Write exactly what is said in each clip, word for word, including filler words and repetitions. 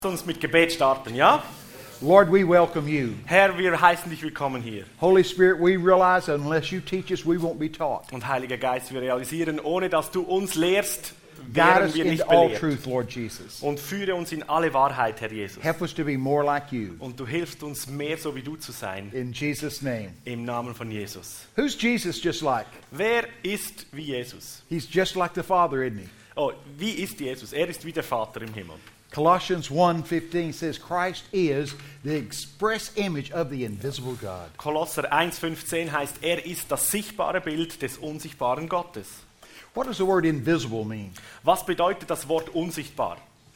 Uns mit Gebet starten, ja? Lord, we welcome you. Herr, wir heißen dich willkommen hier. Holy Spirit, we realize that unless you teach us, we won't be taught. Und Heiliger Geist, wir realisieren, ohne dass du uns lehrst, Guide werden us wir nicht into all belehrt. truth, Lord Jesus. Und führe uns in alle Wahrheit, Herr Jesus. Help us to be more like you. Und du hilfst uns mehr so wie du zu sein, In Jesus' name. im Namen von Jesus. Who's Jesus just like? Wer ist wie Jesus? He's just like the Father, isn't he? Oh, wie ist Jesus? Er ist wie der Vater im Himmel. Colossians one fifteen says Christ is the express image of the invisible God. Kolosser eins fünfzehn heißt, er ist das sichtbare Bild des unsichtbaren Gottes. What does the word invisible mean? Was bedeutet das Wort unsichtbar?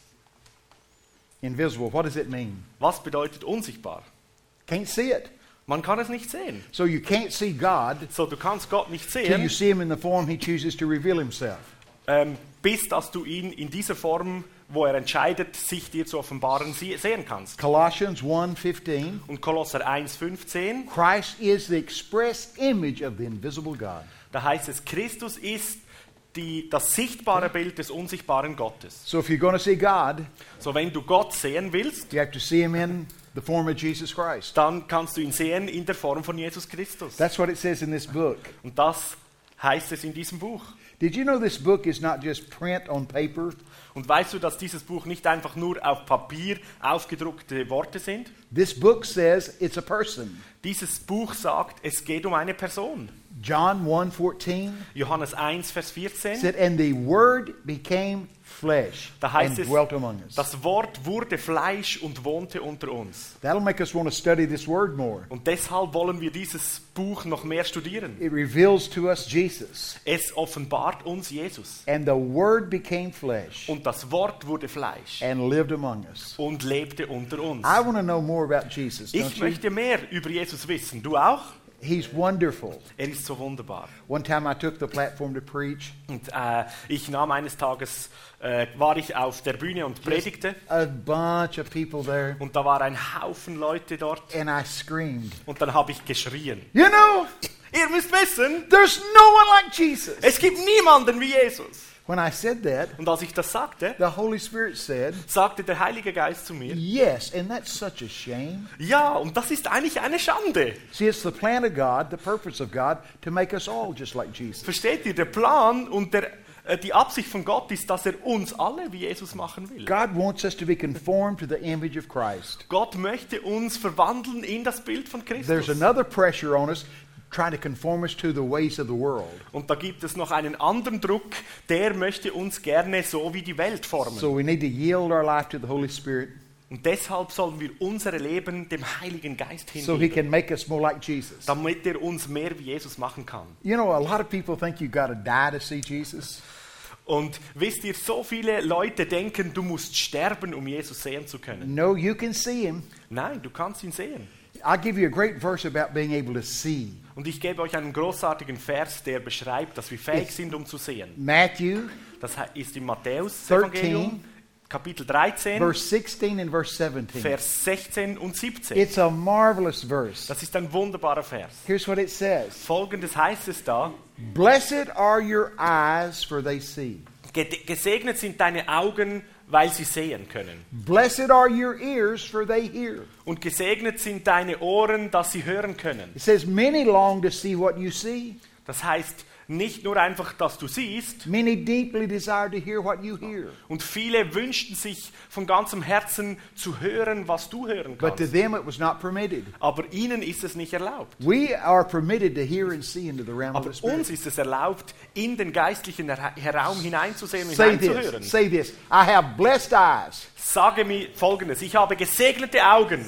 Invisible, what does it mean? Was bedeutet unsichtbar? Can't see it. Man kann es nicht sehen. So you can't see God So, du kannst Gott nicht till you sehen, see him in the form he chooses to reveal himself. ähm, bis dass du ihn in dieser Form, wo er entscheidet, sich dir zu offenbaren, sie- sehen kannst. Colossians one fifteen. Und Kolosser eins fünfzehn, Christ is the express image of the invisible God. da heißt es, Christus ist die, das sichtbare Bild des unsichtbaren Gottes. So if you're going to see God, So, wenn du Gott sehen willst, you have to see him in the form of Jesus Christ. dann kannst du ihn sehen in der Form von Jesus Christus. That's what it says in this book. Und das heißt es in diesem Buch. Did you know this book is not just print on paper? Und weißt du, dass dieses Buch nicht einfach nur auf Papier aufgedruckte Worte sind? This book says it's a person. Dieses Buch sagt, es geht um eine Person. John one fourteen Johannes eins, Vers vierzehn. said, and the word became flesh Da heißt and es, dwelt among us. das Wort wurde Fleisch und wohnte unter uns. That'll make us want to study this word more. Und deshalb wollen wir dieses Buch noch mehr studieren. It reveals to us Jesus. Es offenbart uns Jesus. And the word became flesh Und das Wort wurde Fleisch and lived among us. und lebte unter uns. I want to know more about Jesus, don't Ich you? möchte mehr über Jesus wissen. Du auch? He's wonderful. Er ist so wunderbar. One time I took the platform to preach. Und äh, ich nahm eines Tages, äh, war ich auf der Bühne und predigte. A bunch of people there, Und da war ein Haufen Leute dort. and I screamed, Und dann habe ich geschrien. you know, Ihr müsst wissen, there's no one like Jesus. es gibt niemanden wie Jesus. When I said that, Und als ich das sagte, the Holy Spirit said, sagte der Heilige Geist zu mir, yes, and that's such a shame. ja, und das ist eigentlich eine Schande. See, it's the plan of God, the purpose of God, to make us all just like Jesus. Versteht ihr, der Plan und der, äh, die Absicht von Gott ist, dass er uns alle wie Jesus machen will. God wants us to be conformed to the image of Christ. Gott möchte uns verwandeln in das Bild von There's Christus. another pressure on us trying to conform us to the ways of the world. Und da gibt es noch einen anderen Druck, der möchte uns gerne so wie die Welt formen. So we need to yield our life to the Holy Spirit Und deshalb sollen wir unser Leben dem Heiligen Geist so He hingeben, can make us more like Jesus. damit er uns mehr wie Jesus machen kann. You know, a lot of people think you've got to die to see Jesus. Und wisst ihr, so viele Leute denken, du musst sterben, um Jesus sehen zu können. No, you can see Him. Nein, du kannst ihn sehen. I'll give you a great verse about being able to see. Und ich gebe euch einen großartigen Vers, der beschreibt, dass wir fähig sind, um zu sehen. Matthew Das ist im Matthäus thirteen, Evangelium, Kapitel dreizehn, verse sixteen and verse seventeen. Vers sechzehn und siebzehn. It's a marvelous verse. Das ist ein wunderbarer Vers. Here's what it says. Folgendes heißt es da: Blessed are your eyes, for they see. Ge- Gesegnet sind deine Augen, weil sie sehen können. Blessed are your ears, for they hear. Und gesegnet sind deine Ohren, dass sie hören können. It says, many long to see what you see. Das heißt, nicht nur einfach, dass du siehst, Many deeply desire to hear what you hear. und viele wünschten sich von ganzem Herzen zu hören, was du hören But to kannst. them it was not permitted. Aber ihnen ist es nicht erlaubt. We are permitted to hear and see into the realm of Aber the Spirit. uns ist es erlaubt, in den geistlichen Ra- Raum hineinzusehen und Say hineinzuhören. this. Say this. I have blessed eyes. Sage mir Folgendes: Ich habe gesegnete Augen.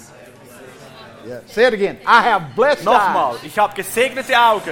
Yeah. Say it again. I have blessed Nochmal, eyes. ich habe gesegnete Augen.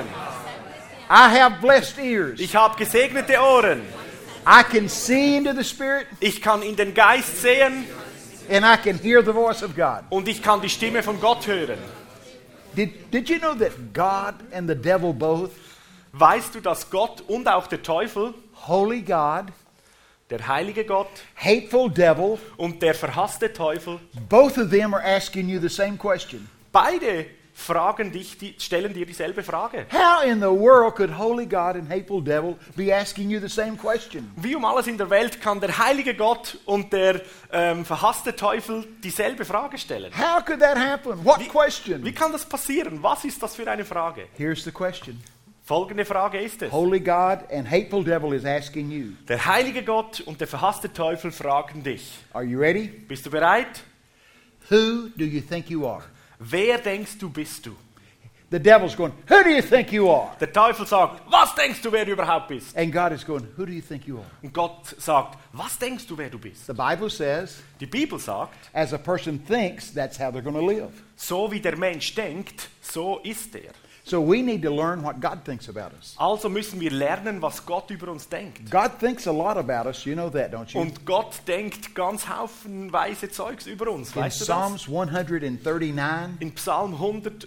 I have blessed ears. Ich habe gesegnete Ohren. I can see into the Spirit, Ich kann in den Geist sehen and I can hear the voice of God. und ich kann die Stimme von Gott hören. Did, did you know that God and the devil both, Weißt du, dass Gott und auch der Teufel, holy God, der heilige Gott hateful devil, und der verhasste Teufel, both of them are asking you the same question? beide fragen dich, die, stellen dir dieselbe Frage. How in the world could holy God and hateful devil be asking you the same question? Wie um alles in der Welt kann der heilige Gott und der ähm, verhasste Teufel dieselbe Frage stellen? How could that happen? What Wie, question? wie kann das passieren? Was ist das für eine Frage? Here's the question. Folgende Frage ist es. Holy God and hateful devil is asking you. Der heilige Gott und der verhasste Teufel fragen dich. Are you ready? Bist du bereit? Who do you think you are? Wer denkst du bist du? The devil's going, who do you think you are? Der Teufel sagt, was denkst du, wer du überhaupt bist? And God is going, who do you think you are? Und Gott sagt, was denkst du, wer du bist? The Bible says, Die Bibel sagt, as a person thinks, that's how they're going to live. so wie der Mensch denkt, so ist er. So we need to learn what God thinks about us. Also müssen wir lernen, was Gott über uns denkt. God thinks a lot about us. You know that, don't you? Und Gott denkt ganz haufenweise Zeugs über uns. In Weißt du das? Psalms one thirty-nine, In Psalm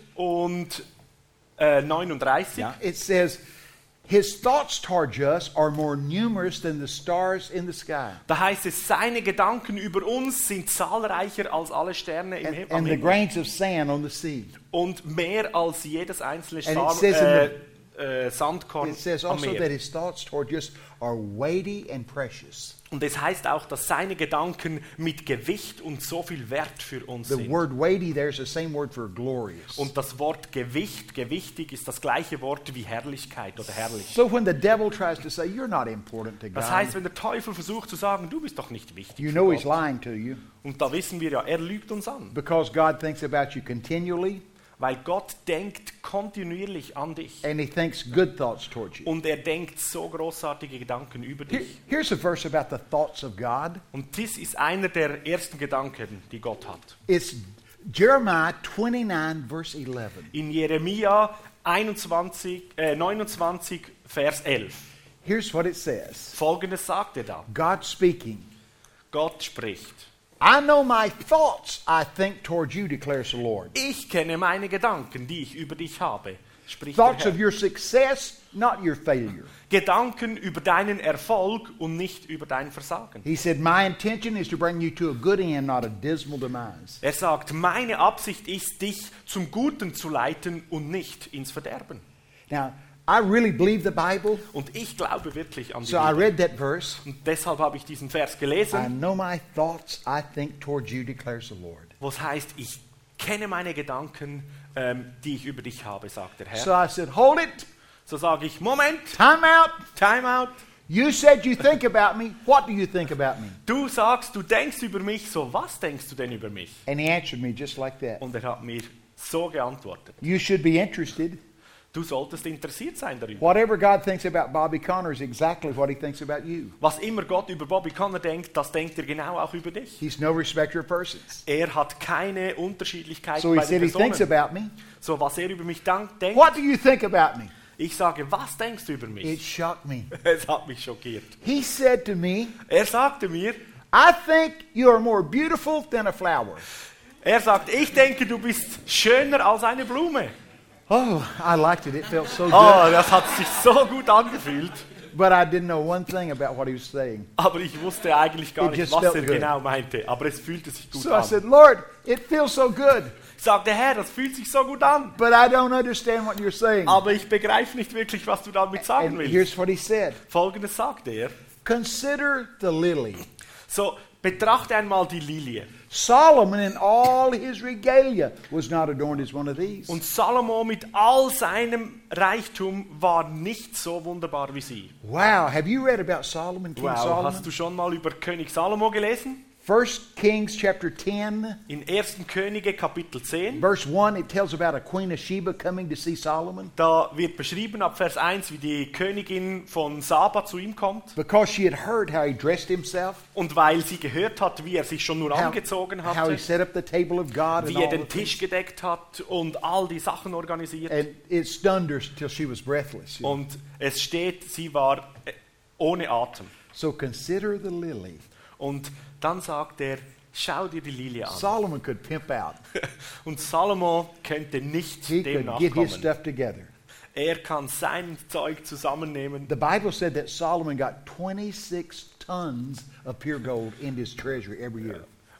hundertneununddreißig yeah, it says, his thoughts towards us are more numerous than the stars in the sky. da heißt es, seine Gedanken über uns sind zahlreicher als alle Sterne im And, Him- am and the Himmel grains of sand on the sea. und mehr als jedes einzelne And it Star, says in äh, äh, Sandkorn It says am also that Meer. his thoughts toward us are weighty and precious. Und es heißt auch, dass seine Gedanken mit Gewicht und so viel Wert für uns The sind. word weighty there is the same word for glorious. Und das Wort Gewicht, gewichtig, ist das gleiche Wort wie Herrlichkeit oder herrlich. So when the devil tries to say you're not important to Das heißt, God, wenn der Teufel versucht zu sagen, du bist doch nicht wichtig you für know he's Gott. lying to you Und da wissen wir ja, er lügt uns an. because God thinks about you continually Weil Gott denkt kontinuierlich an dich. and he thinks good thoughts towards you. Und er denkt so großartige Gedanken über Here- dich. Here's a verse about the thoughts of God. Und dies ist einer der ersten Gedanken, die Gott hat. It's Jeremiah twenty-nine, verse eleven. In Jeremia einundzwanzig, äh, neunundzwanzig, Vers elf. Here's what it says. Folgendes sagt er da. God speaking. Gott spricht. I know my thoughts I think toward you, declares the Lord. Ich kenne meine Gedanken, die ich über dich habe, spricht Thoughts der of Herr. your success, not your failure. Gedanken über deinen Erfolg und nicht über dein Versagen. He said, my intention is to bring you to a good end, not a dismal demise. Er sagt, meine Absicht ist, dich zum Guten zu leiten und nicht ins Verderben. Now, I really believe the Bible, Und ich glaube wirklich an die so I Bibel. read that verse. Und deshalb habe ich diesen Vers I gelesen, know my thoughts I think toward you, declares the Lord. wo es heißt, ich kenne meine Gedanken, ähm, die ich über dich habe, sagt der Herr. So I said, hold it, So sage ich, Moment, time out. time out. You said you think about me. What do you think about me? Du sagst, du denkst über mich, so was denkst du denn über mich? And he answered me just like that. Und er hat mir so geantwortet. You should be interested. Du solltest interessiert sein darüber. Whatever God thinks about Bobby Conner is exactly what he thinks about you. Was immer Gott über Bobby Conner denkt, das denkt er genau auch über dich. He's no respecter of persons. Er hat keine Unterschiedlichkeit So he bei den said he thinks Personen. about me. So, was er über mich dank- denkt, What do you think about me? ich sage, was denkst du über It mich? shocked me. Es hat mich schockiert. He said to me, Er sagte mir, I think you are more beautiful than a flower. er sagt, ich denke, du bist schöner als eine Blume. Oh, I liked it. It felt so good. Oh, das hat sich so gut angefühlt. But I didn't know one thing about what he was saying. Aber ich wusste eigentlich gar It nicht, just was felt er good. genau meinte. Aber es fühlte sich gut So I an. said, Lord, it feels so good, Ich sagte, Herr, das fühlt sich so gut an. but I don't understand what you're saying. Aber ich begreife nicht wirklich, was du damit sagen And willst. here's what he said. Folgendes sagte er. Consider the lily. So, betrachte einmal die Lilie. Solomon in all his regalia was not adorned as one of these. Und Salomo mit all seinem Reichtum war nicht so wunderbar wie sie. Wow, have you read about Solomon, King Wow, Solomon? hast du schon mal über König Salomo gelesen? First Kings chapter ten, In ersten Könige Kapitel zehn. verse one, it tells about a queen of Sheba coming to see Solomon. Da wird beschrieben ab Vers eins, wie die Königin von Saba zu ihm kommt. Because she had heard how he dressed himself, Und weil sie gehört hat, wie er sich schon nur how, angezogen how he hatte, set up the table of God and wie er all den the Tisch things. gedeckt hat und all die Sachen organisiert. And it stunned her till she was breathless. you know. Und es steht, sie war äh, ohne Atem. So consider the lily. Und dann sagt er, schau dir die Lilie an. Solomon could pimp out. Und Salomo könnte nicht He dem could get his nachkommen. stuff together. Er kann sein Zeug zusammennehmen. The Bible said that Solomon got twenty-six tons of pure gold in his treasury every year.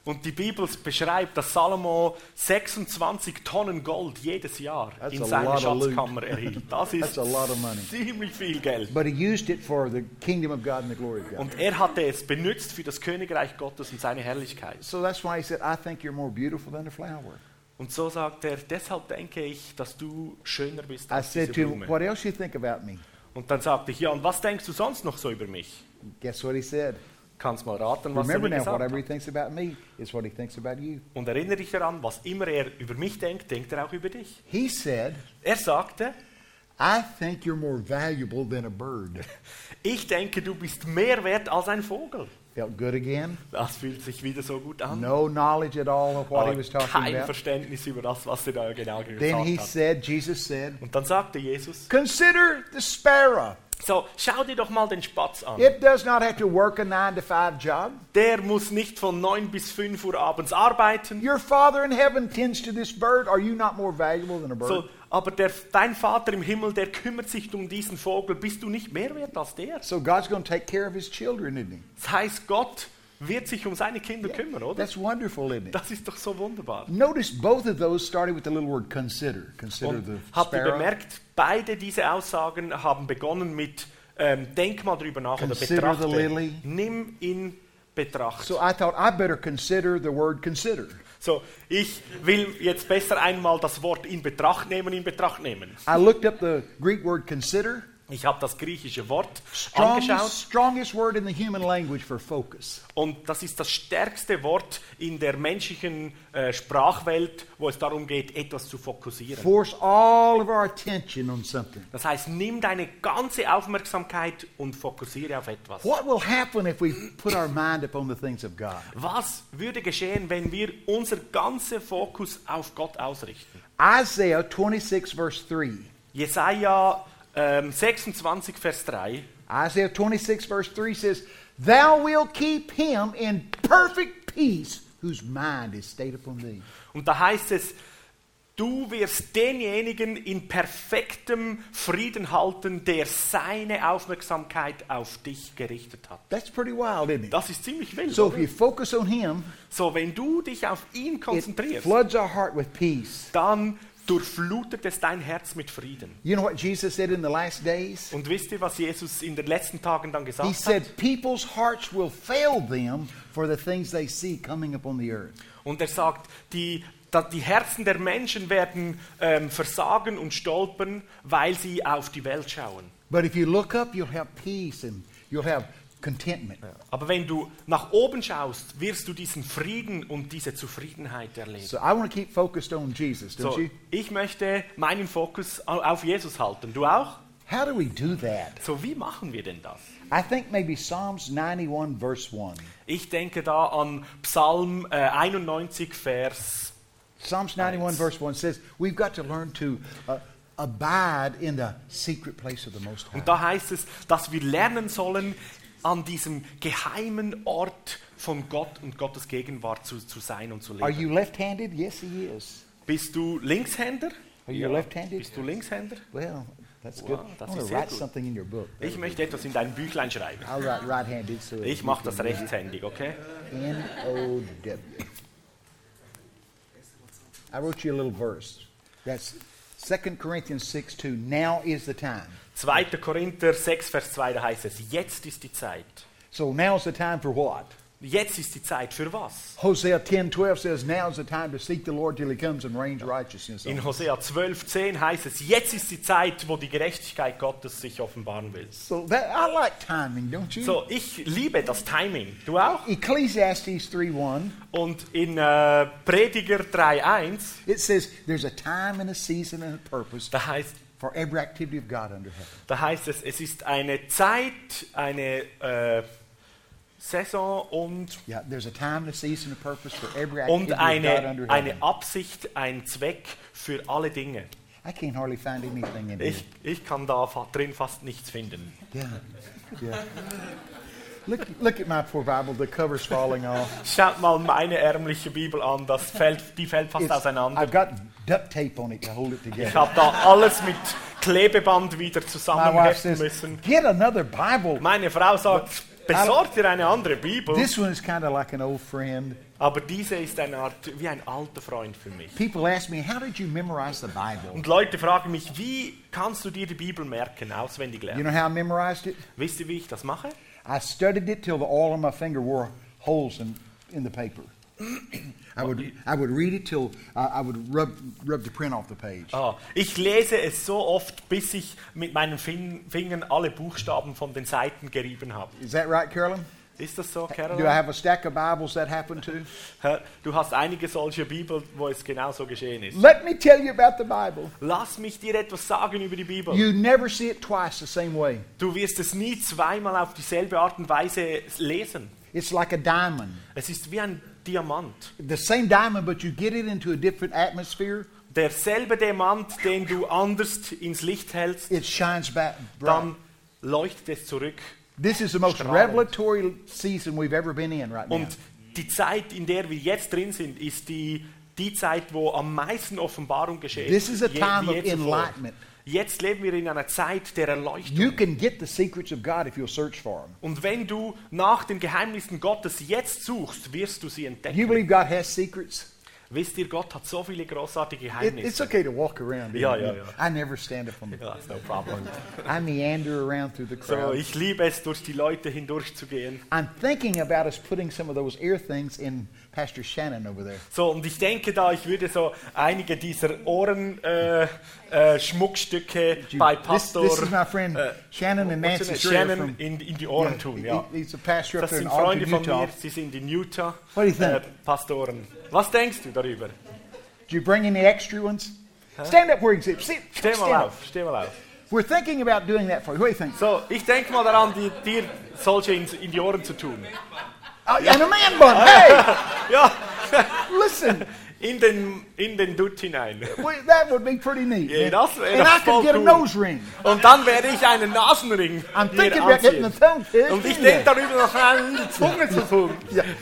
Und die Bibel beschreibt, dass Salomo sechsundzwanzig Tonnen Gold jedes Jahr That's in a seine lot of loot. Schatzkammer erhielt. Das ist That's a lot of money. ziemlich viel Geld. But he used it for the kingdom of God and the glory of God. Und er hatte es benutzt für das Königreich Gottes und seine Herrlichkeit. So that's why he said, I think you're more beautiful than a flower. Und so sagt er, deshalb denke ich, dass du schöner bist I als diese said to him, Blume. what else you think about me? Und dann sagte ich, ja, und was denkst du sonst noch so über mich? Guess what he said? Kannst mal raten, was er Remember mir now, gesagt whatever he hat. thinks about me is what he thinks about you. Und erinnere dich daran, was immer er über mich denkt, denkt er auch über dich. He said, Er sagte, I think you're more valuable than a bird. ich denke, du bist mehr wert als ein Vogel. Felt good again. Das fühlt sich wieder so gut an. No knowledge at all of what he was Aber talking kein about. Verständnis über das, was er da genau Then gesagt he hat. said, Jesus said, Und dann sagte Jesus, consider the sparrow. so, schau dir doch mal den Spatz an. It does not have to work a nine to five job. Der muss nicht von neun bis fünf Uhr abends arbeiten. Your Father in heaven tends to this bird. Are you not more valuable than a bird? So, aber der, dein Vater im Himmel, der kümmert sich um diesen Vogel. Bist du nicht mehr wert als der? So God's going to take care of his children, isn't he? Das heißt, Gott wird sich um seine Kinder kümmern, oder? That's wonderful, isn't it? Das ist doch so wunderbar. Notice both of those started with the little word consider. Consider Und the habt ihr sparrow. bemerkt, beide diese Aussagen haben begonnen mit ähm, denk mal drüber nach oder Consider the betrachte. lily. Nimm in Betracht. So I thought I better consider the word consider. So, ich will jetzt besser einmal das Wort in Betracht nehmen, in Betracht nehmen. I looked up the Greek word consider. Ich habe das griechische Wort angeschaut Strongest, strongest word in the human language for focus. und das ist das stärkste Wort in der menschlichen äh, Sprachwelt, wo es darum geht, etwas zu fokussieren. Force all of our attention on something. Das heißt, nimm deine ganze Aufmerksamkeit und fokussiere auf etwas. What will happen if we put our mind upon the things of God? Was würde geschehen, wenn wir unser ganzer Fokus auf Gott ausrichten? Isaiah twenty-six, verse three. Jesaja ähm, sechsundzwanzig, Vers drei. Isaiah twenty-six, verse three says, Thou wilt keep him in perfect peace whose mind is stayed upon thee. Und da heißt es, du wirst denjenigen in perfektem Frieden halten, der seine Aufmerksamkeit auf dich gerichtet hat. That's pretty wild, isn't it? Das ist ziemlich wild, So if oder? you focus on him, So, wenn du dich auf ihn it konzentrierst, floods our heart with peace. dann durchflutet es dein Herz mit Frieden. You know what Jesus said in the last days? Und wisst ihr, was Jesus in den letzten Tagen dann He gesagt hat? said, people's hearts will fail them for the things they see coming upon the earth. Und er sagt, die, da, die Herzen der Menschen werden ähm, versagen und stolpern, weil sie auf die Welt schauen. But if you look up, you'll have peace and you'll have contentment. Aber wenn du nach oben schaust, wirst du diesen Frieden und diese Zufriedenheit erleben. So I want to keep focused on Jesus, don't So, you? ich möchte meinen Fokus au- auf Jesus halten. Du auch? How do we do that? So, wie machen wir denn das? I think maybe Psalms ninety-one, verse one. Ich denke da an Psalm äh, einundneunzig, Vers. Psalms ninety-one, verse one says, we've got to learn to uh, abide in the secret place of the Most High. Und da heißt es, dass wir lernen sollen, an diesem geheimen Ort von Gott und Gottes Gegenwart zu, zu sein und zu Are leben. you left-handed? Yes, he is. Bist du Linkshänder? Are you left-handed? Bist du Linkshänder? Well, that's Wow, good. das I want ist to sehr write gut. something in your book. Ich möchte etwas in dein Büchlein schreiben. I'll write right-handed. So Ich mache das rechtshändig, okay? N O W. I wrote you a little verse. That's Second Corinthians six two. Now is the time. zweiter Korinther sechs, Vers zwei, da heißt es, jetzt ist die Zeit. So now's the time for what? Jetzt ist die Zeit für was? Hosea ten twelve says, now's the time to seek the Lord till he comes and rains righteousness on In us. Hosea zwölf, zehn heißt es, jetzt ist die Zeit, wo die Gerechtigkeit Gottes sich offenbaren will. So that, I like timing, don't you? So, ich liebe das Timing. Du auch? Ecclesiastes three one, Und in äh, Prediger drei eins, it says, there's a time and a season and a purpose da heißt, for every activity of God under heaven. da heißt es, es ist eine Zeit, eine äh, Saison und, Yeah, there's a time and a season and a purpose for every und activity of God eine, under heaven. eine Absicht, ein Zweck für alle Dinge. I can't hardly find anything in here. Ich, ich kann da fa drin fast nichts finden. Yeah, yeah. Look, look at my poor Bible. The cover's falling off. Schaut mal meine ärmliche Bibel an, das fällt, die fällt fast It's- auseinander. I've got duct tape on it to hold it Ich together. habe da alles mit Klebeband wieder My wife zusammenheften says, müssen. get another Bible. Meine Frau sagt, besorgt dir eine andere Bibel. This one is kind of like an old friend. Aber diese ist eine Art, wie ein alter Freund für mich. People ask me, how did you memorize the Bible? Und Leute fragen mich, wie kannst du dir die Bibel merken, auswendig You lernen? know how I memorized it? Wisst ihr, wie ich das mache? I studied it till the all on my finger wore holes in, in the paper. I would I would read it till uh, I would rub rub the print off the page. Ah, ich lese es so oft, bis ich mit meinen fin Fingern alle Buchstaben von den Seiten gerieben habe. Is that right, Carolyn? Ist das so, Do I Caroline? have a stack of Bibles that happen to? Du hast einige solche Bibeln, wo es genauso geschehen ist. Let me tell you about the Bible. Lass mich dir etwas sagen über die Bibel. You never see it twice the same way. Du wirst es nie zweimal auf dieselbe Art und Weise lesen. It's like a diamond. Es ist wie ein Diamant. The same diamond, but you get it into a different atmosphere. Derselbe Diamant, den du anders ins Licht hältst, It shines back bright. dann leuchtet es zurück. This is the most strahlend. revelatory season we've ever been in right now. Und die Zeit, in der wir jetzt drin sind, ist die, die Zeit, wo am meisten Offenbarung geschieht. This is a Je- time wie of je zuvor. enlightenment. Jetzt leben wir in einer Zeit der Erleuchtung. You can get the secrets of God if you'll search for them. Und wenn du nach den Geheimnissen Gottes jetzt suchst, wirst du sie Do you entdecken. believe God has secrets? Wisst ihr, Gott hat so viele großartige It, Geheimnisse. it's okay to walk around. Ja, isn't ja, it? ja. I never stand up on the Ja, no problem. I meander around through the So, crowd. ich liebe es, durch die Leute hindurchzugehen. I'm thinking about us putting some of those ear things in Pastor Shannon over there. So, und ich denke da, ich würde so einige dieser Ohren äh, äh, Schmuckstücke bei This, Pastor this is my friend äh, Shannon and what's Nancy her Schreier name? from. Shannon in, in die Ohren Yeah, tun, he- ja. He's a pastor up Das there in sind Freunde Ogden, von Utah. mir, sie sind in Utah. What do you think? Äh, Pastoren. Was denkst du darüber? Did you bring any extra ones? Stand up where you can sit. Sit. Steh stand mal up. auf, steh mal auf. We're thinking about doing that for you. What do you think? So, ich denke mal daran, die, dir solche in, in die Ohren zu tun. Oh, and a man bun. Hey, Ja, listen. in den, in den Dutt hinein. Well, that would be pretty neat. Ja, das wäre and I voll could get cool. a nose ring. Und dann werde ich einen Nasenring I'm hier thinking about getting the anziehen. thumb. Und ich denke darüber nach, eine Zunge zu tun.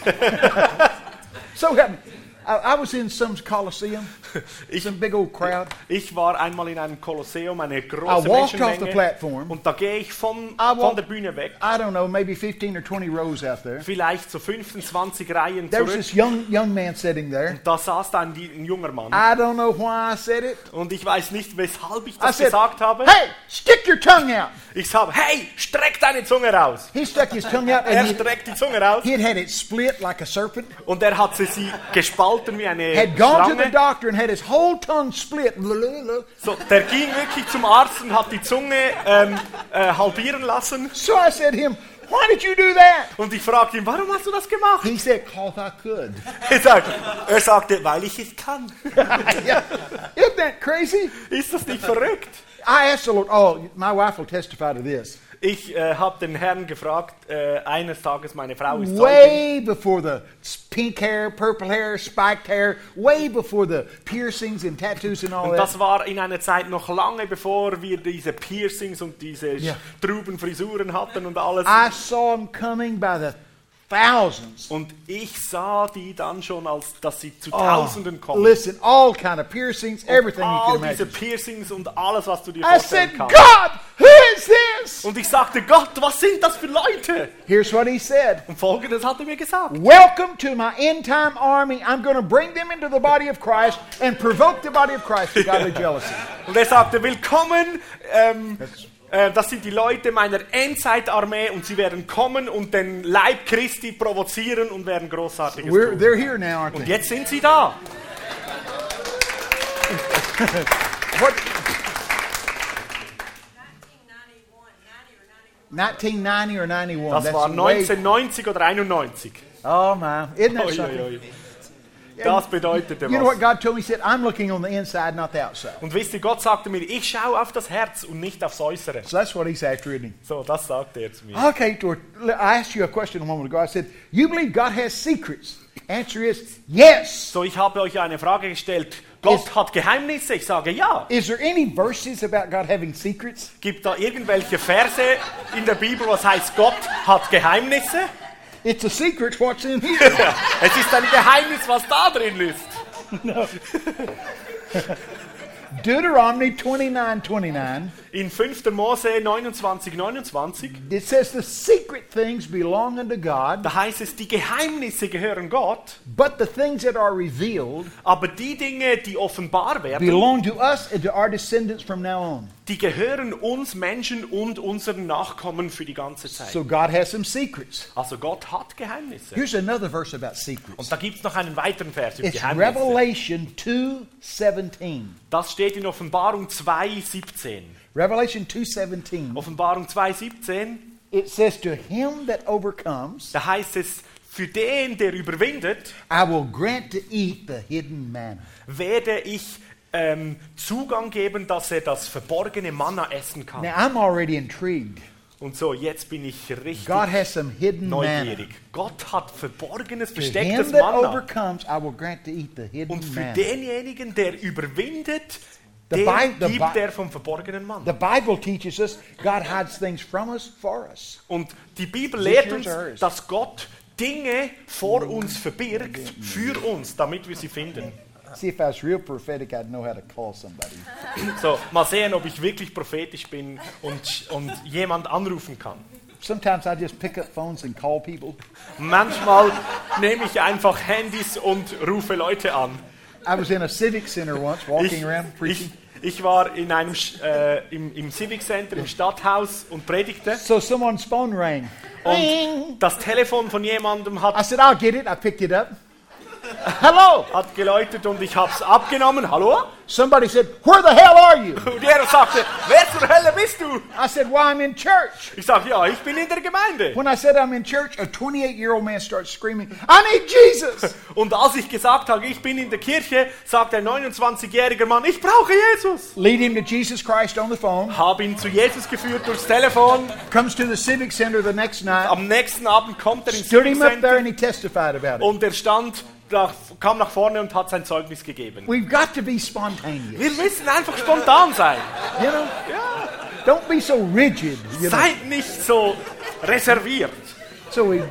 So help me. I, I was in some Coliseum, Ich, some big old crowd. ich war einmal in einem Kolosseum, eine I große walked off the Menschenmenge. platform. Und da gehe ich von, I von walked- der Bühne weg. I don't know, maybe fifteen or twenty rows out there. Vielleicht so fünfzehn, zwanzig Reihen There was zurück. this young young man sitting there. Da saß da ein, ein junger Mann. I don't know why I said it. Und ich weiß nicht, weshalb ich I das said, gesagt habe. "Hey, stick your tongue out." Ich sage, hey, streck deine Zunge raus. He stuck his tongue out, Er and he, streckt die Zunge raus. he had had it split like a serpent. Und er hat sie, sie gespalten wie eine Had gone to the Schlange. doctor and had his whole tongue split. So, der ging wirklich zum Arzt und hat die Zunge ähm, äh, halbieren lassen. So I said to him, "Why did you do that?" Und ich fragte ihn, warum hast du das gemacht? He said, "Cause I could." Er, sagt, er sagte, weil ich es kann. Yeah. Isn't that crazy? Ist das nicht verrückt? I asked the Lord. Oh, my wife will testify to this. Ich äh, habe den Herrn gefragt, äh, eines Tages, meine Frau ist Zeugin. Way before the pink hair, purple hair, spiked hair, way before the piercings and tattoos and all Und that. das war in einer Zeit noch lange bevor wir diese Piercings und diese Ja. trüben Frisuren hatten und alles. I saw them coming by the thousands. Und ich sah die dann schon, als dass sie zu Oh, Tausenden kommen. listen, all kind of piercings, everything you All can diese imagine. Piercings und alles, was du dir I said, vorstellen kannst. "God, who is this?" Und ich sagte, Gott, was sind das für Leute? Here's what he said. Und Folgendes hat er mir gesagt. Welcome to my end-time army. I'm going to bring them into the body of Christ and provoke the body of Christ to godly jealousy. Und er sagte, willkommen, ähm, äh, das sind die Leute meiner Endzeitarmee und sie werden kommen und den Leib Christi provozieren und werden Großartiges We're, tun. they're here now, aren't Und they? jetzt sind sie da. What? nineteen ninety or ninety-one. Das That's war way- neunzehnhundertneunzig oder einundneunzig. Oh my! Isn't that Oi, something? oi, oi. Das bedeutete You know what was. God told me? He said, "I'm looking on the inside, not the outside." Und wisst ihr, Gott sagte mir, ich schaue auf das Herz und nicht aufs Äußere. So that's what He's after, isn't He? So, das sagte er zu mir. Okay, George, I asked you a question a moment ago. I said, "You believe God has secrets?" Answer is yes. So, ich habe euch eine Frage gestellt. Gott hat Geheimnisse? Ich sage ja. Is there any verses about God having secrets? Gibt da irgendwelche Verse in der Bibel, was heißt, Gott hat Geheimnisse? It's a secret. What's in here? Es ist ein Geheimnis, was da drin ist. Deuteronomy twenty-nine twenty-nine. In fünfter Mose neunundzwanzig, neunundzwanzig, it says the secret things belong unto God, da heißt es, die Geheimnisse gehören Gott, but the things that are revealed aber die Dinge, die offenbar werden, belong to us and to our descendants from now on. die gehören uns Menschen und unseren Nachkommen für die ganze Zeit. So God has some secrets. Also Gott hat Geheimnisse. Here's another verse about secrets. Und da gibt es noch einen weiteren Vers über It's Geheimnisse. Revelation two seventeen. Das steht in Offenbarung zwei siebzehn. Revelation two seventeen. Offenbarung zwei siebzehn, It says, to him that overcomes, da heißt es, für den, der überwindet, I will grant to eat the hidden manna. werde ich ähm, Zugang geben, dass er das verborgene Manna essen kann. Now, I'm already intrigued. Und so, jetzt bin ich richtig God has some hidden manna. neugierig. Gott hat verborgenes, To verstecktes him that Manna. overcomes, I will grant to eat the hidden Und für manna. denjenigen, der überwindet, The der Bi- the gibt Bi- er vom verborgenen Manna. The Bible teaches us God hides things from us for us. Und die Bibel Is it lehrt yours uns, or hers? dass Gott Dinge vor uns verbirgt, für uns, damit wir sie finden. See, if I was real prophetic, I'd know how to call somebody. So, mal sehen, ob ich wirklich prophetisch bin und, und jemand anrufen kann. Sometimes I just pick up phones and call people. Manchmal nehme ich einfach Handys und rufe Leute an. I was in a civic center once, walking Ich, around ich, preaching. ich war in einem, Sch- äh, im, im Civic Center, im Stadthaus und predigte. So someone's phone rang. Und das Telefon von jemandem I hat, said, I'll get it. I picked it up. Hello. hat geläutet und ich habe es abgenommen. Hallo? Somebody said, where the hell are you? Und er sagte, wer zur Hölle bist du? I said, well, I'm in church. Ich sage, ja, ich bin in der Gemeinde. When I said I'm in church, a twenty-eight-year-old man starts screaming, I need Jesus. Und als ich gesagt habe, ich bin in der Kirche, sagt ein neunundzwanzigjähriger Mann, ich brauche Jesus. Lead him to Jesus Christ on the phone. Habe ihn zu Jesus geführt durchs Telefon. Comes to the civic center the next night. Am nächsten Abend kommt er ins Stood Civic him up there Center and he testified about it. und er stand, nach, kam nach vorne und hat sein Zeugnis gegeben. We've got to be spontaneous. Wir müssen einfach spontan sein. You know? Ja. Don't be so rigid. You know? Seid nicht so reserviert. So we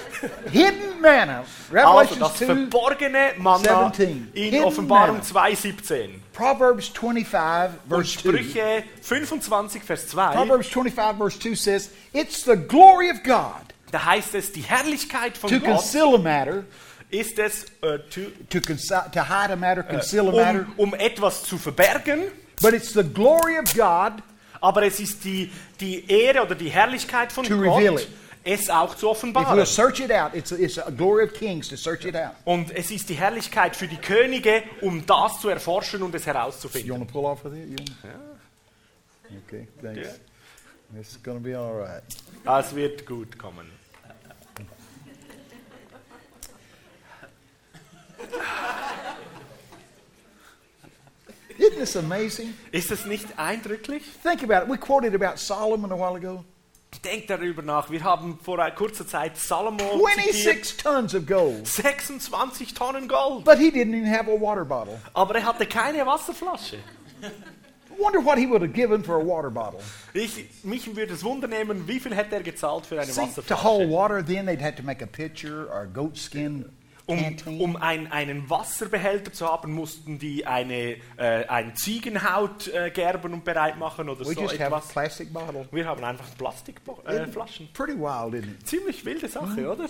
hidden manna. Also Revelation das two. verborgene Manna seventeen. in Hidden Offenbarung manna. zwei siebzehn. Proverbs twenty-five, Und verse two. Sprüche fünfundzwanzig, Vers zwei. Proverbs twenty-five, verse two says, it's the glory of God Da heißt es, die Herrlichkeit von to Gott conceal a matter, ist es, äh, to, to, conceal, to hide a matter, conceal a matter. um, um etwas zu verbergen, But it's the glory of God aber es ist die, die Ehre oder die Herrlichkeit von To reveal Gott, it. es auch zu If offenbaren. we'll search it out, it's a, it's a glory of kings to search it out. Und es ist die Herrlichkeit für die Könige, um das zu erforschen und es You herauszufinden. want to pull off with it? You Okay, thanks. Yeah. This is going to be all right. Das wird gut kommen. Isn't this amazing? Ist es nicht eindrücklich? Think about it. We quoted about Solomon a while ago. Denkt darüber nach. Wir haben vor kurzer Zeit Salomo zitiert. twenty-six tons of gold. sechsundzwanzig Tonnen Gold. But he didn't even have a water bottle. Aber er hatte keine Wasserflasche. I wonder what he would have given for a water bottle. Ich, mich würde es Wunder nehmen, wie viel hätte er gezahlt für eine See, to hold Wasserflasche? water, then they'd have to make a pitcher or a goat skin Um, canteen. um ein, einen Wasserbehälter zu haben, mussten die eine, äh, ein Ziegenhaut äh, gerben und bereit machen oder We so just have a etwas. plastic bottle. Wir haben einfach Plastikflaschen. Äh, Flaschen. Pretty wild, isn't it? Ziemlich wilde Sache, oder?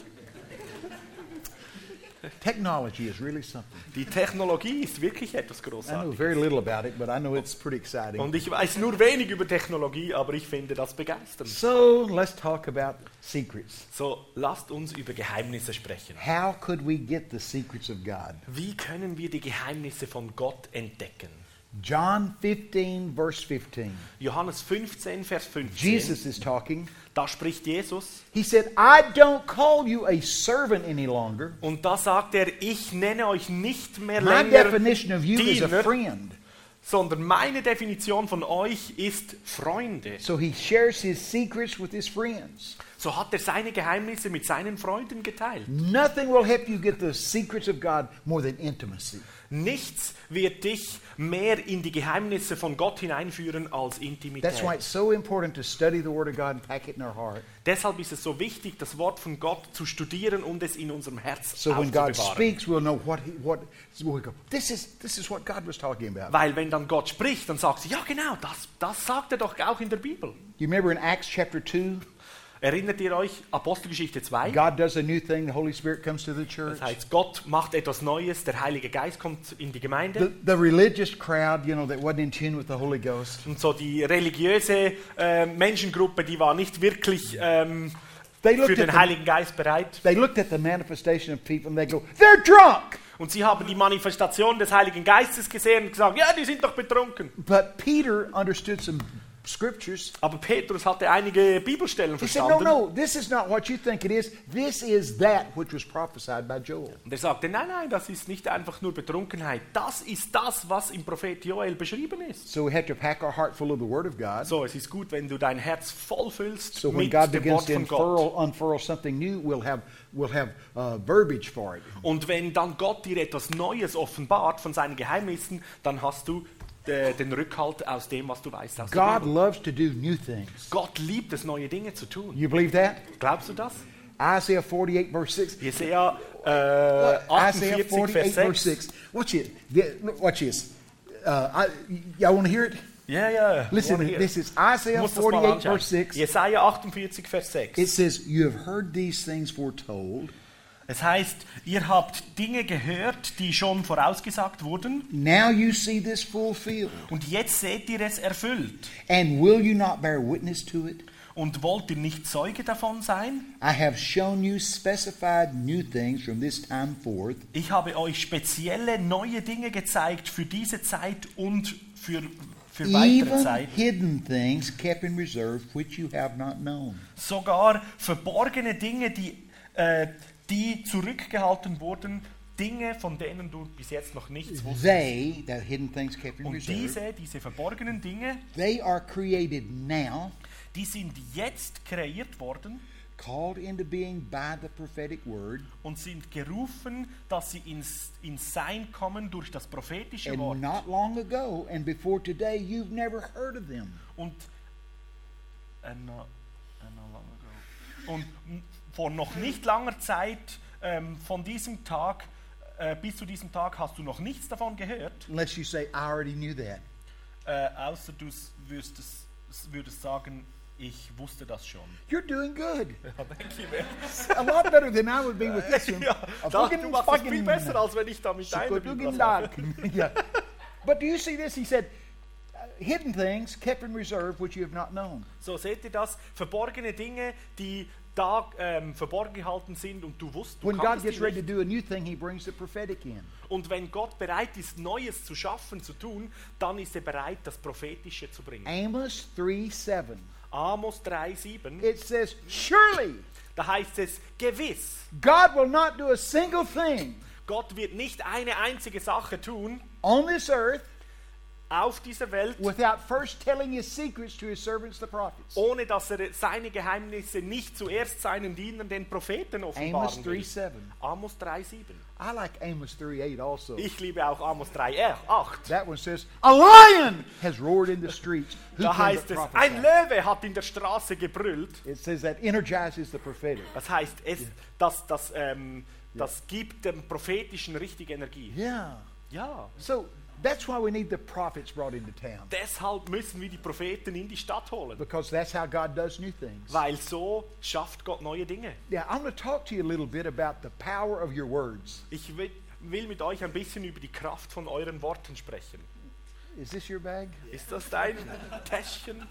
Technology is really something. Die Technologie ist wirklich etwas I know Großartiges. very little about it, but I know it's pretty exciting. Und ich weiß nur wenig über Technologie, aber ich finde das begeisternd. So let's talk about secrets. So, lasst uns über Geheimnisse sprechen. How could we get the secrets of God? Wie können wir die Geheimnisse von Gott entdecken? John fifteen, verse fifteen. Johannes fünfzehn, Vers fünfzehn. Jesus is talking. Da spricht Jesus. He said, I don't call you a servant any longer. Und da sagt er, ich nenne euch nicht mehr My länger definition of you is a Diener, friend. sondern meine Definition von euch ist Freunde. So he shares his secrets with his friends. so hat er seine Geheimnisse mit seinen Freunden geteilt. Nothing will help you get the secrets of God more than intimacy. Nichts wird dich mehr in die Geheimnisse von Gott hineinführen als Intimität. That's why it's so important to study the Word of God and pack it in our heart. Deshalb ist es so wichtig, das Wort von Gott zu studieren und es in unserem Herz So when God aufzubewahren. speaks, we'll know what he, what we'll go. This is this is what God was talking about. Weil wenn dann Gott spricht, dann sagst du, ja genau, das, das sagt er doch auch in der Bibel. You remember in Acts chapter two, Erinnert ihr euch, Apostelgeschichte zwei? God does a new thing, the Holy Spirit comes to the church. Das heißt, Gott macht etwas Neues, der Heilige Geist kommt in die The, Gemeinde. the religious crowd, you know, that wasn't in tune with the Holy Ghost. Und so die religiöse äh, Menschengruppe, die war nicht wirklich ähm, They für looked den at the, Heiligen Geist bereit. they looked at the manifestation of people and they go, they're drunk. Und sie haben die Manifestation des Heiligen Geistes gesehen und gesagt, ja, die sind doch betrunken. But Peter understood some scriptures. Aber Petrus hatte einige Bibelstellen He said, no, verstanden. no, this is not what you think it is. This is that which was prophesied by Joel. Und er sagte, nein, nein, das ist nicht einfach nur Betrunkenheit. Das ist das, was im Prophet Joel beschrieben ist. So we have to pack our heart full of the Word of God. So, es ist gut, wenn du dein Herz voll füllst So when mit God dem begins Wort to von Gott. unfurl, unfurl something new, we'll have, we'll have uh, verbiage for it. Und wenn dann Gott dir etwas Neues offenbart von seinen Geheimnissen, dann hast du äh, den Rückhalt aus dem, was du weißt. Aus der God Bibel. loves to do new things. Gott liebt es, neue Dinge zu tun. You believe that? Glaubst du das? Isaiah forty-eight, verse six. Jesaja äh, Isaiah achtundvierzig, forty-eight, Vers verse sechs. six. Watch it. The- look, Watch this. Uh, I, y'all want to hear it? Ja, ja. Listen, Wanna hear this it? is Du Isaiah musst das mal forty-eight, anschauen. verse six. Jesaja achtundvierzig, Vers sechs. It says, you have heard these things foretold. Es heißt, ihr habt Dinge gehört, die schon vorausgesagt wurden, Now you see this fulfilled. und jetzt seht ihr es erfüllt. And will you not bear witness to it? Und wollt ihr nicht Zeuge davon sein? I have shown you specified new things from this time forth, Ich habe euch spezielle neue Dinge gezeigt für diese Zeit und für, für weitere even Zeit. hidden things kept in reserve which you have not known. Sogar verborgene Dinge, die, äh, die zurückgehalten wurden, Dinge, von denen du bis jetzt noch nichts wusstest. They, the hidden things kept in Und reserve, diese, diese verborgenen Dinge, they are created now, die sind jetzt kreiert worden called into being by the prophetic word, und sind gerufen, dass sie ins, ins Sein kommen durch das prophetische Wort. and not long ago and before today you've never heard of them. Und, and not, and not long ago. und m- vor noch nicht langer Zeit, ähm, von diesem Tag äh, bis zu diesem Tag, hast du noch nichts davon gehört, Unless you say, I already knew that. äh, außer du s- würdest, es- s- würdest sagen, ich wusste das schon. You're doing good. Ja, thank you, man. A lot better than I would be with this one. Ja, A da, fucking- du machst es viel fucking- besser, als wenn ich da mit deiner Bibel Looking was mache. dark. Yeah. But do you see this? He said, uh, hidden things kept in reserve which you have not known. So, seht ihr das? Verborgene Dinge, die da ähm, verborgen gehalten sind und du wusstest, du When God kanntest gets die ready to nicht. do a new thing, he brings the prophetic in. Und wenn Gott bereit ist, Neues zu schaffen, zu tun, dann ist er bereit, das Prophetische zu bringen. Amos three seven. Amos drei sieben, It says, surely da heißt es, gewiss, God will not do a single thing Gott wird nicht eine einzige Sache tun on this earth auf dieser Welt, without first telling his secrets to his servants, the prophets. ohne dass er seine Geheimnisse nicht zuerst seinen Dienern, den Propheten Amos offenbaren three will. seven. Amos drei sieben. I like Amos three eight also. Ich liebe auch Amos drei acht. That one says, a lion has roared in the streets. Who Da can heißt but es, prophesy? ein Löwe hat in der Straße gebrüllt. It says that energizes the prophetic. Das heißt, es, das, das, ähm, das gibt dem Prophetischen richtige Energie. Yeah. Ja, So that's why we need the prophets brought into town. deshalb müssen wir die Propheten in die Stadt holen. Because that's how God does new things. Weil so schafft Gott neue Dinge. Yeah, I'm going to talk to you a little bit about the power of your words. Ich will, will mit euch ein bisschen über die Kraft von euren Worten sprechen. Is this your bag? Ist das dein Täschchen?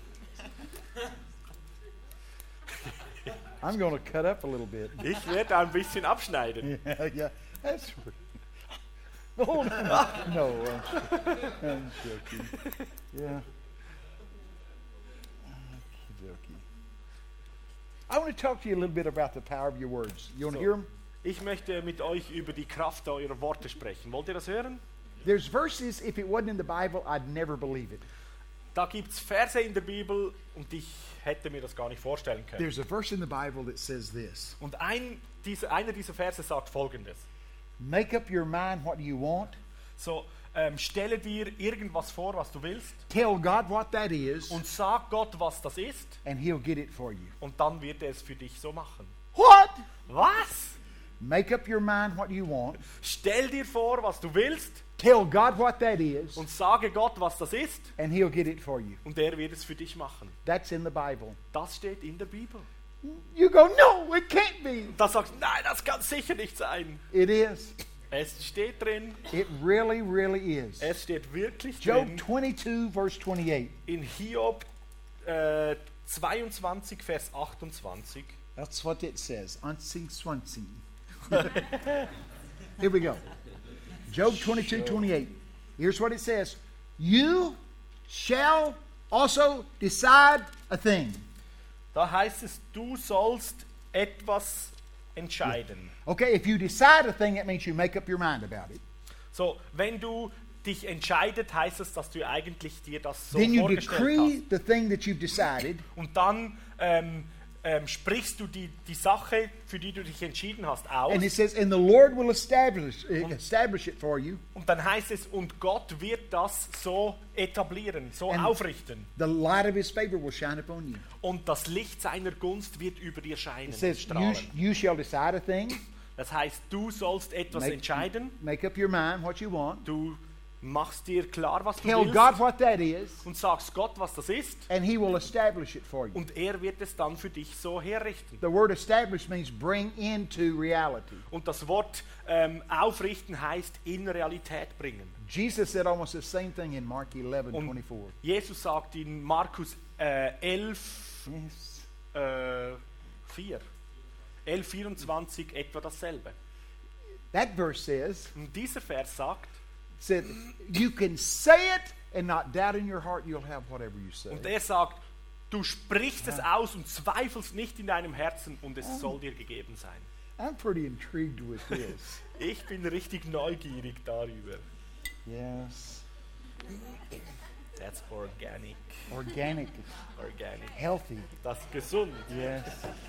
I'm going to cut up a little bit. Ich werde ein bisschen abschneiden. Yeah, yeah. That's Oh, no, no I'm, I'm joking. Yeah. Okey-dokey. I want to talk to you a little bit about the power of your words. You want to So. hear them? Ich möchte mit euch über die Kraft eurer Worte sprechen. Wollt ihr das hören? There's verses, if it wasn't in the Bible, I'd never believe it. Da gibt es Verse in der Bibel und ich hätte mir das gar nicht vorstellen können. There's a verse in the Bible that says this. Und ein, diese, einer dieser Verse sagt Folgendes. Make up your mind what you want. So, ähm, stelle dir irgendwas vor, was du willst Tell God what that is, und sag Gott, was das ist and He'll get it for you. und dann wird er es für dich so machen. What? Was? Make up your mind what you want. Stell dir vor, was du willst Tell God what that is, und sage Gott, was das ist and He'll get it for you. und er wird es für dich machen. That's in the Bible. Das steht in der Bibel. You go, no, it can't be. Da sagst du, nein, das kann sicher nicht sein. It is. Es steht drin, It really, really is. es steht wirklich Job drin twenty-two, verse twenty-eight. in Hiob äh, zweiundzwanzig, Vers achtundzwanzig. That's what it says. Unsing swansing. Here we go. Job twenty-two, twenty-eight. Here's what it says. You shall also decide a thing. Da heißt es, du sollst etwas entscheiden. Okay, if you decide a thing, that means you make up your mind about it. So, wenn du dich entscheidet, heißt es, dass du eigentlich dir das so Then you vorgestellt decree the thing that you've decided, hast. Und dann ähm, ähm, sprichst du die, die Sache, für die du dich entschieden hast, aus. and it says, and the Lord will establish establish it for you. Und dann heißt es, und Gott wird das so etablieren, so And aufrichten. The light of His favor will shine upon you. Und das Licht seiner Gunst wird über dir scheinen, It says, you, strahlen. you shall decide a thing, Das heißt, du sollst etwas make, entscheiden. make up your mind what you want, Du machst dir klar, was du tell willst. God what that is, Und sagst Gott, was das ist. and He will establish it for you. Und er wird es dann für dich so herrichten. The word establish means bring into reality. Und das Wort ähm, aufrichten heißt in Realität bringen. Jesus said almost the same thing in Mark eleven, Und twenty-four. Jesus sagt in Markus äh, elf, Yes. äh, vier, elf vierundzwanzig etwa dasselbe. That verse says, Und dieser Vers sagt, said, you can say it and not doubt in your heart you'll have whatever you say. und er sagt, du sprichst es aus und zweifelst nicht in deinem Herzen und es soll dir gegeben sein. I'm pretty intrigued with this. Ich bin richtig neugierig darüber. Yes. That's organic. Organic, Organic. healthy. Das ist gesund. Yes.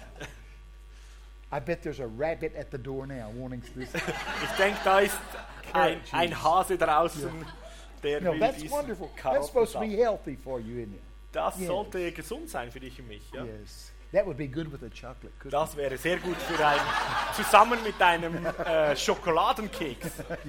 I bet there's a rabbit at the door now wanting this. Ich denke, da ist ein, ein Hase draußen, der No, will that's diesen wonderful. That's Karotten supposed to be satt. healthy for you, isn't it? Das Yes. sollte gesund sein für dich und mich. Ja? Yes. That would be good with a chocolate cookie. Das wäre sehr gut für ein, zusammen mit einem äh, Schokoladenkeks.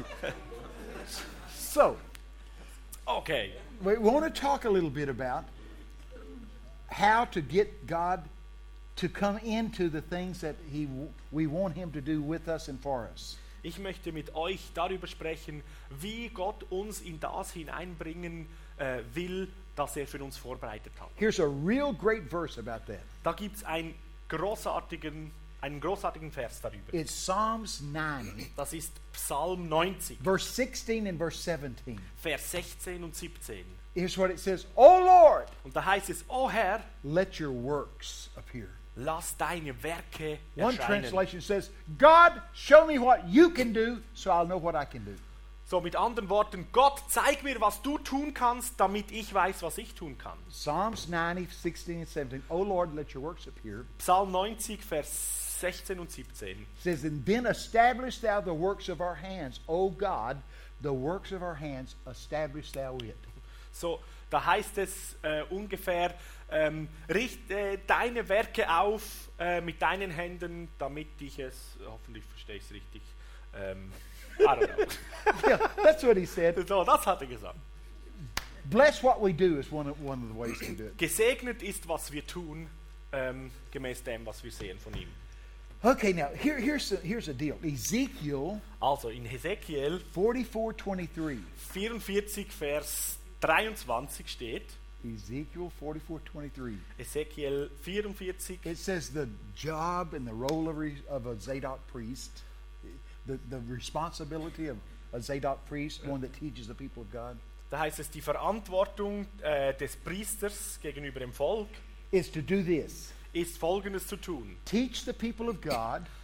So, Okay, we want to talk a little bit about how to get God to come into the things that he we want him to do with us and for us. ich möchte mit euch darüber sprechen, wie Gott uns in das hineinbringen äh, will, das er für uns vorbereitet hat. Here's a real great verse about that. Da gibt es einen großartigen, einen großartigen Vers darüber. It's Psalms ninety, Das ist Psalm neunzig, verse sixteen and verse seventeen. Vers sechzehn und siebzehn. Here's what it says. Oh Lord, Und da heißt es, O Herr, let your works appear. lass deine Werke One erscheinen. translation says, God, show me what you can do so I'll know what I can do. So mit anderen Worten, Gott, zeig mir, was du tun kannst, damit ich weiß, was ich tun kann. Psalms ninety, sixteen and seventeen. Oh Lord, let your works appear. Psalm neunzig, Vers sechzehn und siebzehn. It says, and then establish thou the works of our hands. O God, the works of our hands, establish thou it. So, da heißt es äh, ungefähr, ähm, richte deine Werke auf äh, mit deinen Händen, damit ich es, hoffentlich verstehe ich es richtig, ähm, I don't know. Yeah, that's what he said. So, das hat er gesagt. Bless what we do is one of, one of the ways to do it. Gesegnet ist, was wir tun, ähm, gemäß dem, was wir sehen von ihm. Okay, now here, here's the, here's the deal. Ezekiel Also in Hesekiel forty-four twenty-three. vierundvierzig, Vers dreiundzwanzig steht, Ezekiel forty-four twenty-three. Ezekiel vierundvierzig, It says the job and the role of, re, of a Zadok priest, the, the responsibility of a Zadok priest, one that teaches the people of God, da heißt es, die Verantwortung äh, des Priesters gegenüber dem Volk is to do this. ist Folgendes zu tun. Teach the people of God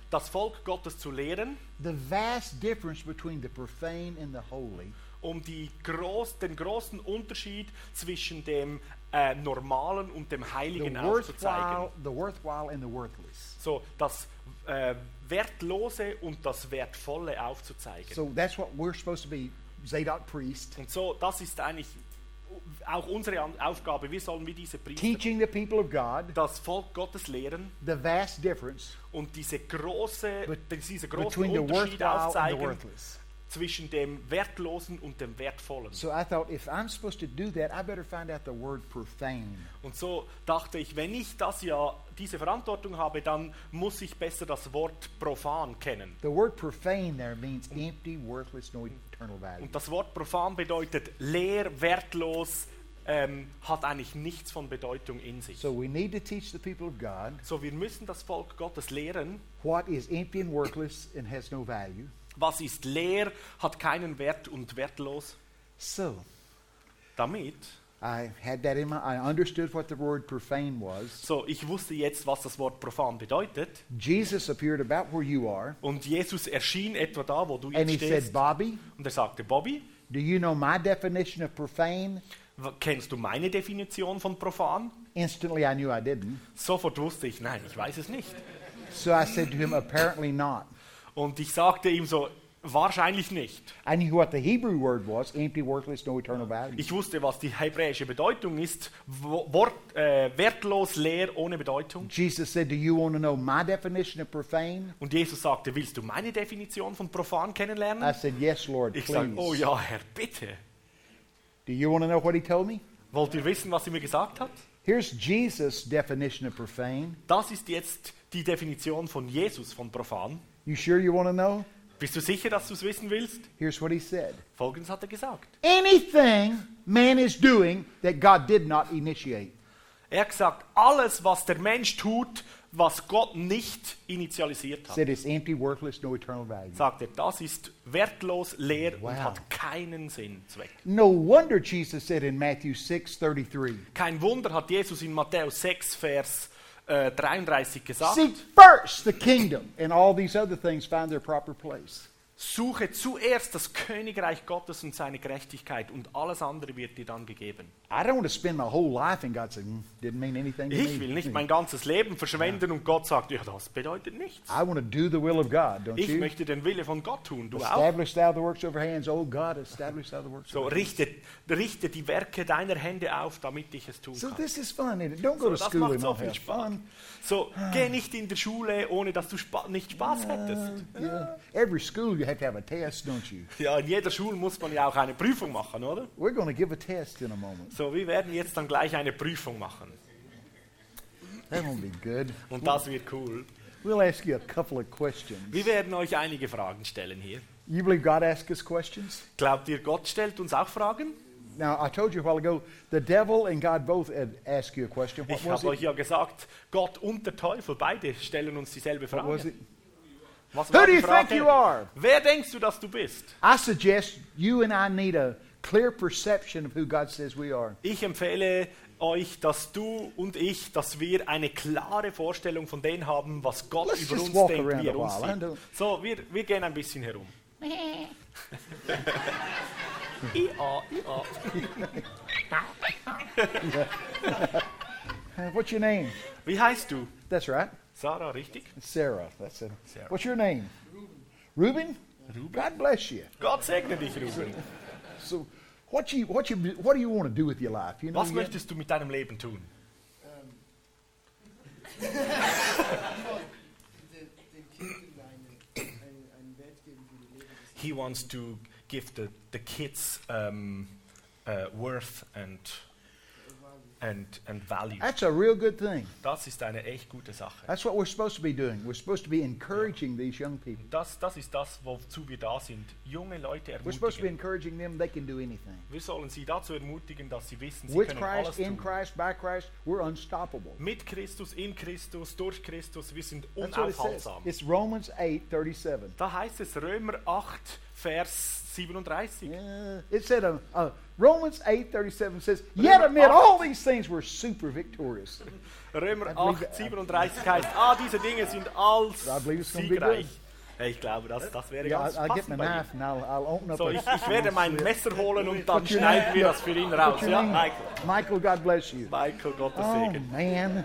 das Volk Gottes zu lehren, the vast difference between the profane and the holy, um die groß, den großen Unterschied zwischen dem äh, Normalen und dem the Heiligen aufzuzeigen. worthwhile, the worthwhile and the worthless. So, das äh, Wertlose und das Wertvolle aufzuzeigen. So that's what we're supposed to be, Zadok priest, Und so, das ist eigentlich auch unsere An- Aufgabe. Wir sollen wie diese Priester teaching the people of God das Volk Gottes lehren the vast difference und diese große, bet- diese großen between the Unterschiede worthwhile and the aufzeigen worthless. zwischen dem Wertlosen und dem Wertvollen. So I thought, if I'm supposed to do that, I better find out the word profane. Und so dachte ich, wenn ich das ja, diese Verantwortung habe, dann muss ich besser das Wort profan kennen. The word profane there means empty, worthless, no eternal value. Und das Wort profan bedeutet leer, wertlos, ähm, hat eigentlich nichts von Bedeutung in sich. So we need to teach the people of God So, wir müssen das Volk Gottes lehren, what is empty and worthless and has no value. was ist leer, hat keinen Wert und wertlos. So Damit, I had that in my, I understood what the word profane was. so, ich wusste jetzt, was das Wort profan bedeutet. Jesus appeared about where you are, Und Jesus erschien etwa da, wo du and jetzt he said, stehst. Bobby, Und er sagte, Bobby, do you know my definition of profane? w- kennst du meine Definition von profan? Instantly I knew I didn't. Sofort wusste ich, nein, ich weiß es nicht. So I said to him, apparently not. Und ich sagte ihm so, wahrscheinlich nicht. I knew what the Hebrew word was, empty, worthless, no eternal value. Ich wusste, was die hebräische Bedeutung ist, wo- Wort, äh, wertlos, leer, ohne Bedeutung. Jesus said, do you want to know my definition of profane? Und Jesus sagte, willst du meine Definition von profan kennenlernen? I said, yes, Lord, Ich please. sage, oh ja, Herr, bitte. Do you want to know what he told me? Wollt ihr wissen, was er mir gesagt hat? Here's Jesus' definition of profane. Das ist jetzt die Definition von Jesus von profan. You sure you want to know? Bist du sicher, dass du es wissen willst? Here's what he said. Folgendes hat er gesagt. Anything man is doing that God did not initiate. Er hat gesagt, alles, was der Mensch tut, was Gott nicht initialisiert hat, Said it's empty, worthless, no eternal value. sagt er, das ist wertlos, leer Wow. und hat keinen Sinn, Zweck. No wonder Jesus said in Matthew six thirty-three, Kein Wunder hat Jesus in Matthäus sechs, Vers äh, dreiunddreißig gesagt, seek first the kingdom, and all these other things find their proper place. suche zuerst das Königreich Gottes und seine Gerechtigkeit und alles andere wird dir dann gegeben. I don't want to spend my whole life and God said, mm, didn't mean anything to me. Ich will nicht mein ganzes Leben verschwenden und Gott sagt, ja, das bedeutet nichts. I want to do the will of God, don't Ich you? möchte den Wille von Gott tun, du auch. Establish thou the works of our hands, oh God, establish thou the works So, of our hands. richte, richte die Werke deiner Hände auf, damit ich es tun So kann. this is fun, isn't it? Don't go So, to das school macht and so not viel have Spaß. fun. So, geh nicht in die Schule, ohne dass du spa nicht Spaß hättest. Yeah. Every school you have to have a test, don't you? Ja, in jeder Schule muss man ja auch eine Prüfung machen, oder? We're going to give a test in a moment. So, wir werden jetzt dann gleich eine Prüfung machen. That won't be good. Und das wird cool. We'll ask you a couple of questions. Wir werden euch einige Fragen stellen hier. You believe God asks us questions? Glaubt ihr, Gott stellt uns auch Fragen? Now, I told you a while ago, the devil and God both had asked you a question. What Ich was habe euch it? ja gesagt, Gott und der Teufel, beide stellen uns dieselbe What was Frage. it? Was Who war do die you think you Frage? are? Wer denkst du, dass du bist? I suggest you and I need a clear perception of who God says we are. Ich empfehle euch, dass du und ich, dass wir eine klare Vorstellung von dem haben, was Gott Let's über just uns walk denkt, around wie er a uns while. I sieht. don't- So, wir, wir gehen ein bisschen herum. Ia, ia. Uh, What's your name? Wie heißt du? That's right. Sarah, richtig? Sarah. That's it. Sarah. What's your name? Ruben. Ruben. God bless you. Gott segne dich, Ruben. So, what you what you what do you want to do with your life? You know, Was yet? möchtest du mit deinem Leben tun? den, den Kindern einen, einen, einen Wert geben für die Leben. He wants to give the, the kids um, uh, worth and, and, and value. That's a real good thing. Das ist eine echt gute Sache. That's what we're supposed to be doing. We're supposed to be encouraging these young people. Das, das ist das, wozu wir da sind. Junge Leute We're supposed to be ermutigen. encouraging them they can do anything. Wir sollen sie dazu ermutigen, dass sie wissen, sie With können Christ, alles in tun. Christ, by Christ, we're unstoppable. Mit Christus, in Christus, durch Christus, wir sind That's what it says. unaufhaltsam. It's Romans eight thirty-seven. Da heißt es Römer acht, Vers siebenunddreißig. Yeah. It said, uh, uh, Romans eight thirty-seven says, yet amid all these things we're super victorious. Römer I believe acht that- siebenunddreißig heißt, ah, diese Dinge sind als I believe it's gonna be siegreich. good. Ja, ich glaube, das, das wäre Yeah, ganz I'll, I'll get my passend bei knife ihm. and I'll, I'll open up So, a, ich, ich werde mein Messer holen und dann Put your schneiden name- wir das für ihn raus. Put your Ja, name- Michael. Michael, God bless you. Michael, Gottes Oh, Segen. man.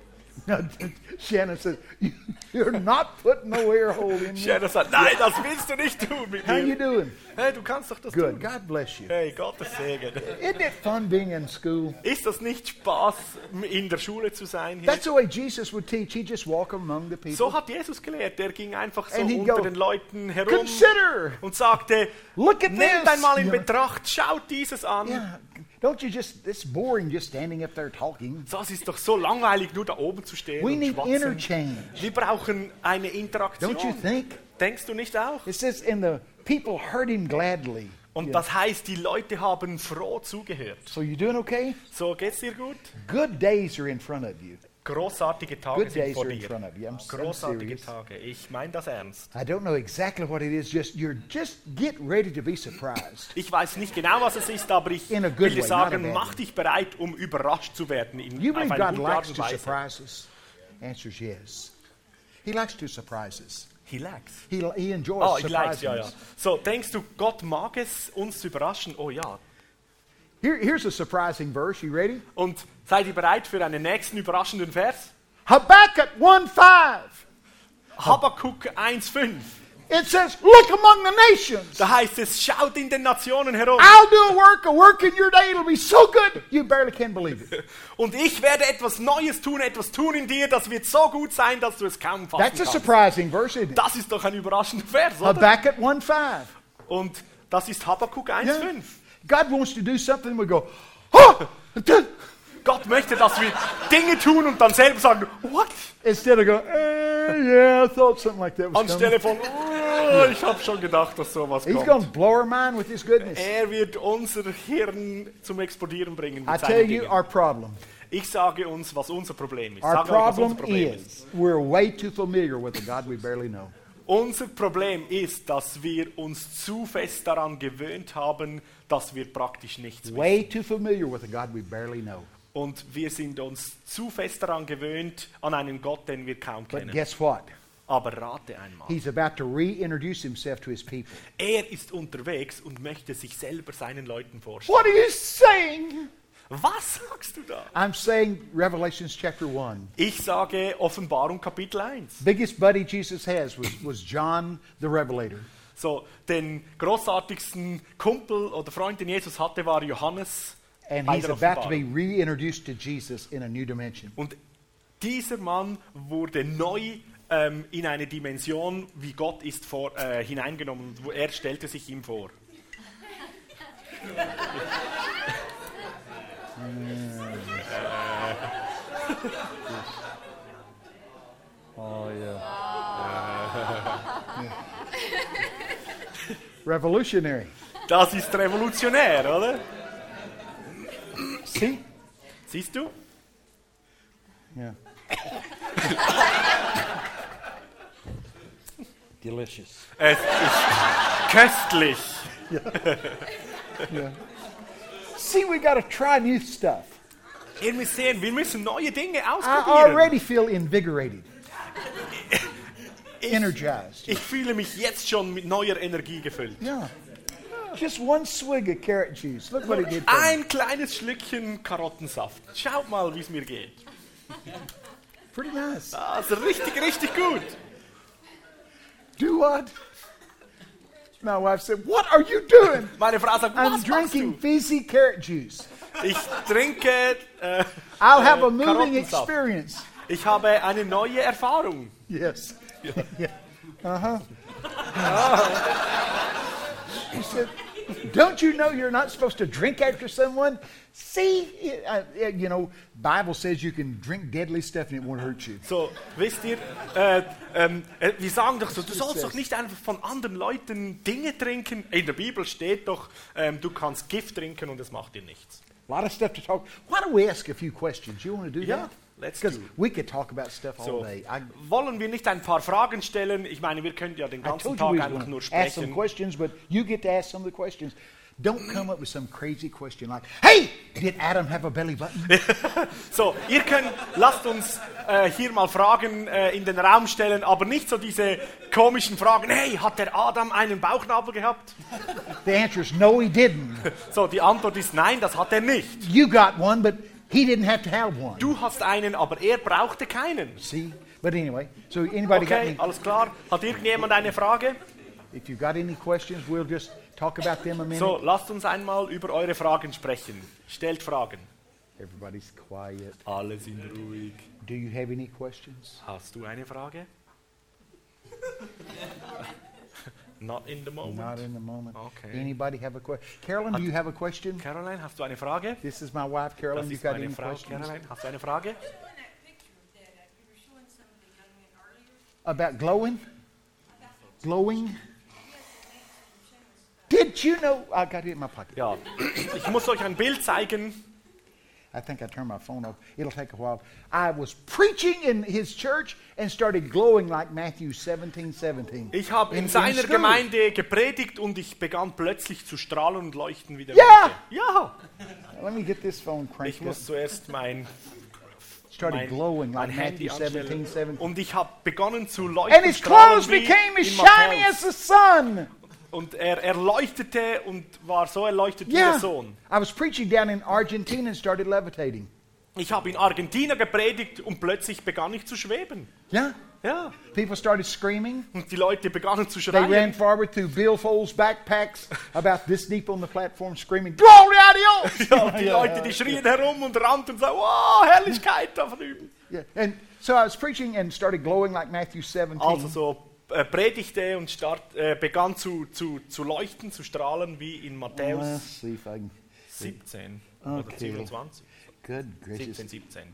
Shannon says, "You- you're not putting no air hole in me. Shannon sagt, nein, das willst du nicht tun mit How you mir. doing? Hey, du kannst doch das Good. tun. God bless you. Hey, Gottes Segen. Isn't it fun being in school? Ist das nicht Spaß, in der Schule zu sein? Hier? That's the way Jesus would teach. He'd just walk among the people. So hat Jesus gelehrt. Er ging einfach so And he'd unter go, den Leuten herum Consider. und sagte, Look at nehmt this. einmal in You know. Betracht, schaut dieses an. Yeah. Don't you just, it's boring just standing up there talking. Das ist doch so langweilig, nur da oben zu stehen We und need schwatzen. interchange. Wir brauchen eine Interaktion. Don't you think? Denkst du nicht auch? It says, and the people heard him gladly. Und Yeah. das heißt, die Leute haben froh zugehört. So you doing okay? So, geht's dir gut? Good days are in front of you. Großartige Tage Good sind days vor are in dir. front of you. I'm, I'm Großartige serious. Tage. Ich meine das ernst. I don't know exactly what it is. Just you're just get ready to be surprised. Ich weiß nicht genau, was es ist, aber ich In a good will dir way, sagen, not a bad mach dich bereit, um überrascht zu werden. In, You auf believe eine God gute Art likes und to Weise. surprise us? Answer's yes. He likes to surprise us. He likes. He, he enjoys Oh, ich likes, surprising ja, ja. us. So, denkst du, Gott mag es, uns zu überraschen? Oh ja. Here, here's a surprising verse. You ready? Und seid ihr bereit für einen nächsten überraschenden Vers? Habakkuk one five. Habakkuk eins fünf. It says, look among the nations. Da heißt es, schaut in den Nationen herum. I'll do a work, a work in your day. It'll be so good, you barely can believe it. Und ich werde etwas Neues tun, etwas tun in dir, das wird so gut sein, dass du es kaum fassen That's a kannst. surprising verse, isn't it? Das ist doch ein überraschender Vers, oder? Habakkuk one five. Und das ist Habakkuk eins Yeah. fünf. God wants to do something, we go, oh! Gott möchte, dass wir Dinge tun und dann selber sagen, what? Instead of going, eh, yeah, I thought something like that was coming. Anstelle von, oh, ich habe schon gedacht, dass sowas He's kommt. going to blow our mind with his goodness. Er wird unser Hirn zum Explodieren bringen mit I tell seinen you, Dingen. our problem. Ich sage uns, was unser Problem ist. Our Sage euch, was unser problem Problem ist. is we're way too familiar with a God we barely know. Unser Problem ist, dass wir uns zu fest daran gewöhnt haben, dass wir praktisch nichts wissen. Way too familiar with a God we barely know. Und wir sind uns zu fest daran gewöhnt, an einen Gott, den wir kaum But kennen. guess what? Aber rate einmal. He's about to reintroduce himself to his people. Er ist unterwegs und möchte sich selber seinen Leuten vorstellen. What are you saying? Was sagst du da? I'm saying Revelations chapter one. Ich sage Offenbarung Kapitel eins. Biggest buddy Jesus has was, was John the Revelator. So, den großartigsten Kumpel oder Freund, den Jesus hatte, war Johannes. And bei he's der about to be Offenbarung. reintroduced to Jesus in a new dimension. Und dieser Mann wurde neu ähm, in eine Dimension, wie Gott ist, vor, äh, hineingenommen. Wo er stellte sich ihm vor. Oh, yeah. Revolutionary. Das ist revolutionär, oder? See? Siehst du? Yeah. Delicious. Es ist köstlich. Yeah. See, we got to try new stuff. Ihr müsst sehen, wir müssen neue Dinge I ausprobieren. already feel invigorated, Ich, energized. ich fühle mich jetzt schon mit neuer Energie gefüllt. Yeah. Just one swig of carrot juice. Look what it did for me. Ein kleines Schlückchen Karottensaft. Schaut mal, wie es mir geht. Pretty nice. Das ist richtig, richtig gut. Do what? My wife said, "What are you doing?" Meine Frau sagt, I'm was machst drinking du? fizzy carrot juice. Ich trinke äh, I'll have a äh, moving Karottensaft. experience. Ich habe eine neue Erfahrung. Yes. Yeah. Uh-huh. He said, "Don't you know you're not supposed to drink after someone?" See, uh, uh, you know, Bible says you can drink deadly stuff and it won't hurt you. So, wisst ihr, äh, ähm, äh, wir sagen doch so, du sollst doch nicht einfach von anderen Leuten Dinge trinken. In der Bibel steht doch, ähm, du kannst Gift trinken und es macht dir nichts. A lot of stuff to talk. Why don't we ask a few questions? You want to do Ja, that? let's Because do. we could talk about stuff all So, day. I, wollen wir nicht ein paar Fragen stellen? Ich meine, wir können ja den I ganzen told you we Tag was einfach nur going to ask some sprechen. questions, but you get to ask some of the questions. Don't come up with some crazy question like, hey, did Adam have a belly button? So, ihr könnt, lasst uns äh, hier mal Fragen äh, in den Raum stellen, aber nicht so diese komischen Fragen. Hey, hat der Adam einen Bauchnabel gehabt? The answer is no, he didn't. So, die Antwort ist nein, das hat er nicht. You got one, but he didn't have to have one. Du hast einen, aber er brauchte keinen. See? But anyway, so anybody got Okay, any? alles klar. Hat irgendjemand eine Frage? If you've got any questions, we'll just talk about them a minute. So, lasst uns einmal über eure Fragen sprechen. Stellt Fragen. Everybody's quiet. Alle sind ruhig. Do you have any questions? Hast du eine Frage? Not in the moment. Not in the moment. Okay. Anybody have a question? Carolyn, do you have a question? Caroline, hast du eine Frage? This is my wife, Carolyn. Das You ist got meine any Frau. questions Caroline, hast du eine Frage? Just on that picture that uh, you were showing some of the young men earlier, about glowing? Glowing? yes, Did you know? I got it in my pocket. Ja, ich muss euch ein Bild zeigen. I think I turned my phone off. It'll take a while. I was preaching in his church and started glowing like Matthew seventeen seventeen. Ich habe in, In- in seiner school. Gemeinde gepredigt und ich begann plötzlich zu strahlen und leuchten wie der Ja! Mond. Ja! Let me get this phone Ich cranked up. muss zuerst mein, Started mein, glowing mein like Handy Matthew seventeen anstellen seventeen. und ich habe begonnen zu leuchten. And his strahlen clothes wie became as in shiny Matthäus. as the sun. Und er, er leuchtete und war so erleuchtet wie Yeah. der Sohn. I was preaching down in Argentina and started levitating. Ich habe in Argentinien gepredigt und plötzlich begann ich zu schweben. Yeah. Ja. People started screaming. Und die Leute begannen zu They ran schreien. forward through billfolds, backpacks, about this deep on the platform, screaming, "Glory a Dios!" Ja, und die Leute, die schrien herum und rannten und so, wow, Herrlichkeit da drüben. Yeah. And so I was preaching and started glowing like Matthew seventeen. Also so äh, predigte und start, äh, begann zu, zu, zu leuchten, zu strahlen wie in Matthäus Let's see if I can. siebzehn oder Okay. siebenundzwanzig. Good gracious. siebzehn, siebzehn.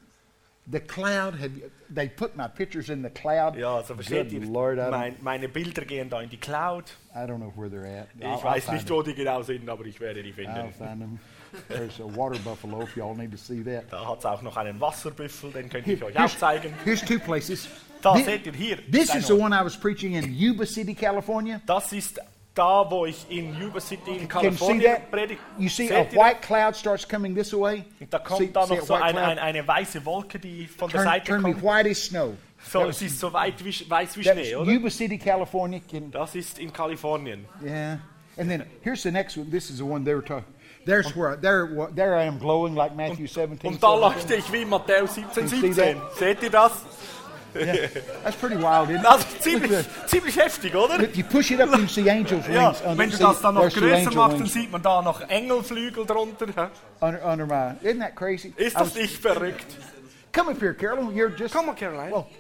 The cloud, have you, they put my pictures in the cloud. Ja, also versteht Good ihr, Lord, I don't, mein, meine Bilder gehen da in die Cloud. I don't know where they're at. Ich I'll, I'll weiß find nicht, them. wo die genau sind, aber ich werde die I'll finden. find them. There's a water buffalo if y'all need to see that. Da hat es auch noch einen Wasserbüffel, den könnte ich Here- euch here's, auch zeigen. here's two places. Da Thi- seht ihr hier. This ist ein is the Ort. one I was preaching in Yuba City, California. Das ist da, wo ich in Yuba City in Can you see Kalifornien that? predigt. You see a Seht ihr white cloud starts coming this way. das? Und da kommt See- da see noch a so white eine, cloud? eine, eine weiße Wolke, die von der Turn, Seite turn me kommt. white as snow. So, That es was- ist so weit wie, Sch- weiß wie That's Schnee, oder? Yuba City, California. Can, Das ist in Kalifornien. yeah. And then here's the next one. This is the one they were talking. There's where there there I am glowing like Matthew seventeen. Und da seventeen. leuchte ich wie Matthäus siebzehn, You see siebzehn. Seht ihr das? Yeah. That's pretty wild, isn't it? Das ist ziemlich, Look at ziemlich heftig, oder? that. If you push it up, you can see angels' Ja, wings. Under, wenn du see, das dann noch there's two größer angel machst, dann wings sieht man da noch Engelflügel drunter. hä? under, under my. Isn't that crazy? Ist I das was- nicht verrückt? Come up here, Carolyn. You're just. Komm mal, Caroline. Well,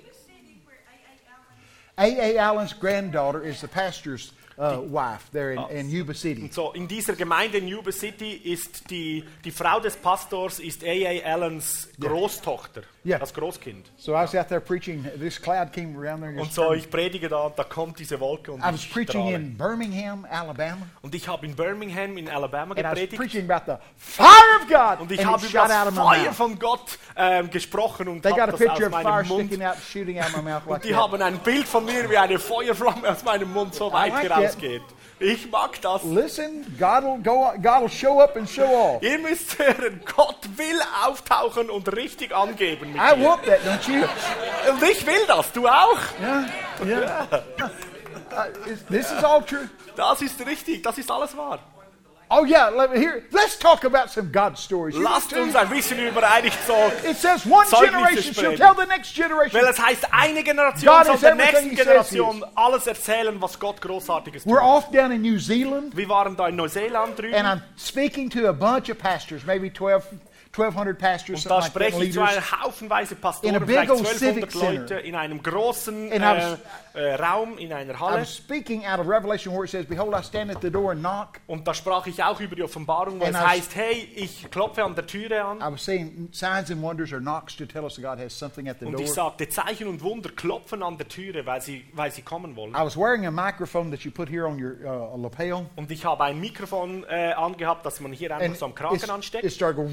A A Allen's granddaughter is the pastor's uh, wife there in, in Yuba City. Und so, in dieser Gemeinde in Yuba City ist die, die Frau des Pastors ist A A Allens Großtochter, Ja. das Großkind. So I was out there preaching. This cloud came around there. Und just so, turned- ich predige da und da kommt diese Wolke und I was ich preaching strahle. in Birmingham, Alabama, Und ich habe in Birmingham in Alabama and I was gepredigt. preaching about the fire of God. Und ich and habe it über shot out das of my Feuer mouth. von Gott ähm, gesprochen und They got a habe das aus picture of fire meinem Mund. sticking out, shooting out my mouth like Und die that. haben ein Bild von mir, wie eine Feuerflamme aus meinem Mund so weit like that. herausgeht. Ich mag das. Listen, God will go. God will show up and show off. Ihr müsst hören, Gott will auftauchen und richtig angeben mit I dir. want that, don't you? Und ich will das, du auch. Yeah, yeah. Uh, is- this is all true. Das ist richtig, das ist alles wahr. Oh yeah, let me hear. Let's talk about some God stories. You Lasst too. uns ein bisschen über einige so, It says one Zeugnisse generation shall sprechen. tell the next generation. weil es heißt, eine Generation God soll is der everything nächsten he says Generation alles erzählen, was Gott Großartiges We're tut. off down in New Zealand, Wir waren da in Neuseeland drüben and I'm speaking to a bunch of pastors, maybe twelve, twelve hundred pastors, und da something like that, spreche ich zu leaders. einer haufenweise In a Pastoren, big vielleicht old zwölfhundert civic Leute in einem großen And I äh, was- äh, Raum, in einer I Halle. was speaking out of Revelation where it says, "Behold, I stand at the door and knock." Und da sprach ich auch über die Offenbarung, wo And es I was- heißt, hey, ich klopfe an der Türe an. I was saying signs and wonders are knocks to tell us that God has something at the Und door. ich sagte, Zeichen und Wunder klopfen an der Türe, weil sie, weil sie kommen wollen. I was wearing a microphone that you put here on your uh, lapel. Und ich habe ein Mikrofon äh, angehabt, das man hier einfach And so am Kragen it's- ansteckt. it started going, woo,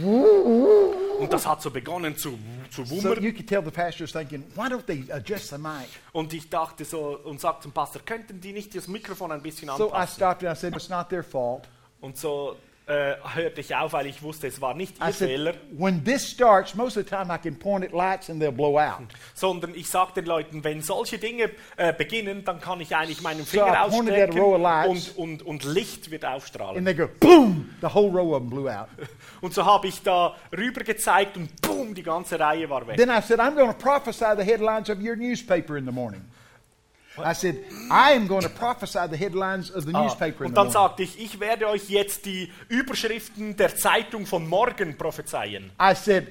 Und das hat so begonnen zu, zu So wummern. you could tell the pastor's thinking, why don't they adjust the mic? Und ich dachte so und sagte zum Pastor, könnten die nicht das Mikrofon ein bisschen So I anpassen? stopped and I said, it's not their fault. Und so äh, hörte ich auf, weil ich wusste, es war nicht I ihr Fehler, said, when this starts, most of the time I can point at lights and they'll blow out. sondern ich sage den Leuten, wenn solche Dinge äh, beginnen, dann kann ich eigentlich meinen So I Finger pointed at a row of ausstrecken lights. und, und, und Licht wird aufstrahlen. And they go, boom! The whole row of them blew out. Und so habe ich da rüber gezeigt und boom, die ganze Reihe war weg. Then I said, I'm going to prophesy the headlines of your newspaper in the morning. I said, I am going to prophesy the headlines of the Ah, newspaper in und the dann morning. sagte ich, ich werde euch jetzt die Überschriften der Zeitung von morgen prophezeien. I said,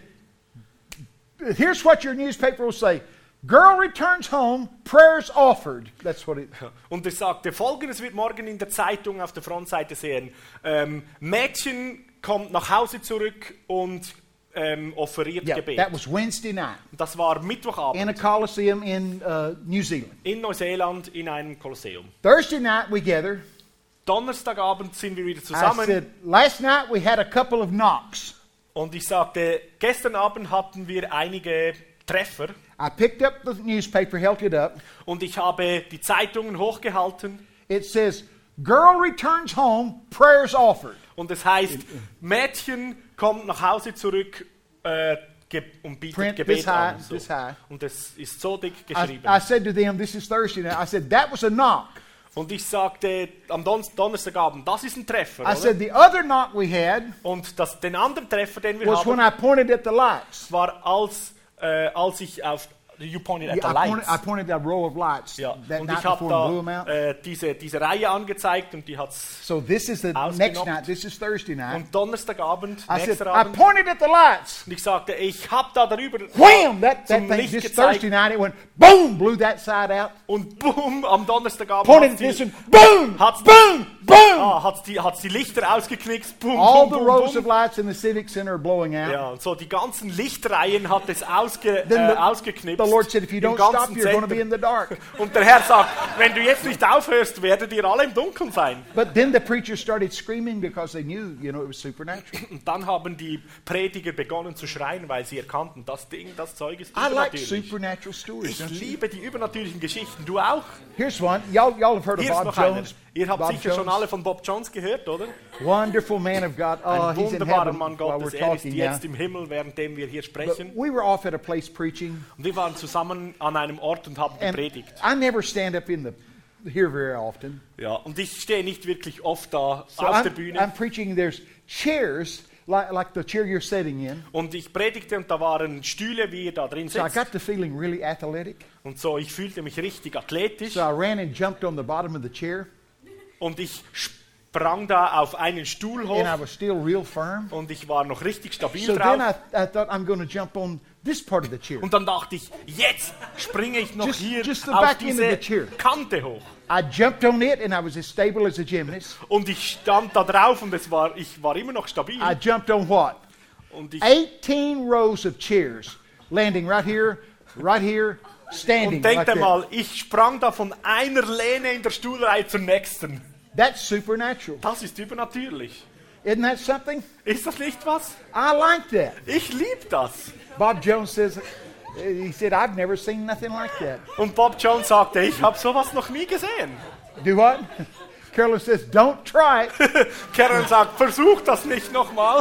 here's what your newspaper will say. Girl returns home, prayers offered. That's what it... Und ich sagte, folgendes wird morgen in der Zeitung auf der Frontseite sehen. Ähm, Mädchen kommt nach Hause zurück und ähm, offeriert Yeah, Gebet. that was Wednesday night Das war in a Mittwochabend coliseum in uh, New Zealand. in Neuseeland in einem Kolosseum. Thursday night we gather. Donnerstagabend sind wir wieder I zusammen said, last night we had a couple of knocks. und ich sagte, gestern Abend hatten wir einige Treffer I picked up the newspaper, held it up. und ich habe die Zeitungen hochgehalten It says, girl returns home, prayers offered. und es heißt, Mädchen kommt nach Hause zurück äh, ge und bietet Print Gebet this high, an. So. this high. Und es ist so dick I, geschrieben. I said to them, this is Thursday night. I said, that was a knock. Und ich sagte am Don Donnerstagabend, das ist ein Treffer, I oder? said, the other knock we had Und das, den anderen Treffer, den wir was when haben, I pointed at the lights. war als, äh, als ich auf You pointed at Yeah, the I, pointed, lights. I pointed at a row of lights Ja. that Und night ich habe before and blew them da out. äh, diese, diese Reihe angezeigt und die hat's. So this is the ausgenockt. next night. This is Thursday night. Und Donnerstagabend, I said, nächster I Abend, pointed at the lights. und ich sagte, ich habe da darüber Wham! That, that zum thing, Licht this gezeigt Thursday night, it went boom, blew that side out. und boom, am Donnerstagabend Pointed hat at this sie, and boom, hat's- boom, boom. ah, hat's die, hat's die Lichter ausgeknickst, boom, All boom, the boom, rows boom. of lights in the Civic Center are blowing out. Ja, und so die ganzen Lichtreihen hat es ausge, Then äh, the- ausgeknipst. The Lord said, if you im don't stop, ganzen you're going to be Zentrum. in the dark. Und der Herr sagt, wenn du jetzt nicht aufhörst, werdet ihr alle im Dunkeln sein. But then the preachers started screaming because they knew, you know, it was supernatural. Und dann haben die Prediger begonnen zu schreien, weil sie erkannten, das Ding, das Zeug ist I like übernatürlich. supernatural stories. Ich don't you? liebe die übernatürlichen Geschichten. Du auch? Here's one. Y'all, y'all have heard of Hier ist Bob noch einer. Jones. Ihr habt Bob sicher schon Jones? alle von Bob Jones gehört, oder? Wonderful man of God. Oh, Ein he's in wunderbarer heaven Mann while Gottes. we're Er ist talking now. jetzt im Himmel, währenddem wir hier But sprechen. we were off at a place preaching, Und wir waren zusammen an einem Ort und haben and gepredigt. I never stand up in the here very often. Ja, und ich stehe nicht wirklich oft da So auf der I'm, Bühne. I'm preaching. There's chairs like, like the chair you're sitting in. Und ich predigte und da waren Stühle, wie ihr da drin So I sitzt. got the feeling really athletic. Und so, ich fühlte mich richtig athletisch. So I ran and jumped on the bottom of the chair, Und ich sprang da auf einen Stuhl hoch. and I was still real firm. Und ich war noch richtig stabil So then drauf. I, I thought I'm going to jump on this part of the chair. Und dann dachte ich, jetzt springe ich noch Just- hier just the auf back end of diese the chair. Kante hoch. I jumped on it, and I was as stable as a gymnast. Und ich stand da drauf und es war, ich war immer noch stabil. I jumped on what? Und ich eighteen rows of chairs, landing right here, right here, standing und denkt like that. einmal, ich sprang da von einer Lehne in der Stuhlreihe zur nächsten. That's supernatural. Das ist übernatürlich. Isn't that something? Ist das nicht was? I like that. Ich liebe das. Bob Jones says, he said, I've never seen nothing like that. Und Bob Jones sagte, ich habe sowas noch nie gesehen. Do what? Carolyn says, don't try it. Karen sagt, versuch das nicht nochmal.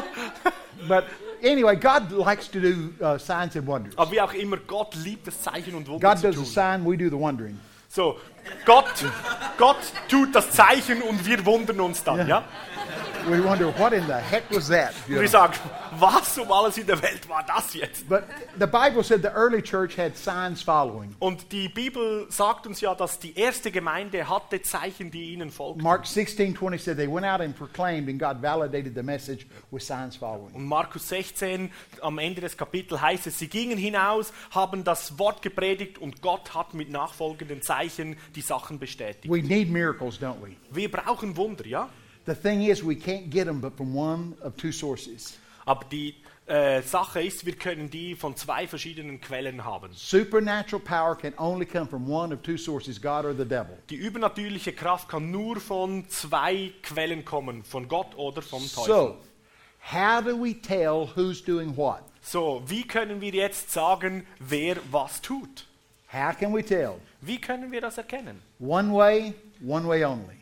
But anyway, God likes to do uh, signs and wonders. Aber wie auch immer, Gott liebt es, Zeichen und Wunder God zu does a tun. sign, we do the wondering. So, Gott, Gott tut das Zeichen und wir wundern uns dann, ja? We wonder, what in the heck was that? You Und wir know? sagen, was um alles in der Welt war das jetzt? But the Bible said the early church had signs following. Und die Bibel sagt uns ja, dass die erste Gemeinde hatte Zeichen, die ihnen folgten. Mark sixteen twenty said they went out and proclaimed, and God validated the message with signs following. Und Markus sechzehn, am Ende des Kapitels heißt es, sie gingen hinaus, haben das Wort gepredigt und Gott hat mit nachfolgenden Zeichen die Sachen bestätigt. We need miracles, don't we? Wir brauchen Wunder, ja? The thing is, we can't get them but from one of two sources. Aber die äh, Sache ist, wir können die von zwei verschiedenen Quellen haben. Supernatural power can only come from one of two sources, God or the devil. Die übernatürliche Kraft kann nur von zwei Quellen kommen, von Gott oder vom Teufel. So, How do we tell who's doing what? So, wie können wir jetzt sagen, wer was tut? How can we tell? Wie können wir das erkennen? One way, one way only.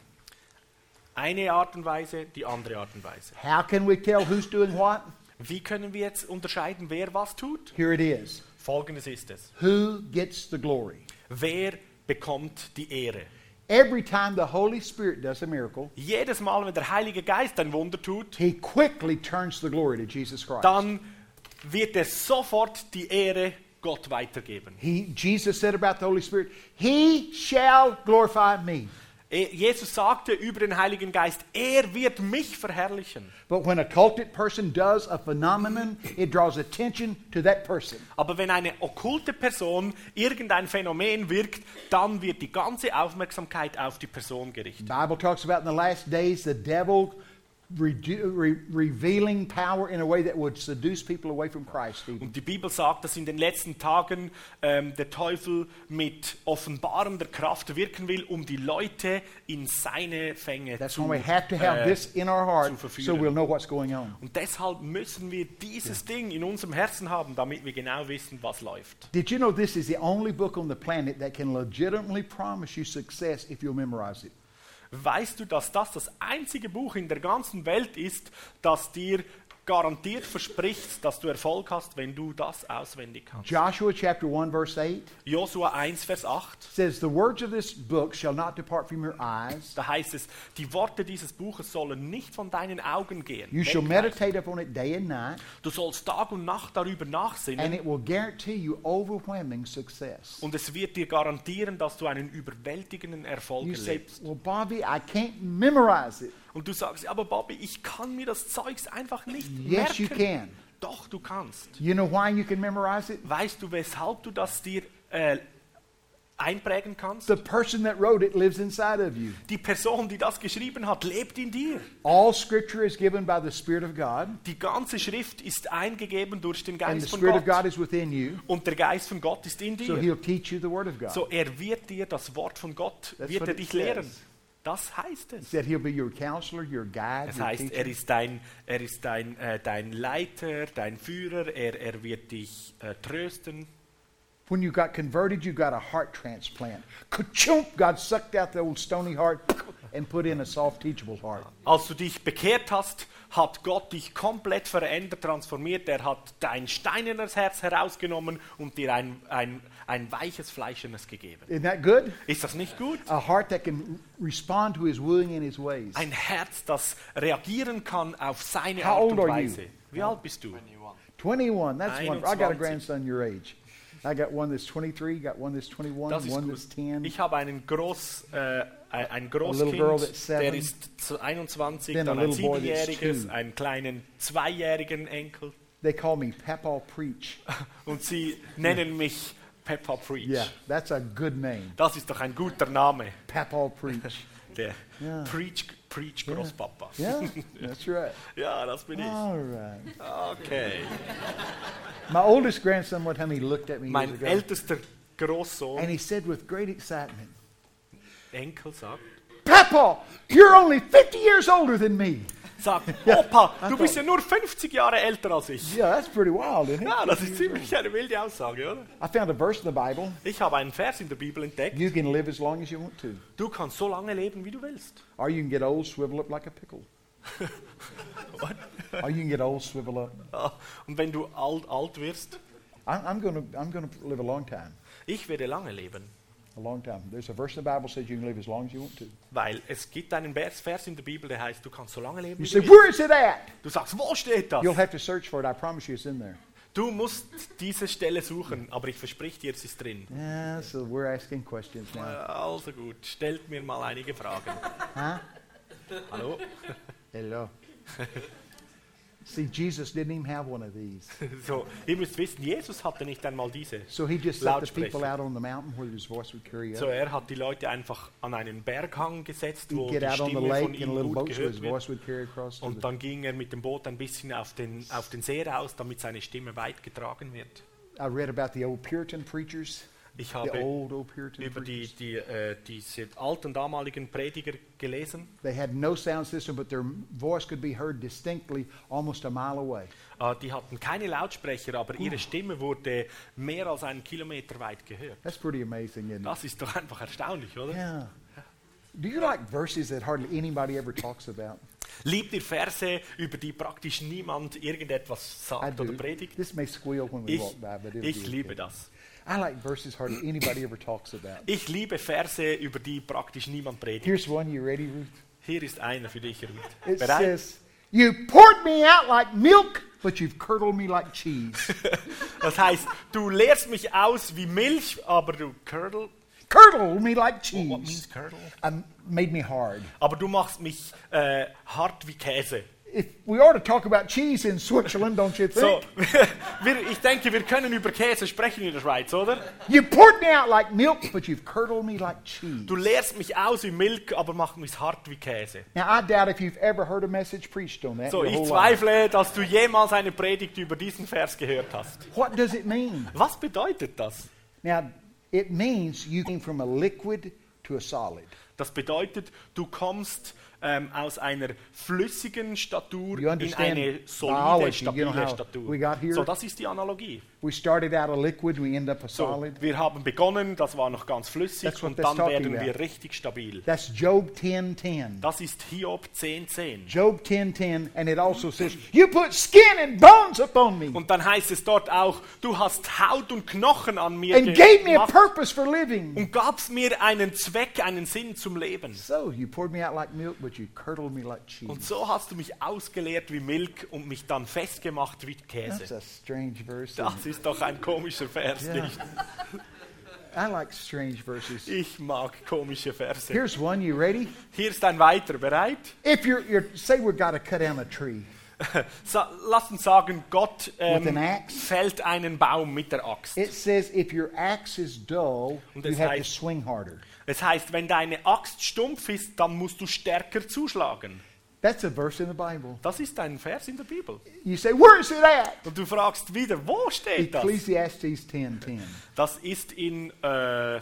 Eine Art und Weise, die andere Art und Weise. How can we tell who's doing what? Wie können wir jetzt unterscheiden, wer was tut? Here it is. Folgendes ist es. Who gets the glory? Wer bekommt die Ehre? Every time the Holy Spirit does a miracle, Jedes Mal, wenn der Heilige Geist ein Wunder tut, he quickly turns the glory to Jesus Christ. dann wird er sofort die Ehre Gott weitergeben. He, Jesus said about the Holy Spirit, He shall glorify me. Eh, Jesus sagte über den Heiligen Geist, er wird mich verherrlichen. But when a cultic person does a phenomenon, it draws attention to that person. Aber wenn eine okkulte Person irgendein Phänomen wirkt, dann wird die ganze Aufmerksamkeit auf die Person gerichtet. The Bible talks about in the last days the devil redu- re- revealing power in a way that would seduce people away from Christ. Even. Und die Bibel sagt, dass in den letzten Tagen ähm, der Teufel mit offenbarender Kraft wirken will, um die Leute in seine Fänge That's zu why we have to have äh, this in our heart zu so verführen. we'll know what's going on. Und deshalb müssen wir dieses Ding in unserem Herzen haben, damit wir genau wissen, was läuft. Did you know this is the only book on the planet that can legitimately promise you success if you'll memorize it? Weißt du, dass das das einzige Buch in der ganzen Welt ist, das dir garantiert verspricht, dass du Erfolg hast, wenn du das auswendig kannst? Joshua chapter one verse eight Josua eins, Vers acht, says, "The words of this book shall not depart from your eyes. da heißt es, die Worte dieses Buches sollen nicht von deinen Augen gehen. You shall Wegweichen. meditate upon it day and night, Du sollst Tag und Nacht darüber and nachsinnen it will guarantee you overwhelming success." und es wird dir garantieren, dass du einen überwältigenden Erfolg You say, erlebst. "Well, Bobby, I can't memorize it." Und du sagst, aber Bobby, ich kann mir das Zeugs einfach nicht Yes, you merken. can. Doch, du kannst. You know why you can memorize it? Weißt du, weshalb du das dir äh, einprägen kannst? The person that wrote it lives inside of you. Die Person, die das geschrieben hat, lebt in dir. All scripture is given by the Spirit of God, Die ganze Schrift ist eingegeben durch den and the Geist von Spirit of Gott. God is within you, Und der Geist von Gott ist in so dir. He'll teach you the Word of God. So, er wird dir das Wort von Gott, That's wird what er it dich says. lehren. Das heißt He es. said He'll be your counselor, your guide, Es your heißt, er teacher. ist dein, er ist dein, äh, dein Leiter, dein Führer, er, er wird dich äh, trösten. When you got converted, you got a heart transplant. Ka-chunk! God sucked out the old stony heart and put in a soft, teachable heart. Als du dich bekehrt hast, hat Gott dich komplett verändert, transformiert. Er hat dein steinernes Herz herausgenommen und dir ein, ein, ein weiches, fleischernes gegeben. Isn't that good? Ist das nicht gut? A heart that can respond to His wooing and His ways. Ein Herz, das reagieren kann auf seine How Art old und are you? Weise. Wie alt bist du? twenty-one. That's wonderful. I got a einundzwanzig. grandson your age. I got one that's twenty-three, got one that's twenty-one, Das ist one gut. that's ten. Ich habe einen Groß, äh, ein ein little girl that's Großkind, seven. der ist zu einundzwanzig, Then a dann ein little boy that's siebenjähriges, two. einen kleinen zweijährigen Enkel. They call me Papa Preach. Und sie nennen mich Peppa Preach. Yeah, that's a good name. Das ist doch ein guter Name. Papa Preach. Der Ja. Preach, Preach Großpapa. Yeah, that's right. Ja, das bin ich. All right. Okay. My oldest grandson, one time he looked at me years Mein ago, ältester and Großsohn, he said with great excitement, Enkel sagt, "Papa, you're only fifty years older than me." sagt, Opa, du bist ja nur fünfzig Jahre älter als ich. Yeah, that's pretty wild, isn't it? Ja, das ist ziemlich eine wilde Aussage, oder? I found a verse in the Bible. Ich habe einen Vers in der Bibel entdeckt. You can live as long as you want to, Du kannst so lange leben, wie du willst. or you can get old, swivel up like a pickle. What? Or you can get old, swivel up. Ja, und wenn du alt, alt wirst, I'm, I'm going to I'm going to live a long time. ich werde lange leben. A long time. There's a verse in the Bible says you can live as long as you want to. Weil es gibt einen Vers, Vers in der Bibel, der heißt, du kannst so lange leben, You wie say, du willst. where is it at? Du sagst, wo steht das? You'll have to search for it. I promise you it's in there. Du musst diese Stelle suchen, aber ich versprich dir, es ist drin. Yeah, so we're asking questions now. Also gut, stellt mir mal einige Fragen. Huh? Hallo? Hello. See, Jesus didn't even have one of these. So, ihr müsst wissen, Jesus hatte nicht einmal diese. So he just set the Lautsprecher. people out on the mountain where his voice would carry So, up. er hat die Leute einfach an einen Berghang gesetzt, wo He'd die get out on the Stimme lake von in a ihm little gut boat so his gehört wird. voice would carry across to Und the... dann ging er mit dem Boot ein bisschen auf den, auf den See raus, damit seine Stimme weit getragen wird. I read about the old Puritan preachers. Ich the habe old, old Puritan über die, preachers. die, äh, diese alten damaligen Prediger gelesen. They had no sound system, but their voice could be heard distinctly almost a mile away. Äh, die hatten keine Lautsprecher, aber ihre Stimme wurde mehr als einen Kilometer weit gehört. That's pretty amazing, isn't it? Das ist doch einfach erstaunlich, oder? Yeah. Do you like verses that hardly anybody ever talks about? Liebt ihr Verse, über die praktisch niemand irgendetwas I sagt do. oder predigt? This may squeal when we Ich, walk by, but it'll ich be liebe okay. das. I like verses hardly anybody ever talks about. Ich liebe Verse, über die praktisch niemand predigt. Here's one. You ready, Ruth? Hier ist einer für dich, Ruth. It Bereit? says, "You poured me out like milk, but you've curdled me like cheese." Das heißt, du leerst mich aus wie Milch, aber du curdle. Curdled me like What cheese. means curdle? Um, made me hard. Aber du machst mich äh, hart wie Käse. If we ought to talk about cheese in Switzerland, don't you think? So, wir, ich denke, wir können über Käse sprechen in der Schweiz, oder? You poured me out like milk, but you've curdled me like cheese. Du leerst mich aus wie Milch, aber machst mich hart wie Käse. Now, I doubt if you've ever heard a message preached on that. So, your ich whole life. zweifle, dass du jemals eine Predigt über diesen Vers gehört hast. What does it mean? Was bedeutet das? Now, it means you came from a liquid to a solid. Das bedeutet, du kommst ähm, aus einer flüssigen Statur You in understand eine solide, biology, you know stabile how Statur. we got here? So, das ist die Analogie. We started out a liquid, we end up a So, solid. wir haben begonnen, das war noch ganz flüssig That's what und that's dann talking werden wir about. richtig stabil. That's Job ten ten. Das ist Hiob zehn zehn. Job ten ten, and it also says, "You put skin and bones upon me, Und dann heißt es dort auch, du hast Haut und Knochen an mir and gave me a gemacht purpose for living." und gabst mir einen Zweck, einen Sinn zum Leben. So you poured me out like milk, but you curdled me like cheese. Und so hast du mich ausgeleert wie Milch und mich dann festgemacht wie That's Käse. a strange verse. isn't Das ist doch ein komischer Vers, Yeah. nicht? it? I like strange verses. Ich mag komische Verse. Here's one. You ready? Hier ist ein weiter, bereit? If you're, you're say we've got to cut down a tree. Sa lass uns sagen, Gott With an ähm, axe? fällt einen Baum mit der Axt. It says if your axe is dull, Und you es have to heißt- swing harder. Das heißt, wenn deine Axt stumpf ist, dann musst du stärker zuschlagen. That's a verse in the Bible. Das ist ein Vers in der Bibel. You say, where is it at? Und du fragst wieder, wo steht das? Ecclesiastes ten ten. Das ist in äh,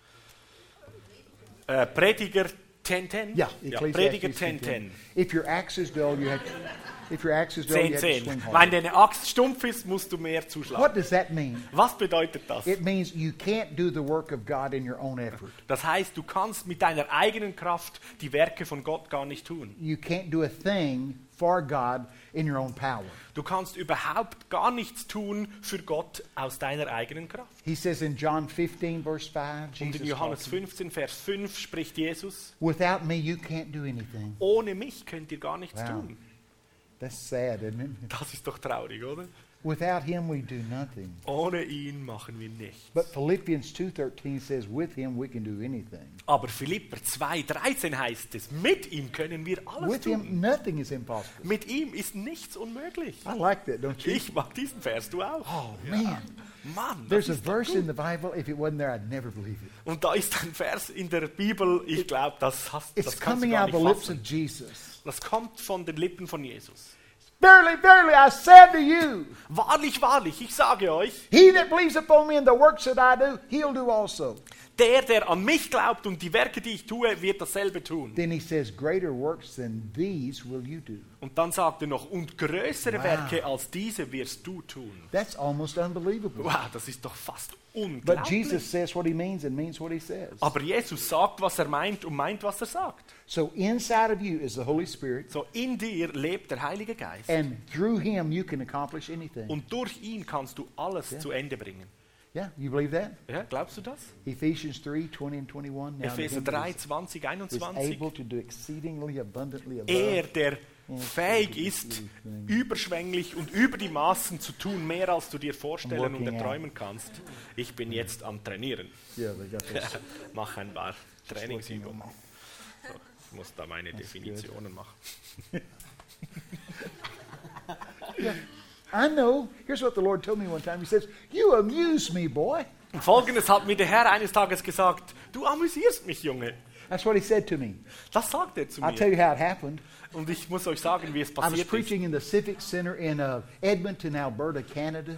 äh, Prediger zehn zehn. Yeah, ja, Ecclesiastes Prediger ten zehn zehn. If your axe is dull, you have to, if your axe is dull, zehn you have to zehn. swing Wenn harder. deine Axt stumpf ist, musst du mehr What zuschlagen. does that mean? Was bedeutet das? It means you can't do the work of God in your own effort. Das heißt, du kannst mit deiner eigenen Kraft die Werke von Gott gar nicht tun. You can't do a thing for God in your own power. Du kannst überhaupt gar nichts tun für Gott aus deiner eigenen Kraft. He says in John fifteen, verse five, Und in Jesus Johannes talking, fünfzehn, Vers fünf spricht Jesus, without me you can't do anything. ohne mich könnt ihr gar nichts Wow. tun. That's sad, isn't it? Das ist doch traurig, oder? Without him we do nothing. Ohne ihn machen wir nichts. But Philippians two thirteen says with him we can do anything. Aber Philipper zwei dreizehn heißt es, mit ihm können wir alles With tun. him nothing is impossible. Mit ihm ist nichts unmöglich. I like that, don't you? Ich mag diesen Vers, du auch. Oh man. Mann, das There's a ist doch verse gut. in the Bible, if it wasn't there, I'd never believe it. Und da ist ein Vers in der Bibel, ich glaube, das, hast- It's das kannst du coming gar out of nicht the lips of fassen. Jesus. Das kommt von den Lippen von Jesus. Verily, verily, I said to you, Wahrlich, wahrlich, ich sage euch, he that believes upon me and the works that I do, he'll do also. der, der an mich glaubt und die Werke, die ich tue, wird dasselbe tun. Then he says, greater works than these will you do. Und dann sagt er noch, und größere Wow. Werke als diese wirst du tun. That's almost unbelievable. Wow, das ist doch fast But unglaublich. Jesus says what he means and means what he says. Aber Jesus sagt, was er meint und meint, was er sagt. So inside of you is the Holy Spirit, So in dir lebt der Heilige Geist. and through him you can accomplish anything. Und durch ihn kannst du alles Ja. zu Ende bringen. Yeah, you believe that? Ja, glaubst du das? Ephesians three twenty and twenty-one. Now Epheser him drei, is- zwanzig, is einundzwanzig. able to do exceedingly abundantly above. Er, der fähig ist, überschwänglich und über die Maßen zu tun, mehr als du dir vorstellen und Working out. erträumen kannst. Ich bin jetzt am Trainieren. Yeah, they got this. Mach ein paar Trainingsübungen. So, ich muss da meine Definitionen machen. I know. Here's what the Lord told me one time. He says, "You amuse me, boy." Und Folgendes hat mir der Herr eines Tages gesagt: Du amüsierst mich, Junge. That's what he said to me. Das sagt er zu I'll tell mir. you how it happened. Und ich muss euch sagen, wie es I was passiert ist. preaching in the Civic Center in uh, Edmonton, Alberta, Canada.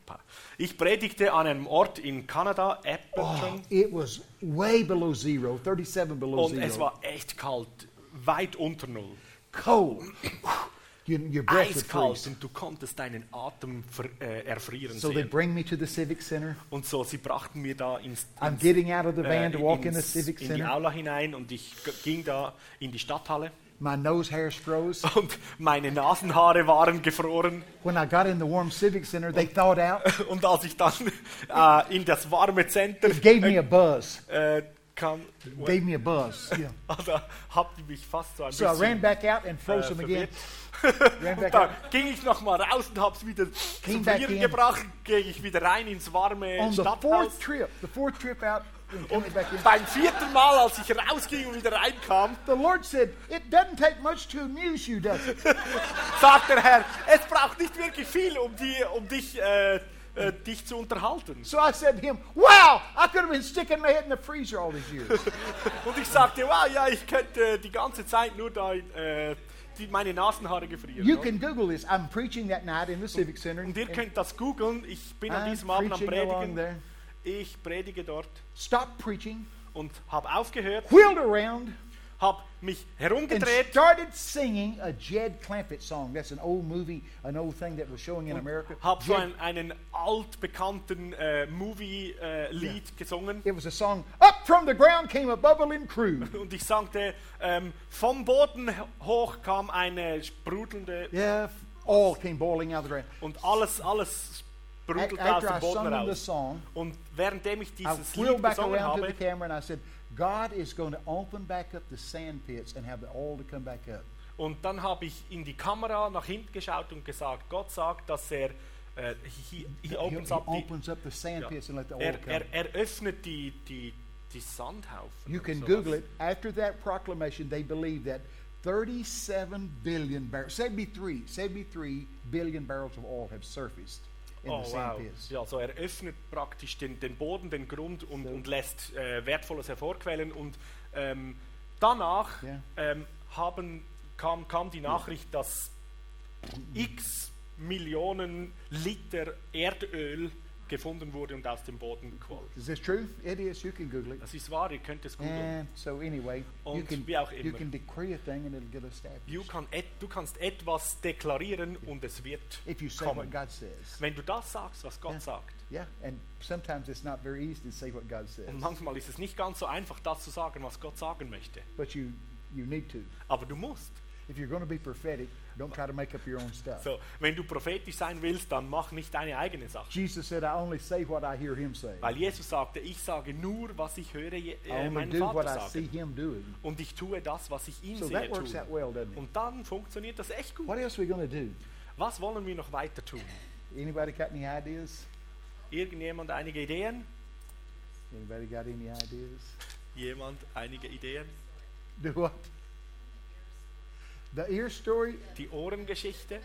Ich predigte an einem Ort in Kanada, Oh, Appleton, it was way below zero, thirty-seven below und es zero. war echt kalt, weit unter Null. Cold. Your, your breath would Eiskalt freeze. und du konntest deinen Atem ver, äh, erfrieren So they sehen. bring me to the Civic Center. Und so, sie brachten mir da ins, I'm ins, getting out of the van äh, to walk in the ins, Civic in die Center. Aula hinein und ich g- ging da in die Stadthalle My nose hairs froze. und meine Nasenhaare waren gefroren. When I got in the warm Civic Center, they thawed out. Und als ich dann äh, in das warme Center It gave me a buzz. äh, kam, Gave me a buzz. Yeah. also habt ihr mich fast so ein So I ran bisschen back out and froze äh, them again. verwirrt. Ran Und back dann out. ging ich nochmal raus und hab's wieder Came zum back Frieren in. gebracht, ging ich wieder rein ins warme On the Stadthaus. fourth trip, the fourth trip out, and coming Und back in, beim vierten Mal, als ich rausging und wieder reinkam, the Lord said, "It doesn't take much to amuse you, does it?" sagt der Herr, es braucht nicht wirklich viel, um, die, um dich, äh, äh, dich zu unterhalten. So I said to him, "Wow, I could have been sticking my head in the freezer all these years." Und ich sagte, wow, ja, ich könnte die ganze Zeit nur da äh, die, meine Nasenhaare gefrieren. You oder? can Google this. I'm preaching that night in the Civic Center. Und ihr and könnt das googeln. Ich bin an I'm diesem Abend am preaching along Predigen. there. Ich predige dort Stopped preaching, und habe aufgehört, wheeled around, habe mich and herumgedreht started singing a Jed Clampett song. That's an old movie, an old thing that was showing in America. habe so Jed- ein, einen altbekannten äh, Movie-Lied gesungen. It was a song, "Up from the ground came a bubbling crew." Und ich sagte, ähm, vom Boden hoch kam eine sprudelnde Yeah, all came boiling out of the ground. und alles, alles sprudelte aus After dem I Boden sung them the raus. song, Und währenddem ich I dieses wheeled Lied back gesungen around to the habe, camera and I said, "God is going to open back up the sand pits and have it all to come back up." und dann habe ich in die Kamera nach hinten geschaut und gesagt, Gott sagt, dass er äh, he, he He, opens he up die, opens up the sand ja, pits and let the oil er, come. er, er öffnet die, die, die Sandhaufen. You oder can sowas. Google it. After that proclamation, they believe that thirty-seven billion barrels, seventy-three, seventy-three billion barrels of oil have surfaced in Oh the sand wow. pits. Ja, also er öffnet praktisch den, den Boden, den Grund und, So. und lässt äh, Wertvolles hervorquellen. Und ähm, danach Ja. ähm, haben, kam, kam die Nachricht, dass x Millionen Liter Erdöl gefunden wurde und aus dem Boden quoll. Is this true? It is. You can Google it. Das ist wahr, ihr könnt es googeln. And so anyway, you Und can wie auch you immer. can decree a thing and it'll get established. Du, kann et, du kannst etwas deklarieren und es wird If you say what kommen. God says. Wenn du das sagst, was Gott Ja. sagt. Yeah, and sometimes it's not very easy to say what God says, Und manchmal ist es nicht ganz so einfach, das zu sagen, was Gott sagen möchte. but you you need to. Aber du musst. If you're going to be prophetic, don't try to make up your own stuff. So, wenn du prophetisch sein willst, dann mach nicht deine eigene Sache. Jesus said, "I only say what I hear Him say. Weil Jesus sagte, ich sage nur, was ich höre je, I äh, only meinen do what Vater I see sagen. Him doing." Und ich tue das, was ich ihn So sehe that works tun. out well, doesn't it? Und dann funktioniert das echt gut. What else are we going to do? Was wollen wir noch weiter tun? Anybody got any ideas? Irgendjemand einige Ideen? Anybody got any ideas? Jemand einige Ideen? Do what? The ear story? Die Ohrengeschichte?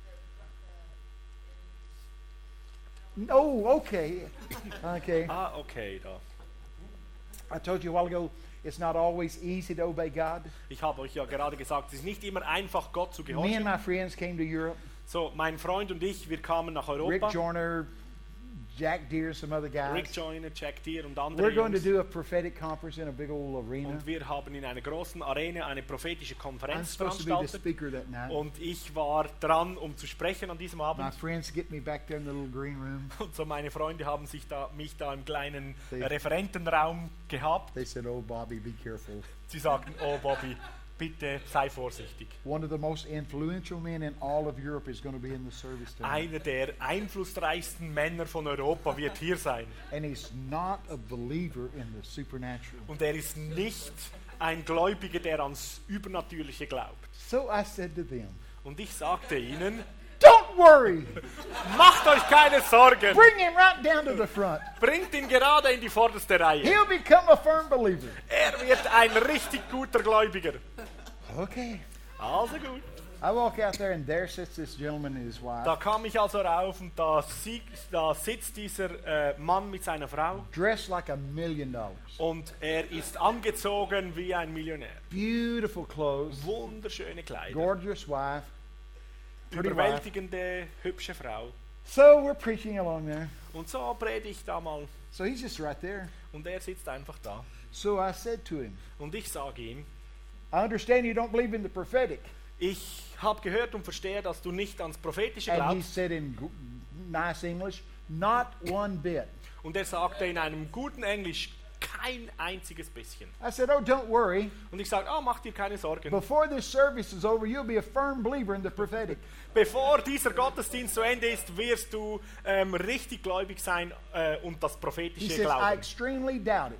Oh, okay. Okay. Ah, okay, da. I told you a while ago, it's not always easy to obey God. Ich habe euch ja gerade gesagt, es ist nicht immer einfach, Gott zu Me and gehorchen. my friends came to Europe. So, mein Freund und ich, wir kamen nach Rick Europa. Joyner, Jack Deere, some other guys. Rick Joyner, Jack Deere und andere We're going to Jungs. do a prophetic conference in a big old arena. Und wir haben in einer großen Arena eine prophetische I'm Konferenz supposed to be the veranstaltet. speaker that night. Und ich war dran, um zu sprechen an diesem My Abend. friends get me back there in the little green room. Und so meine Freunde haben sich da, mich da im kleinen They- Referentenraum gehabt. They said, "Oh, Bobby, be careful." Sie sagten, oh Bobby, bitte sei vorsichtig. One of the most influential men in all of Europe is going to be in the service tonight. Einer der einflussreichsten Männer von Europa wird hier sein. And he's not a believer in the supernatural. Und er ist nicht ein Gläubiger, der ans Übernatürliche glaubt. So I said to them, Und ich sagte ihnen, "Don't worry. macht euch keine Sorgen. Bring him right down to the front. Bringt ihn gerade in die vorderste Reihe. He'll become a firm believer." Er wird ein richtig guter Gläubiger. Okay. Also gut. I walk out there and there sits this gentleman and his wife, Da kam ich also rauf und da, sie, da sitzt dieser äh, Mann mit seiner Frau dressed like a million dollars. und er ist angezogen wie ein Millionär. Beautiful clothes, Wunderschöne Kleider, gorgeous wife, pretty wife. überwältigende, hübsche Frau. So we're preaching along there. Und so predigt da mal So he's just right there. und er sitzt einfach da. So I said to him, Und ich sage ihm, I understand you don't believe in the prophetic. ich habe gehört und verstehe, dass du nicht ans Prophetische And he glaubst. said in g- nice English, not one bit. Und er sagte in einem guten Englisch, kein einziges bisschen. I said, oh, don't worry. Und ich sage, oh, mach dir keine Sorgen. Before this service is over, you'll be a firm believer in the prophetic. Bevor dieser Gottesdienst zu Ende ist, wirst du ähm, richtig gläubig sein äh, und das He Prophetische says, I glauben. extremely doubt it.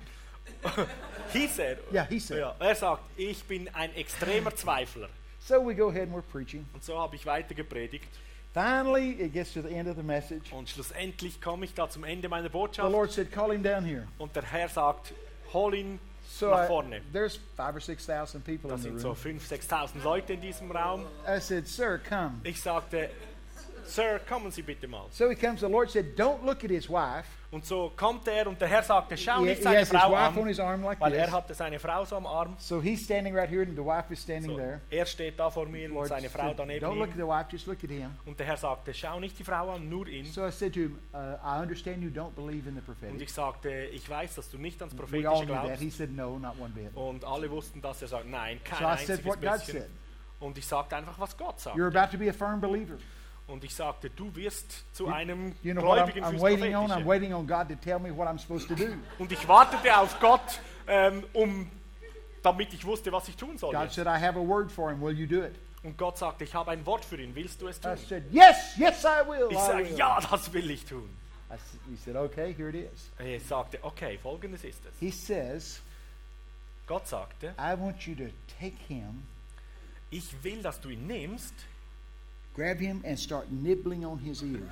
He said, Yeah, he said. ja, er sagt, ich bin ein extremer Zweifler. So we go ahead and we're preaching. Und so habe ich weiter gepredigt. Finally, it gets to the end of the message. Und schlussendlich komme ich da zum Ende meiner The Botschaft. Lord said, call him down here. Und der Herr sagt, hol ihn So nach I, vorne. there's five or six thousand people Da in the sind so room. fünftausend, sechstausend Leute in diesem Raum. I said, sir, come. Ich sagte, Sir, kommen Sie bitte mal. So he comes. The Lord said, don't look at his wife. Und so kommt er und der Herr sagte, schau He, nicht he seine has his Frau wife on an, his arm like weil er this. hatte seine Frau so am Arm. So he's standing right here and the wife is standing So, there. er steht da vor mir und Lord seine Frau said, daneben don't look at ihm. the wife, just look at him. Und der Herr sagte, schau nicht die Frau an, nur ihn. So I said to him, uh, I understand you don't believe in the Und prophetic. ich sagte, ich weiß, dass du nicht ans We all Prophetische knew that. glaubst. He said, no, not one bit. Und alle wussten das. Er sagt, nein, kein So I einziges said what God bisschen. said. Und ich sagte einfach, was Gott sagt. You're about to be a firm believer. Und ich sagte, du wirst zu einem You know what I'm, Gläubigen I'm fürs waiting on? I'm Prophetische. waiting on God to tell me what I'm supposed to do. Und ich wartete auf Gott, ähm, um, damit ich wusste, was ich tun God soll. said, I have a word for him. Will you do it? Und Gott sagte, ich habe ein Wort für ihn. Willst du es I tun? said, yes, yes, I will. Ich I sage, will. ja, das will ich tun. I s- he said, okay, here it is. Er sagte, okay, folgendes ist es. He says, Gott sagte, I want you to take him, ich will, dass du ihn nimmst, grab him, and start nibbling on his ears.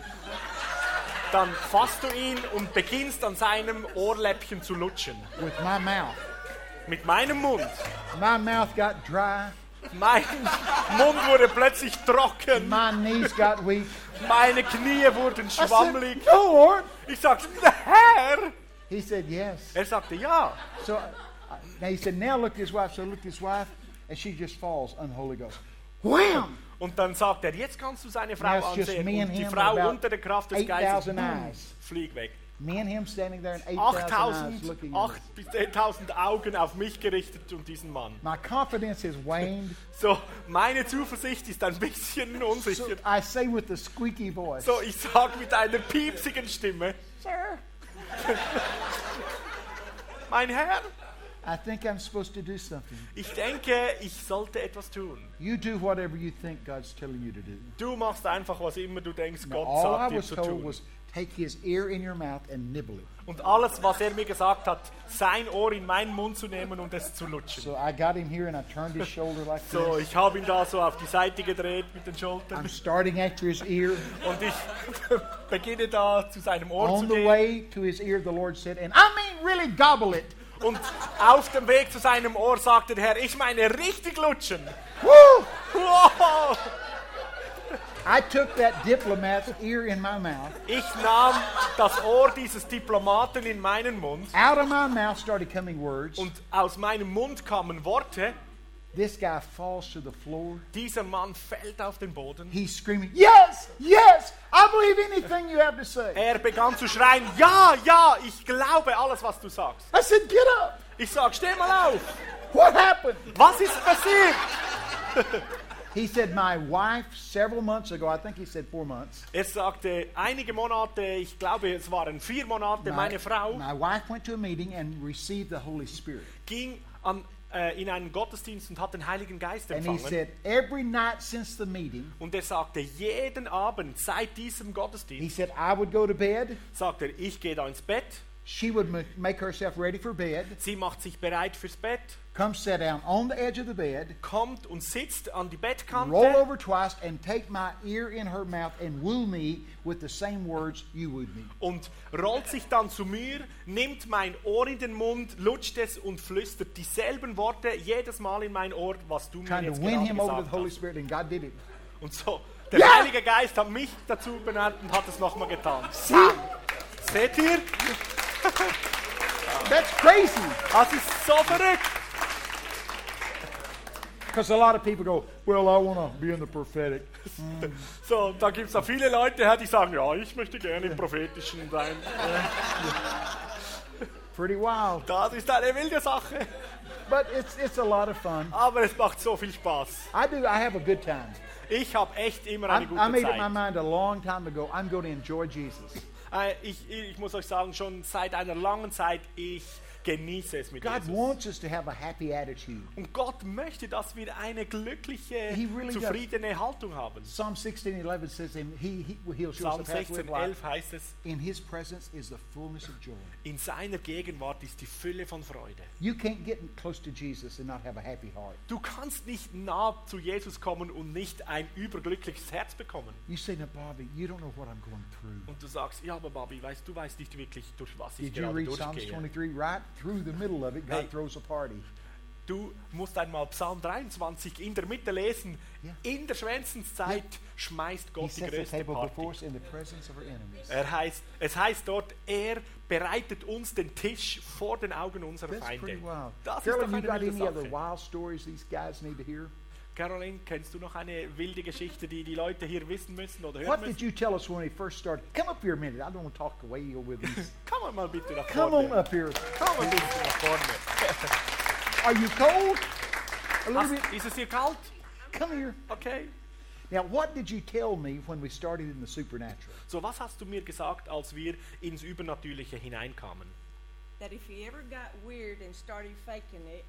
dann fasst du ihn und beginnst an seinem Ohrläppchen zu lutschen. With my mouth. Mit meinem Mund. My mouth got dry. Mein Mund wurde plötzlich trocken. My knees got weak. Meine Knie wurden I said, schwammelig. no, Lord. Ich sagte, Herr! He said, yes. Er sagte, ja. So I, now he said, now look at his wife. So look at his wife, and she just falls on the Holy Ghost. Wham! Und dann sagt er, jetzt kannst du seine Frau Now it's just ansehen. me Und and die him Frau about unter der Kraft des eight Geistes, thousand boom, eyes. flieg weg. Me and him standing there, and eight thousand eyes achttausend, looking at us. acht bis zehntausend Augen auf mich gerichtet und diesen Mann. My confidence has waned. So, meine Zuversicht ist ein bisschen So unsicher. I say with a squeaky voice, So, ich sag mit einer piepsigen Stimme, Sir, mein Herr, I think I'm supposed to do something. ich denke, ich sollte etwas tun. You do whatever you think God's telling you to do. Du machst einfach, was immer du denkst, Now, Gott all I sagt dir was zu told tun. was take his ear in your mouth and nibble it. Und alles, was er mir gesagt hat, sein Ohr in meinen Mund zu nehmen und es zu lutschen. So I got him here and I turned his shoulder like So, this. ich habe ihn da so auf die Seite gedreht mit den I'm Schultern starting after his ear. und ich beginne da zu seinem Ohr On zu the gehen. way to his ear, the Lord said, and I mean really gobble it. Und auf dem Weg zu seinem Ohr sagte der Herr, ich meine richtig lutschen. Woo! Wow! I took that diplomat's ear in my mouth. Ich nahm das Ohr dieses Diplomaten in meinen Mund Out of my mouth started coming words. und aus meinem Mund kamen Worte. This guy falls to the floor. Dieser Mann fällt auf den Boden. He's screaming, yes, yes, I believe anything you have to say. Er begann zu schreien, ja, ja, ich glaube alles, was du sagst. I said, get up. Ich sag, steh mal auf. What happened? Was ist passiert? He said, my wife, several months ago, I think he said four months. Er sagte, einige Monate, ich glaube, es waren vier Monate, My, meine Frau my wife went to a meeting and received the Holy Spirit. ging an, äh, in einen Gottesdienst und hat den Heiligen Geist And he empfangen. said, every night since the meeting, Und er sagte, jeden Abend seit diesem he Gottesdienst, said, I would go to bed. sagt er, ich gehe da ins Bett. She would ma- make herself ready for bed, Sie macht sich bereit fürs Bett, come sit down on the edge of the bed, kommt und sitzt an die roll Bettkante over twice, and take my ear in her mouth and woo me with the same words you wooed me. und rollt sich dann zu mir, nimmt mein Ohr in den Mund, lutscht es und flüstert dieselben Worte jedes Mal in mein Ohr, was du mir Trying to jetzt win gerade him over to gesagt the Holy hast. Spirit, and God did it. Und so, der Ja. Heilige Geist hat mich dazu benannt und hat es nochmal getan. See? Seht ihr? That's crazy. Das ist so verrückt. Because a lot of people go, well, I want to be in the prophetic. So, da gibt es da viele Leute, die sagen, ja, ich möchte gerne im Prophetischen sein. Pretty wild. Das ist eine wilde Sache. But it's, it's a lot of fun. Aber es macht so viel Spaß. I do. I have a good time. Ich habe echt immer eine I, gute I made up my Zeit. mind a long time ago, I'm going to enjoy Jesus. Äh, Ich, ich muss euch sagen, schon seit einer langen Zeit, ich genieße es mit God Jesus. wants us to have a happy attitude. Und Gott möchte, dass wir eine glückliche, He really does. zufriedene Haltung haben. Psalm sixteen eleven says him, he, he, he'll show us Psalm the pathway sechzehn, of life. elf heißt es, In his presence is the fullness of joy. in seiner Gegenwart ist die Fülle von Freude. You can't get close to Jesus and not have a happy heart. Du kannst nicht nah zu Jesus kommen und nicht ein überglückliches Herz bekommen. You say, now, Bobby, you don't know what I'm going through. Und du sagst, ja, aber Bobby, weißt du, weißt nicht wirklich, durch was ich Did you gerade read Psalms durchgehe. twenty-three? Right through the middle of it, God Hey. throws a party. Du musst einmal Psalm dreiundzwanzig in der Mitte lesen. Ja. In der Schwänzenszeit schmeißt He Gott die sets a größte table before Party. us in the presence of our enemies. Er heißt, es heißt dort, er bereitet uns den Tisch vor den Augen unserer That's Feinde. pretty wild. Das ist Carolyn, doch you got eine wilde any other Sache. wild stories these guys need to hear? Caroline, kennst du noch eine wilde Geschichte, die die Leute hier wissen müssen oder hören What müssen? did you tell us when we first started? Come up here a minute. I don't want to talk away with these. Komm mal bitte nach Come vorne. on up here. Komm mal bitte nach vorne. Are you cold? A little Hast, bit. ist es hier kalt? Come here. Okay. Now, what did you tell me when we started in the supernatural? So, was hast du mir gesagt, als wir ins Übernatürliche hineinkamen? That if you ever got weird and started faking it,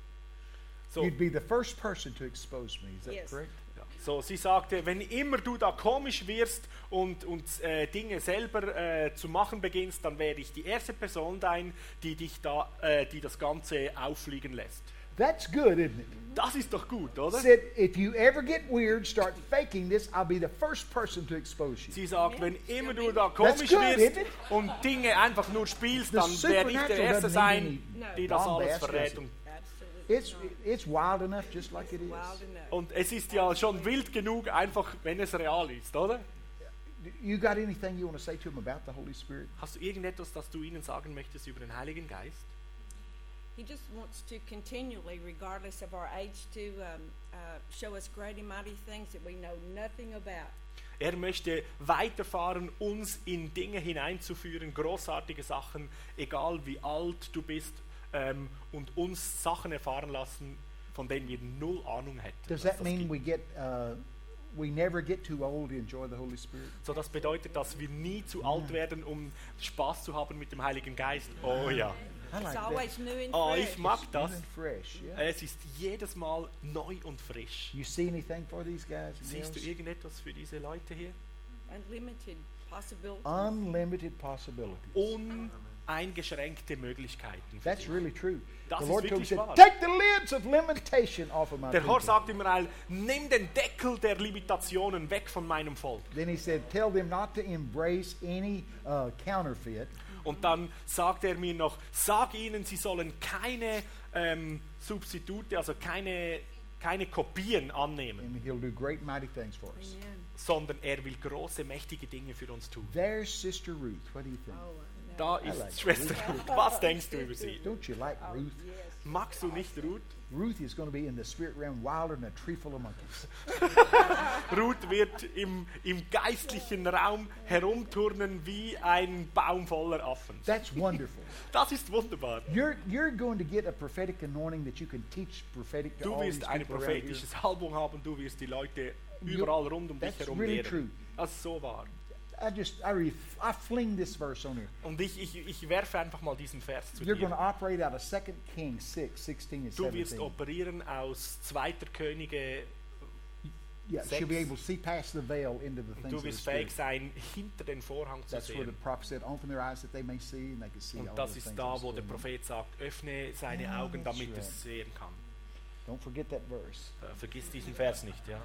So, You'd be the first person to expose me. Is that Yes. correct? ja. so sie sagte, wenn immer du da komisch wirst und, und äh, Dinge selber äh, zu machen beginnst, dann werde ich die erste Person sein, die dich da, äh, die das Ganze auffliegen lässt. That's good, isn't it? Das ist doch gut, oder? Said, if you ever get weird, start faking this, I'll be the first person to expose you. Sie sagt, wenn immer du da komisch good, wirst isn't it? und Dinge einfach nur spielst, The dann werde ich der supernatural Erste doesn't sein, need any die das alles bombast, verrät. does it? Und, absolutely It's, not. it's wild enough just like it is. Wild enough. und es ist ja schon wild genug, einfach wenn es real ist, oder? You got anything you want to say to them about the Holy Spirit? Hast du irgendetwas, das du ihnen sagen möchtest über den Heiligen Geist? He just wants to continually, regardless of our age, to um, uh, show us great and mighty things that we know nothing about. Er möchte weiterfahren, uns in Dinge hineinzuführen, großartige Sachen, egal wie alt du bist, ähm, und uns Sachen erfahren lassen, von denen wir null Ahnung hätten. Does was that das mean gibt. we get uh, we never get too old to enjoy the Holy Spirit? So, das bedeutet, dass wir nie zu alt werden, um Spaß zu haben mit dem Heiligen Geist. Oh ja. I It's like that. always new and Oh, fresh. ich mag New das. and fresh. Yeah. Es ist jedes Mal neu und frisch. You see anything for these guys? and Siehst du girls? irgendetwas für diese Leute hier? Unlimited possibilities. Unlimited possibilities. Uneingeschränkte Möglichkeiten. für That's dich. really true. Das the ist Lord told me, wirklich said, wahr. take the lids of limitation off of my Der Herr people. sagt immer, all, nimm den Deckel der Limitationen weg von meinem Volk. Then he said, tell them not to embrace any uh, counterfeit. Und dann sagt er mir noch, sag ihnen, sie sollen keine ähm, Substitute, also keine, keine Kopien annehmen, And he'll do great mighty things for us. Amen. sondern er will große, mächtige Dinge für uns tun. There's Sister Ruth. What do you think? Oh, I know. Da I ist like Schwester Ruth. Was denkst du über sie? Don't you like Oh, Ruth? yes. Magst du nicht Ruth? Ruth is going to be in the spirit realm wilder than a tree full of monkeys. Ruth wird im, im geistlichen Raum herumturnen wie ein Baum voller Affen. That's wonderful. Das ist wunderbar. You're, you're going to get a prophetic anointing that you can teach prophetic to Du all these wirst eine people around here. prophetische Salbung haben, du wirst die Leute überall rund um dich That's herum really lehren. true. Das ist so wahr. I just, I, re, I fling this verse on here. Und ich, ich, ich werfe einfach mal diesen Vers zu You're going to dir. operate out of Second Kings six, sixteen and Du wirst seventeen. operieren aus zweiter Könige Yeah, six. she'll be able to see past the veil into the und things du of the wirst Spirit. fähig sein, hinter den Vorhang zu That's where the sehen. prophet said, open their eyes that they may see, and they can see Und all das the ist things da, of wo the der Spirit. Prophet sagt, öffne seine Ah, Augen, that's damit right. es sehen kann. Don't forget that verse. Äh, vergiss diesen Vers nicht, ja?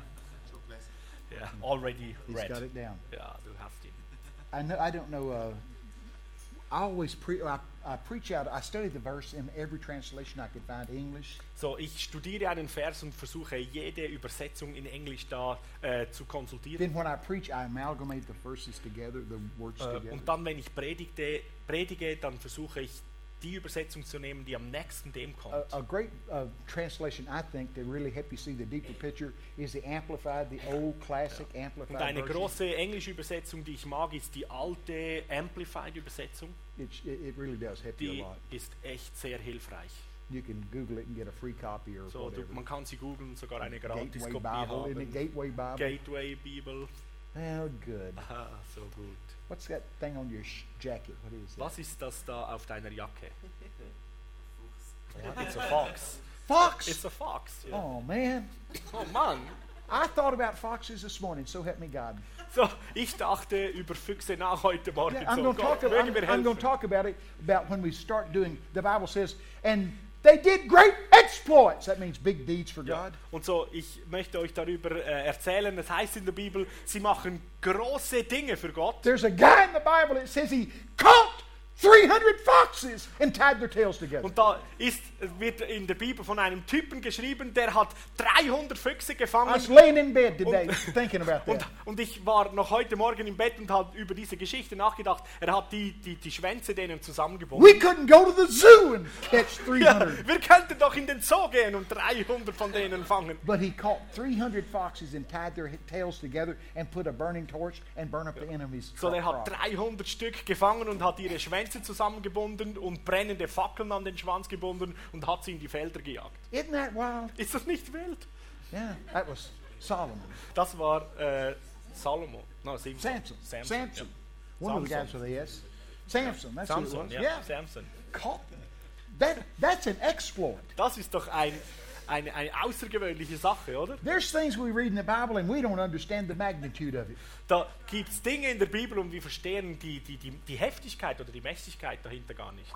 Ja, already He's got read. it down. Ja, du hast ihn. I know. I don't know. Uh, I always pre- I, I preach out. I study the verse in every translation I could find English. So, ich studiere einen Vers und versuche jede Übersetzung in Englisch da äh, zu konsultieren. Then when I preach, I amalgamate the verses together, the words Äh, together. und dann, wenn ich predigte, predige, dann versuche ich die Übersetzung zu nehmen, die am nächsten dem kommt. A, a great uh, translation, I think, to really help you see the deeper picture is the Amplified, the old classic Amplified Und eine version. große englische Übersetzung, die ich mag, ist die alte Amplified Übersetzung. It, it, it really does help you Die a lot. ist echt sehr hilfreich. You can Google it and get a free copy or So, du, whatever. man kann sie googeln und sogar eine Gateway Gratiskopie Bible, isn't it? haben. Gateway Bible. Gateway Bibel. Oh, good. Aha, so gut. What's that thing on your sh- jacket? What is that? Was ist das da auf deiner Jacke? It's a fox. Fox! It's a fox. Ja. Oh, man. Oh Mann. I thought about foxes this morning, so help me God. So, ich dachte über Füchse nach heute Morgen. Yeah, I'm so, going to talk, Gott, about, möge mir I'm, I'm going helfen. to talk about it, about when we start doing, the Bible says, and they did great exploits. That means big deeds for Ja. God. Und so, ich möchte euch darüber äh, erzählen. Das heißt in der Bibel, sie machen große Dinge für Gott. There's a guy in the Bible that says he caught three hundred foxes and tied their tails together. Und da ist, wird in der Bibel von einem Typen geschrieben, der hat dreihundert Füchse I gefangen. was laying in bed today thinking about Und, that. und ich war noch heute Morgen im Bett und habe über diese Geschichte nachgedacht. Er hat die, die, die Schwänze denen zusammengebunden. We couldn't go to the zoo and catch Ja, three hundred. wir könnten doch in den Zoo gehen und dreihundert von denen fangen. But he caught three hundred foxes and tied their he- tails together and put a burning torch and burned up the enemy's So, er hat crop. dreihundert Stück gefangen und hat ihre Schwänze zusammengebunden und brennende Fackeln an den Schwanz gebunden und hat sie in die Felder gejagt. Isn't that wild? Ist das nicht wild? Yeah, that was Solomon. Das war äh, Salomo. No, Simson. Samson. Samson. Samson. One of the guys Samson. with the S. Samson, that's Ja. who it Samson, was. ja. Yeah. Samson. Caught them. That, that's an exploit. Das ist doch ein, eine, eine außergewöhnliche Sache, oder? There's things we read in the Bible and we don't understand the magnitude of it. Da gibt es Dinge in der Bibel und wir verstehen die, die, die, die Heftigkeit oder die Mächtigkeit dahinter gar nicht.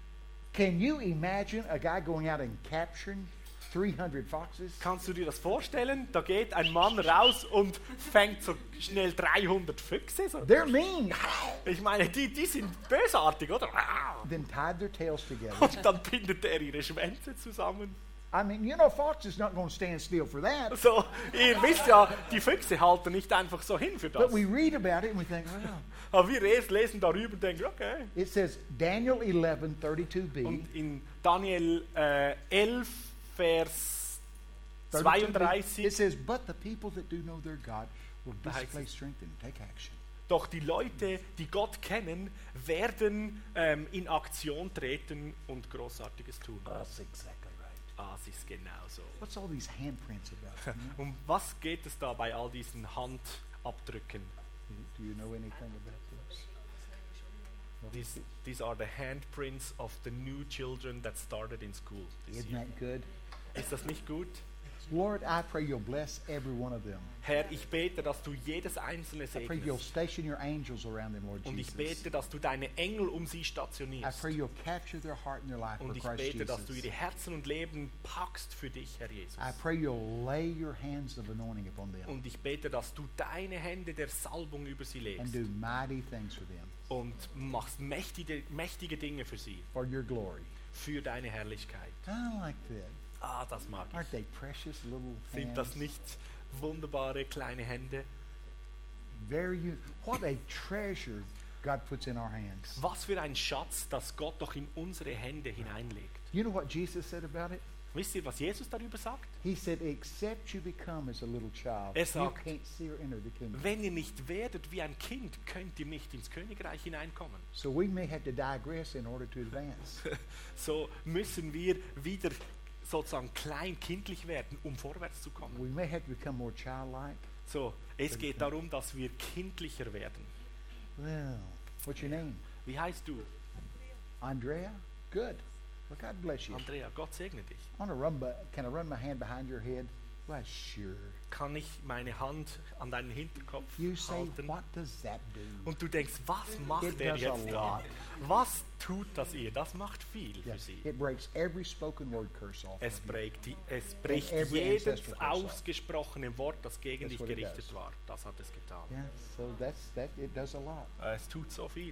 Can you imagine a guy going out and capturing three hundred foxes? Kannst du dir das vorstellen? Da geht ein Mann raus und fängt so schnell dreihundert Füchse. So. They're mean. Ich meine, die, die sind bösartig, oder? Then tied their tails together. Und dann bindet er ihre Schwänze zusammen. I mean, you know, fox is not going to stand still for that. So, ihr wisst ja, die Füchse halten nicht einfach so hin für das. But we read about it and we think, well, Aber wir res- lesen darüber und denken, okay. it says Daniel eleven thirty-two b. Und in Daniel äh, elf, Vers zweiunddreißig, It says, but the people that do know their God will Da heißt display es- strength and take action. doch die Leute, die Gott kennen, werden ähm, in Aktion treten und Großartiges tun. That's exactly right. Ah, es ist genau so. What's all these handprints about? You know? Um was geht es da bei all diesen Handabdrücken? Do you know anything about this? These, these are the handprints of the new children that started in school this Isn't year. that good? Ist das nicht gut? Lord, I pray you'll bless every one of them. Herr, ich bete, dass du jedes einzelne I pray you'll segnest. station your angels around them, Lord Und ich Jesus. bete, dass du deine Engel um sie I stationierst. pray you'll capture their heart and their life for Und ich Christ bete, dass du Jesus. ihre Herzen und Leben packst für dich, Herr Jesus. I pray you'll lay your hands of anointing upon them Und ich bete, dass du deine Hände der Salbung über sie and legst do mighty things for them und machst mächtige, mächtige Dinge für sie, for your glory. für deine Herrlichkeit. I like that. Ah, das mag Aren't ich. they precious little Sind das hands? nicht wunderbare kleine Hände? Very u- what a treasure God puts in our hands. Was für ein Schatz, das Gott doch in unsere Hände hineinlegt. You know what Jesus said about it? Wisst ihr, was Jesus darüber sagt? He said, except you become as a little child, Er you sagt, can't see or enter the kingdom. Wenn ihr nicht werdet wie ein Kind, könnt ihr nicht ins Königreich hineinkommen. So we may have to digress in order to advance. So müssen wir wieder sozusagen kleinkindlich werden, um vorwärts zu kommen. We may have to become more childlike. So, es geht darum, dass wir kindlicher werden. Well, what's your name? Wie heißt du? Andrea? Good. Well, God bless you. Andrea, Gott segne dich. I want to run, by, can I run my hand behind your head? Well, sure. Kann ich meine Hand an deinen Hinterkopf You say, halten? what does that do? Und du denkst, was macht It er does a jetzt da? lot. Was tut das ihr? Das macht viel Yeah, für sie. it breaks every spoken word curse off. Es of you. bricht, die, es bricht every jedes ancestral curse off. ausgesprochene Wort, das gegen That's dich what it gerichtet does. war. Das hat es getan. Yeah, so that's that. It does a lot. Äh, Es tut so viel.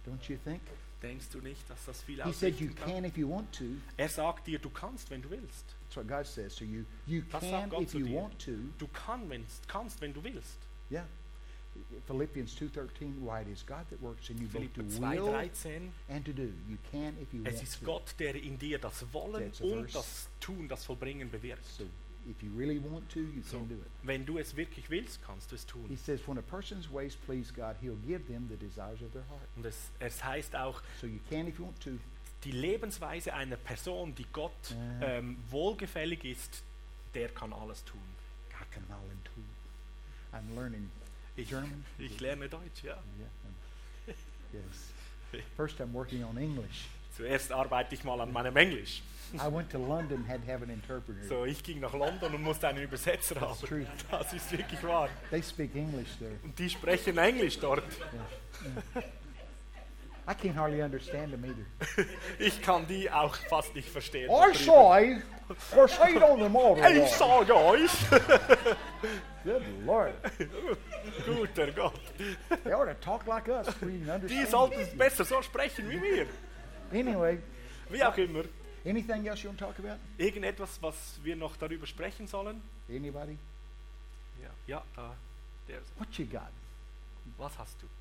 Don't you think? Denkst du nicht, dass das viel He said you ausrichten kann? can if you want to. Er sagt dir, du kannst, wenn du willst. That's what God says. So you, you Das can sagt Gott if zu you dir. want to. Du kann, wenn's, kannst, wenn du willst. Yeah. Philippians two thirteen, why it is God that works in you both Philipper to zwei will dreizehn. and to do. You can if you Es want ist to. Gott, der in dir das Wollen That's a und verse. das Tun, das Vollbringen bewirkt. So if you really want to, you So, can do it. wenn du es wirklich willst, kannst du es He tun. says when a person's ways please God, he'll give them the desires of their heart. Und es, es heißt auch, So you can if you want to. die Lebensweise einer Person, die Gott Mhm. ähm, wohlgefällig ist, der kann alles tun. God can all in two. I'm learning Ich, German. ich lerne Deutsch, ja. Yeah. Yes. First I'm working on English. Zuerst arbeite ich mal an meinem Englisch. I went to London, had to have an interpreter. So, ich ging nach London und musste einen Übersetzer That's haben. true. Das ist wirklich wahr. They speak English there. Und die sprechen Englisch dort. I can't hardly understand them either. Ich kann die auch fast nicht verstehen. I say, proceed on the motor. Ich sage euch, Good Lord. guter Gott, They ought to talk like us. We can die understand. sollten besser so sprechen wie wir. Anyway, Wie auch immer. anything else you want to talk about? Irgendetwas, was wir noch darüber sprechen sollen? Anybody? Ja, ja da. Der, What you got? was hast du?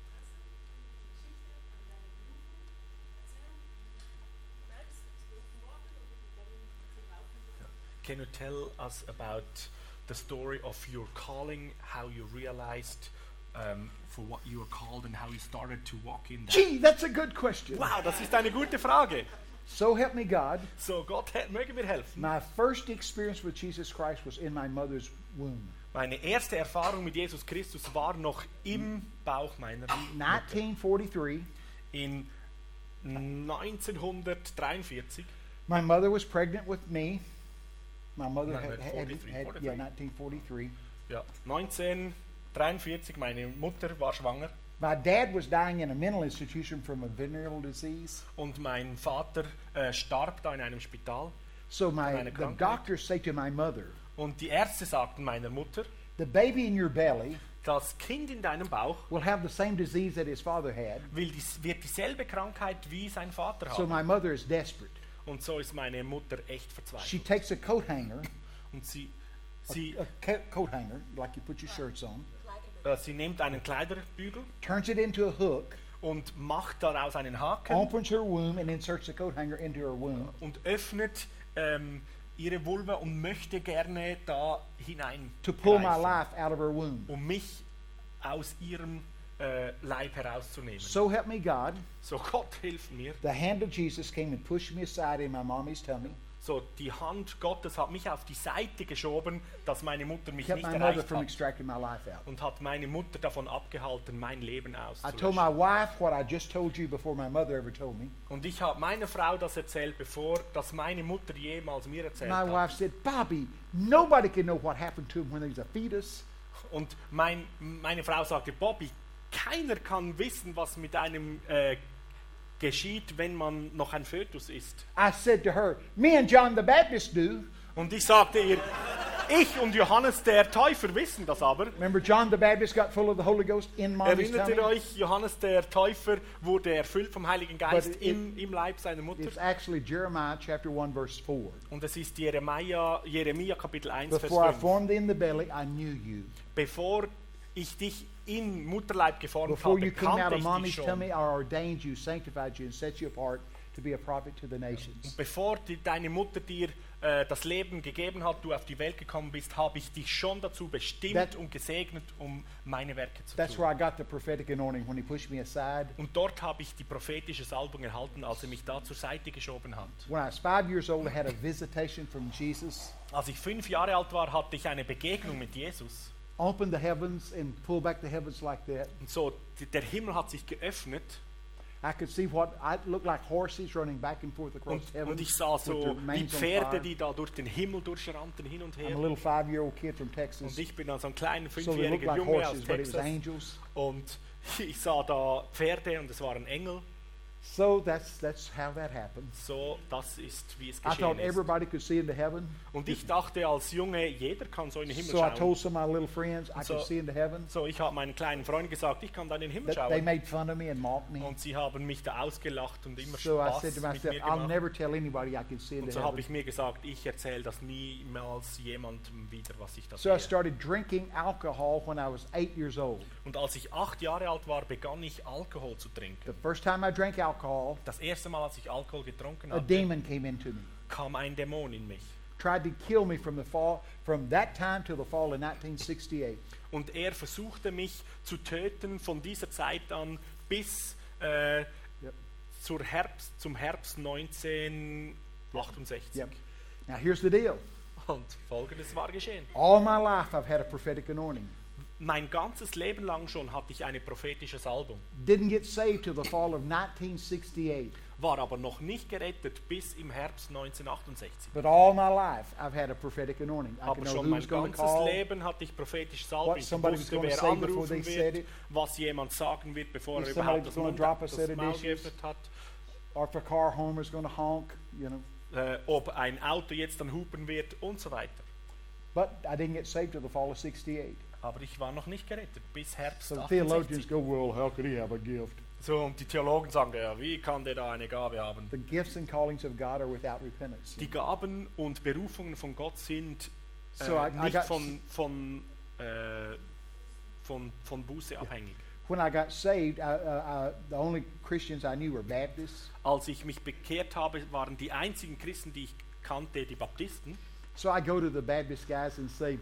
Can you tell us about the story of your calling, how you realized um, for what you were called and how you started to walk in that? Gee, that's a good question. Wow, das ist eine gute Frage. So help me God. So, Gott he- möge mir helfen. My first experience with Jesus Christ was in my mother's womb. Meine erste Erfahrung mit Jesus Christus war noch im Bauch meiner Mutter. nineteen forty-three. In neunzehnhundertdreiundvierzig. My mother was pregnant with me. My mother No, had, but had, forty-three, had forty-three. yeah, nineteen forty-three. Ja, neunzehnhundertdreiundvierzig, meine Mutter war schwanger My dad was dying in a mental institution from a venereal disease. und mein Vater äh, starb da in einem Spital. So my Eine the Krankheit. doctors say to my mother, Und die Ärzte sagten meiner Mutter, the baby in your belly das Kind in deinem Bauch will have the same disease that his father had. will dies, wird dieselbe Krankheit wie sein Vater So haben. my mother is desperate. Und so ist meine Mutter echt She verzweifelt. takes a coat hanger, Und sie, sie, a ca- coat hanger, like you put your shirts on, äh, sie nimmt einen Kleiderbügel turns it into a hook, und macht daraus einen Haken opens her womb, and inserts the coat hanger into her womb. und öffnet ähm, ihre Vulva und möchte gerne da hinein To pull my greifen, life out of her womb. um mich aus ihrem äh, Leib herauszunehmen. So help me God. So, Gott hilf mir. The hand of Jesus came and pushed me aside in my mommy's tummy. So, die Hand Gottes hat mich auf die Seite geschoben, dass meine Mutter mich Kept nicht my mother erreicht from hat. extracting my life out. Und hat meine Mutter davon abgehalten, mein Leben I told auszulöschen. my wife what I just told you before my mother ever told me. Und ich habe meiner Frau das erzählt, bevor das meine Mutter jemals mir erzählt My hat. wife said, Bobby, nobody can know what happened to him when he was a fetus. Und mein, meine Frau sagte, Bobby, keiner kann wissen, was mit einem äh, geschieht, wenn man noch ein Fötus ist. I said to her, me and John the Baptist do. Und ich sagte ihr, ich und Johannes der Täufer wissen das aber. Remember John the Baptist got full of the Holy Ghost in mommy's Erinnert tummy? ihr euch, Johannes der Täufer wurde erfüllt vom Heiligen Geist But it- im, im Leib seiner Mutter? It's actually Jeremiah chapter one verse four. Und es ist Jeremia, Jeremia Kapitel eins, Vers Before I fünf. formed thee in the belly, I knew you. Bevor ich dich im Mutterleib geformt Before habe, you came out kannte of ich mommy's dich schon. tummy, I ordained you, sanctified you, and set you apart to be a prophet to the nations. Bevor die, deine Mutter dir äh, das Leben gegeben hat, du auf die Welt gekommen bist, habe ich dich schon dazu bestimmt That- und gesegnet, um meine Werke zu That's tun. where I got the prophetic anointing when he pushed me aside. Und dort habe ich die prophetische Salbung erhalten, als er mich da zur Seite geschoben hat. When I was five years old, I had a visitation from Jesus. Als ich fünf Jahre alt war, hatte ich eine Begegnung mit Jesus. Opened the heavens and pulled back the heavens like that. Und so, die, der Himmel hat sich geöffnet I could see what I looked like horses running back and forth across und, heaven und ich sah with so their wie manes on Pferde, fire. die da durch den Himmel durchrannten, hin und I'm a her. little five-year-old kid from Texas, Und ich bin also ein kleiner so they looked fünfjähriger like Junge aus horses, but it was Texas. angels. Und ich sah da Pferde und es waren Engel. So that's that's how that happened. So, das ist, wie es I thought geschehen ist. everybody could see into heaven. Und ich dachte als Junge, jeder kann so in den Himmel So I schauen. told some of my little friends I So- could see into heaven. So, ich habe meinen kleinen Freunden gesagt, ich kann da in den Himmel That they schauen. made fun of me and mocked me. Und sie haben mich da ausgelacht und immer So I Spaß said to mit myself, mir I'll gemacht. never tell anybody I can see Und into so habe heaven. ich mir gesagt, ich erzähle das niemals jemandem wieder, was ich da So I sehe. started drinking alcohol when I was eight years old. Und als ich acht Jahre alt war, begann ich Alkohol zu trinken. The first time I drank alcohol, Das erste Mal, als ich Alkohol getrunken a hatte, demon came into me. kam ein Dämon in mich. Tried to kill me from the fall, from that time till the fall in nineteen sixty-eight. Und er versuchte mich zu töten von dieser Zeit an bis äh, Yep. zur Herbst, zum Herbst neunzehnhundertachtundsechzig. Yep. Now here's the deal. Und Folgendes war geschehen. All my life I've had a prophetic anointing. Mein ganzes Leben lang schon hatte ich eine prophetische Salbung, Didn't get saved till the fall of nineteen sixty-eight. war aber noch nicht gerettet bis im Herbst neunzehnhundertachtundsechzig. But all my life I've had a prophetic anointing. I Aber can know schon who mein was going to ganzes call. Leben hatte ich prophetische Salbung. What Ich somebody was wusste, gonna wer say before they anrufen said wird, it. was jemand sagen wird, bevor If er somebody überhaupt was das, gonna Mund, drop a das set of Maul dishes. geöffnet hat. Or if a car home is going to honk, you know. Äh, ob ein Auto jetzt dann hupen wird und so weiter. But I didn't get saved till the fall of sixty-eight. Aber ich war noch nicht gerettet bis Herbst So the theologians achtundsechzig. go, well, how could he have a gift? So, und die Theologen sagen, ja, wie kann der da eine Gabe haben? The gifts and callings of God are without repentance. Die Gaben und Berufungen von Gott sind äh, So I- I nicht got- von, von, äh, von, von Buße abhängig. When I got saved, I, uh, I, the only Christians I knew were Baptists. Als ich mich bekehrt habe, waren die einzigen Christen, die ich kannte, die Baptisten. So I go to the Baptist guys and say,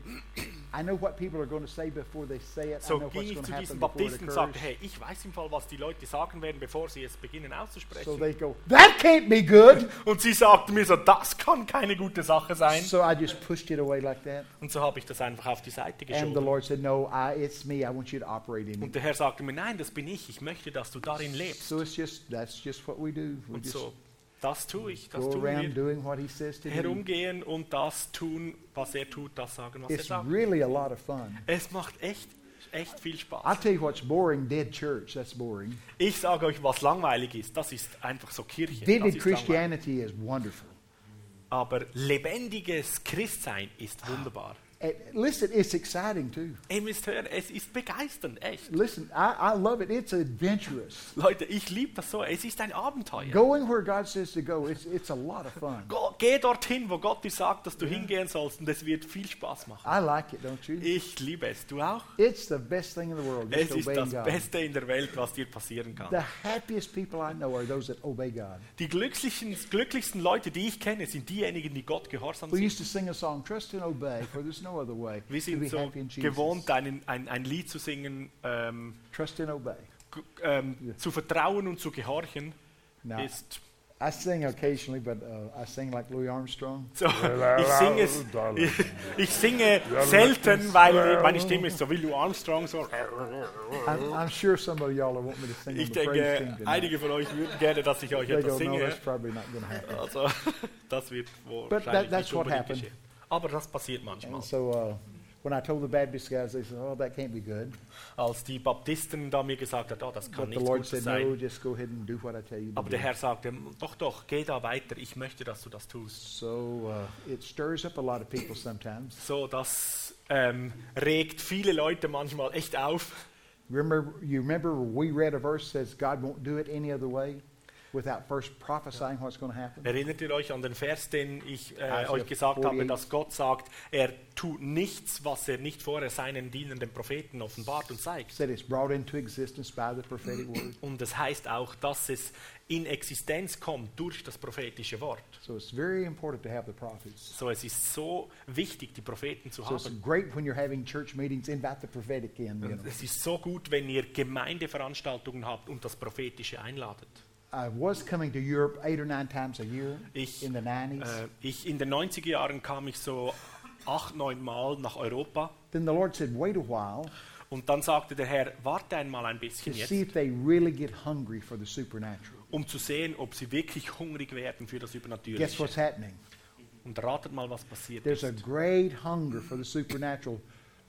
I know what people are going to say before they say it. I So know ging what's ich going zu to diesen happen before it Baptisten und sagte, occurs. hey, ich weiß im Fall, was die Leute sagen werden, bevor sie es beginnen So auszusprechen. they go, that can't be good. Und sie sagten mir so, das kann keine gute Sache sein. So I just pushed it away like that. Und so habe ich das einfach auf die Seite And the geschoben. Lord said, no, I, it's me. I want you to operate in Und it. der Herr sagte mir, nein, das bin ich. Ich möchte, dass du darin lebst. So it's just, that's just what we do. We Und just so, das tue ich, das go tun around wir. doing what he says to do. Herumgehen und das tun, was er tut, das sagen, was er It's sagt. really a lot of fun. Es macht echt, echt viel I'll Spaß. tell you what's boring, dead church. That's boring. Ich sage euch, was langweilig ist. Das ist einfach so Kirche. Das Vivid ist langweilig. Christianity is wonderful. Aber lebendiges Christsein ist wunderbar. Uh, listen, it's exciting too. Ihr müsst hören, es ist begeisternd, echt. Listen, I, I love it. It's adventurous. Leute, ich liebe das so. Es ist ein Abenteuer. Going where God says to go, it's, it's a lot of fun. Go, geh dorthin, wo Gott dir sagt, dass du hingehen sollst, und es wird viel Spaß machen. I like it, don't you? Ich liebe es. Du auch? It's the best thing in the world, Es just ist obeying das God. Beste in der Welt, was dir passieren kann. The happiest people I know are those that obey God. Die glücklichsten, glücklichsten Leute, die ich kenne, sind diejenigen, die Gott gehorsam We sind. used to sing a song, trust and obey, for there's no other way Wir to sind be so happy in Jesus. gewohnt, ein, ein, ein Lied zu singen, ähm, Trust and obey. g- ähm, zu vertrauen und zu gehorchen, Now, ist I sing occasionally, but uh, I sing like Louis Armstrong. so. Ich singe, es, ich, ich singe selten, weil meine Stimme ist so wie Lou Armstrong. So. I'm, I'm sure some of y'all want me to sing Ich on the praise team denke, tonight. einige von euch würden gerne, dass ich euch They etwas go, no, singe. that's probably not going to happen. Also, das wird But wahrscheinlich that- that's nicht what unbedingt happened. geschehen. Aber das passiert manchmal. And so uh, when I told the Baptist guys, they said, oh, that can't be good. Als die Baptisten da mir gesagt haben, oh, das kann But the nicht Lord gut said, sein. no, just go ahead and do what I tell you to Aber do. der Herr sagte, doch, doch, geh da weiter, ich möchte, dass du das tust. So uh, it stirs up a lot of people sometimes. So, das ähm, regt viele Leute manchmal echt auf. Remember, you remember we read a verse that says God won't do it any other way without first prophesying what's going to happen. Erinnert ihr euch an den Vers, den ich äh, Isaiah euch gesagt habe, forty-eight. dass Gott sagt, er tut nichts, was er nicht vorher seinen dienenden Propheten offenbart und zeigt. Said it's brought into existence by the prophetic word. Und das heißt auch, dass es in Existenz kommt durch das prophetische Wort. So it's very important to have the prophets. So, es ist so wichtig, die Propheten zu So it's haben. great when you're having church meetings, invite the prophetic in. You know. Es ist so gut, wenn ihr Gemeindeveranstaltungen habt und das Prophetische einladet. I was coming to Europe eight or nine times a year Ich, in the nineties. Äh, ich, in den neunziger Jahren kam ich so acht, neun Mal nach Europa. Then the Lord said, wait a while Und dann sagte der Herr, warte einmal ein to bisschen see jetzt, if they really get hungry for the supernatural. um zu sehen, ob sie wirklich hungrig werden für das Guess Übernatürliche. what's happening? Und ratet mal, was passiert There's a ist. great hunger for the supernatural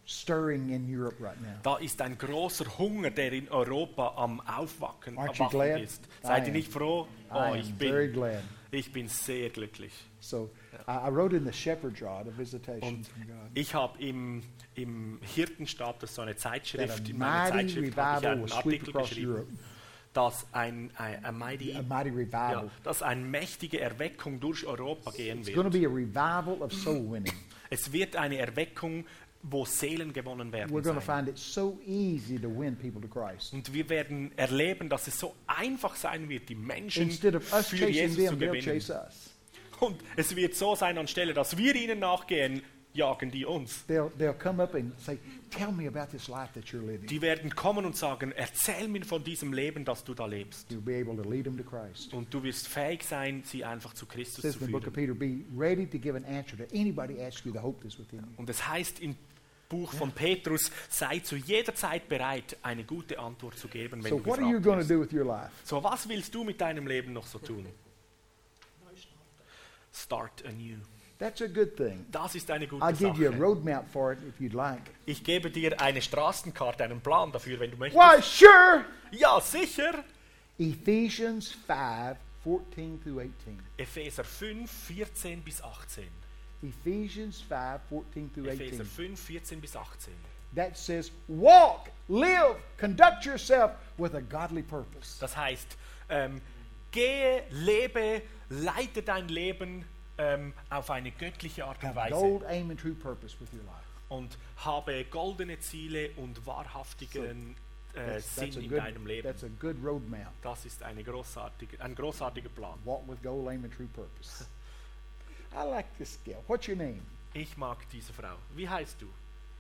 stirring in Europe right now. Da ist ein großer Hunger, der in Europa am Aufwachen, Aren't you Erwachen glad? ist. I Seid ihr am. nicht froh? Oh, I ich am very bin, glad. ich bin sehr glücklich. So I, I wrote in the Shepherd's Rod, a visitation Und from God. ich habe im, im Hirtenstab, das ist so eine That Zeitschrift, a in meiner mighty Zeitschrift habe ich revival einen will sweep Artikel across geschrieben, Europe. dass ein, ein, ein mighty, A mighty ja, revival. dass eine mächtige Erweckung durch Europa gehen It's going to wird. be a revival of soul winning. Es wird eine Erweckung, wo Seelen gewonnen werden We're going to sein. find it so easy to win people to Christ. Und wir werden erleben, dass es so einfach sein wird, die Menschen Instead of us für chasing Jesus them, zu they'll gewinnen. chase us. Und es wird so sein, anstelle, dass wir ihnen nachgehen, jagen die uns. They'll, they'll come up and say, tell me about this life that you're living. Die werden kommen und sagen, erzähl mir von diesem Leben, das du da lebst. You'll be able to lead them to Christ. Und du wirst fähig sein, sie einfach zu It Christus says zu in the book of führen. Peter, be ready to give an answer to anybody asks you the hope that's within you. Und es heißt im Buch von Petrus, sei zu jeder Zeit bereit, eine gute Antwort zu geben, wenn So du what are you gefragt going to wirst. do with your life? So, was willst du mit deinem Leben noch so tun? Start anew. That's a good thing. Das ist eine gute I'll give you a Sache. roadmap for it if you'd like. Ich gebe dir eine Straßenkarte, einen Plan dafür, wenn du möchtest. Why, sure. Ja, sicher. Ephesians five, fourteen through eighteen. Epheser fünf, vierzehn bis achtzehn. Ephesians five, fourteen through Epheser eighteen. fünf, vierzehn bis achtzehn. That says, walk, live, conduct yourself with a godly purpose. Das heißt, ähm, gehe, lebe, leite dein Leben ähm, auf eine göttliche Art und Have Weise gold, aim, and true purpose with your life. und habe goldene Ziele und wahrhaftigen äh, That's, Sinn that's, a in good, deinem Leben. that's a good roadmap. Das ist eine großartige, ein großartiger Plan. Walk with gold, aim, and true purpose. I like this gal. What's your name? Ich mag diese Frau. Wie heißt du?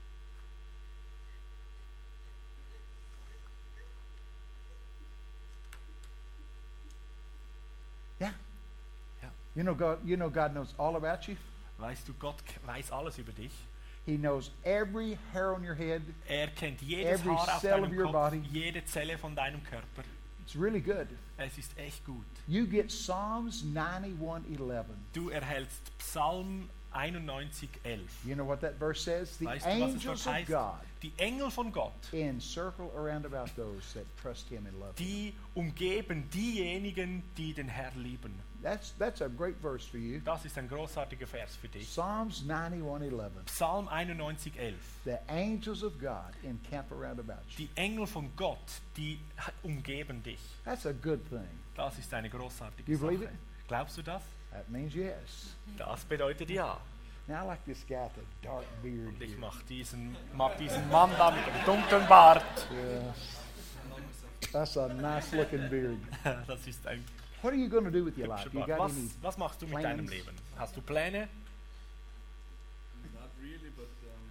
Yeah. Ja. You know God. You know God knows all about you. Weißt du, Gott k- weiß alles über dich. He knows every hair on your head. Er kennt jedes Every Haar auf cell of deinem your Kopf, body. jede Zelle von deinem Körper. It's really good. Es ist echt gut. You get Psalms ninety-one eleven. Du erhältst Psalm einundneunzig, elf. You know what that verse says? The Weißt du, was es angels dort of heißt? God Die Engel von Gott, encircle around about those that trust Him and love Him. die umgeben diejenigen, die den Herrn lieben. That's that's a great verse for you. Das ist ein großartiger Vers für dich. Psalms ninety-one eleven. Psalm einundneunzig, elf. The angels of God encamp around about you. Die Engel von Gott, die umgeben dich. That's a good thing. Das ist eine großartige You believe Sache. it? Glaubst du das? That means yes. Das bedeutet ja. Now I like this guy with the dark beard. Und ich here. mag diesen, mag diesen Mann da mit dem dunklen Bart. Yeah. That's a nice looking beard. Das ist ein What are you going to do with your hübscher life? You Bart. got Was, any? was machst du mit deinem plans? Leben? Hast du Pläne? Not really, but um,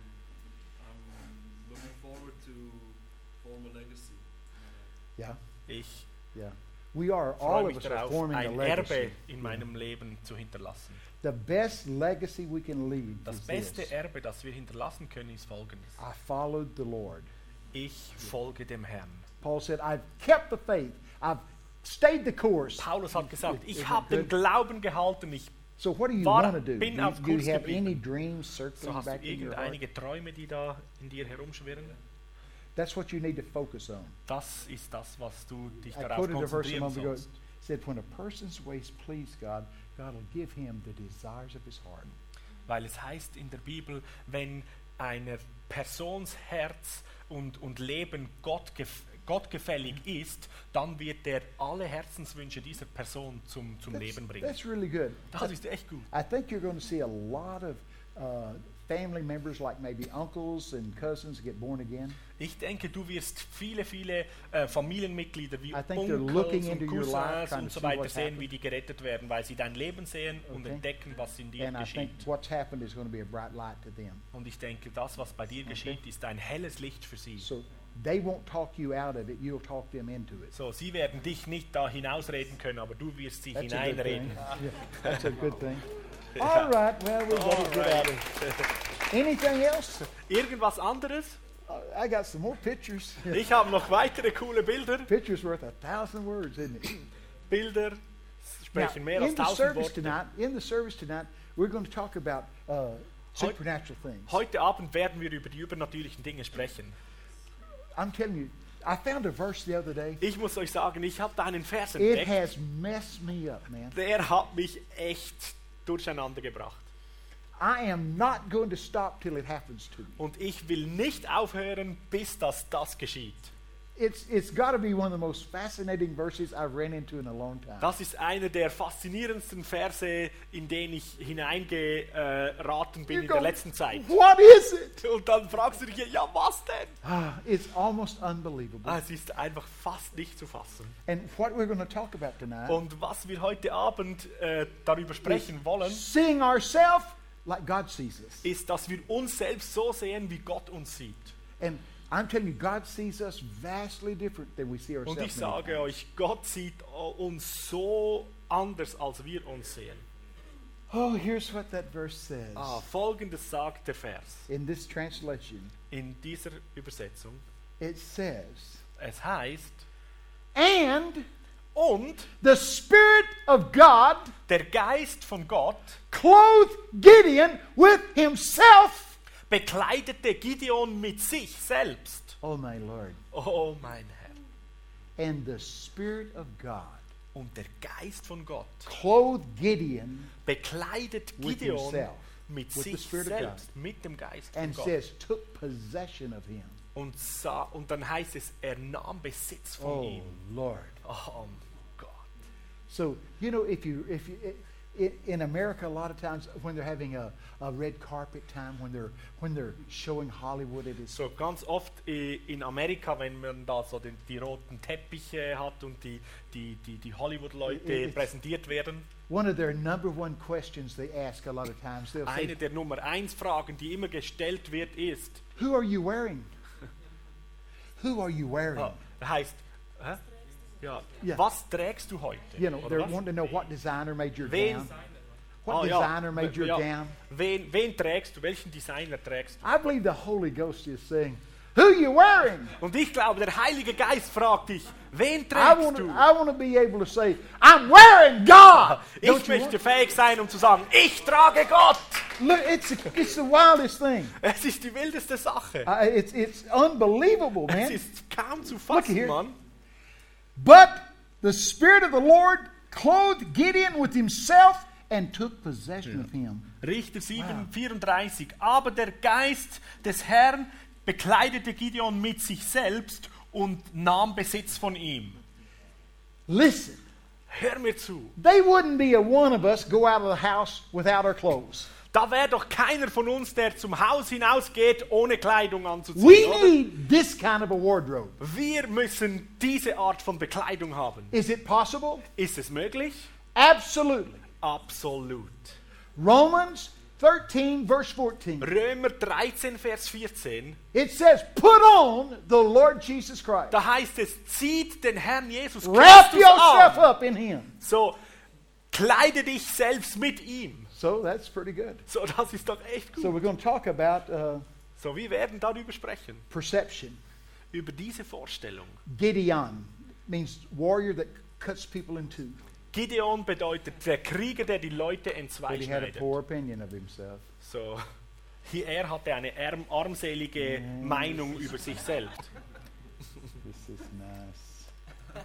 I'm looking forward to form a legacy. Yeah, Ich yeah. We are, freue all of mich us are darauf, forming a ein legacy. Erbe in meinem Leben zu hinterlassen. The best legacy we can leave Das is beste this. Erbe, das wir hinterlassen können, ist folgendes. I followed the Lord. Ich folge dem Herrn. Paul said, I've kept the faith. I've stayed the course. Paulus hat gesagt, Isn't ich it habe den good? Glauben gehalten. Ich, So what do you War- want to do? bin Do you, auf do you Kurs have geblieben. any dreams circling so hast du back in your heart? irgendeinige Träume, die da in dir herumschwirren? That's what you need to focus on. Das ist das, was du dich I darauf quoted a verse a konzentrieren moment ago. sollst. It said, when a person's ways please God, God will give him the desires of his heart. Weil es heißt in der Bibel, wenn einer Persons Herz und, und Leben Gott, gef Gott gefällig ist, dann wird er alle Herzenswünsche dieser Person zum, zum Leben bringen. That's really good. Das ist echt gut. I think you're going to see a lot of uh, family members, like maybe uncles and cousins, get born again. Ich denke, du wirst viele, viele äh, Familienmitglieder wie I think they're looking Onkels und into your life, Cousins trying und to so see weiter what's sehen, happened. wie die gerettet werden, weil sie dein Leben sehen und Okay. entdecken, was in dir And I think geschieht. what's happened is going to be a bright light to them. Und ich denke, das, was bei dir geschieht, ist ein helles Licht für sie. So they won't talk you out of it, you'll talk them into it. So, sie werden dich nicht da hinausreden können, aber du wirst sie That's a good thing. hineinreden. Yeah, that's a good thing. All right, well, we better get out of here. Anything else? Irgendwas anderes? Uh, I got some more pictures. Ich habe noch weitere coole Bilder. Pictures worth a thousand words, isn't it? Bilder Now, sprechen mehr als in the tausend service Worte. tonight, in the service tonight, we're going to talk about uh, supernatural things. Heute Abend werden wir über die übernatürlichen Dinge sprechen. I'm telling you, I found a verse the other day. Ich muss euch sagen, ich habe da einen Vers It entdeckt, has messed me up, man. der hat mich echt durcheinander gebracht. I am not going to stop till it happens to me. Und ich will nicht aufhören, bis das, das geschieht. It's it's got to be one of the most fascinating verses I've ran into in a long time. Das ist einer der faszinierendsten Verse, in den ich hineingeraten bin You in go, der letzten Zeit. What is it? Und dann fragst du dich, ja was denn? Ah, it's almost unbelievable. Ah, es ist einfach fast nicht zu fassen. And what we're going to talk about tonight Und was wir heute Abend äh, darüber sprechen wollen, is seeing ourselves like God sees us. ist, dass wir uns selbst so sehen, wie Gott uns sieht. And I'm telling you, God sees us vastly different than we see Und ourselves. ich many sage times. euch, Gott sieht uns so anders, als wir uns sehen. Oh, here's what that verse says. Ah, Folgendes sagt der Vers In this translation, in dieser Übersetzung. it says, Es heißt, and und the Spirit of God der Geist von Gott clothed Gideon with himself. bekleidete Gideon mit sich selbst. Oh, my Lord. Oh mein Herr. And the Spirit of God Und der Geist von Gott clothed Gideon bekleidet with Gideon himself, mit with the sich Spirit of God. selbst, mit dem Geist von and Gott. says, took possession of him. Und, sah, und dann heißt es, er nahm Besitz von Oh, ihm. Lord. Oh Gott. So, you know, if you, if you, i- in America, a lot of times when they're having a, a red carpet time, when they're, when they're showing Hollywood, it is So ganz oft äh, in Amerika, wenn man da so den, die roten Teppiche hat und die, die, die, die Hollywood-Leute It's- präsentiert werden, one of their number one questions they ask a lot of times. They'll eine say, der Nummer eins Fragen, die immer gestellt wird, ist, who are you wearing? Who are you wearing? ah, heißt, hä? Ja, Ja. was trägst du heute? You know, Oder they're was? wanting to know what designer made your Wen, gown. What Ah, ja. designer made your Ja. gown? Wen, wen trägst du? Welchen Designer trägst du? I believe the Holy Ghost is saying, who you wearing? Und ich glaube, der Heilige Geist fragt dich, wen I trägst want du? to, I want to be able to say, I'm wearing God. Ich Don't you möchte want? fähig sein, um zu sagen, ich trage Gott. Look, it's, it's the wildest thing. Es ist die wildeste Sache. Uh, it's, it's unbelievable, Es man. ist kaum zu Look here. fassen, Mann. But the Spirit of the Lord clothed Gideon with himself and took possession of him. Richter sieben, vierunddreißig. Aber der Geist des Herrn bekleidete Gideon mit sich selbst und nahm Besitz von ihm. Listen, Hör mir zu. they wouldn't be a one of us go out of the house without our clothes. Da wäre doch keiner von uns, der zum Haus hinausgeht, ohne Kleidung anzuziehen. We Oder? need this kind of a wardrobe. Wir müssen diese Art von Bekleidung haben. Is it possible? Ist es möglich? Absolutely. Absolut. Romans thirteen, verse fourteen. Römer dreizehn, Vers vierzehn. It says, put on the Lord Jesus Christ. Da heißt es, zieht den Herrn Jesus Wrap Christus yourself an. up in him. So, kleide dich selbst mit ihm. So that's pretty good. So, das ist doch echt So gut. we're going to talk about uh, So, wir werden darüber sprechen. perception. Über diese Vorstellung. Gideon means warrior that cuts people in two. Gideon bedeutet der Krieger, der die Leute But entzwei he had a schneidet. poor opinion of himself. So, hier, er hatte eine arm, armselige Meinung über sich selbst. This is nice.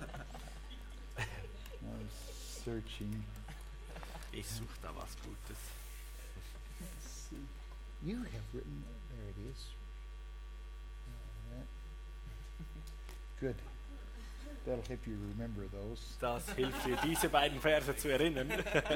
I was searching. Ich suche da was Gutes. Let's see. You have written, there it is. All right. Good. That'll help you remember those. Das hilft dir, diese beiden Verse zu erinnern.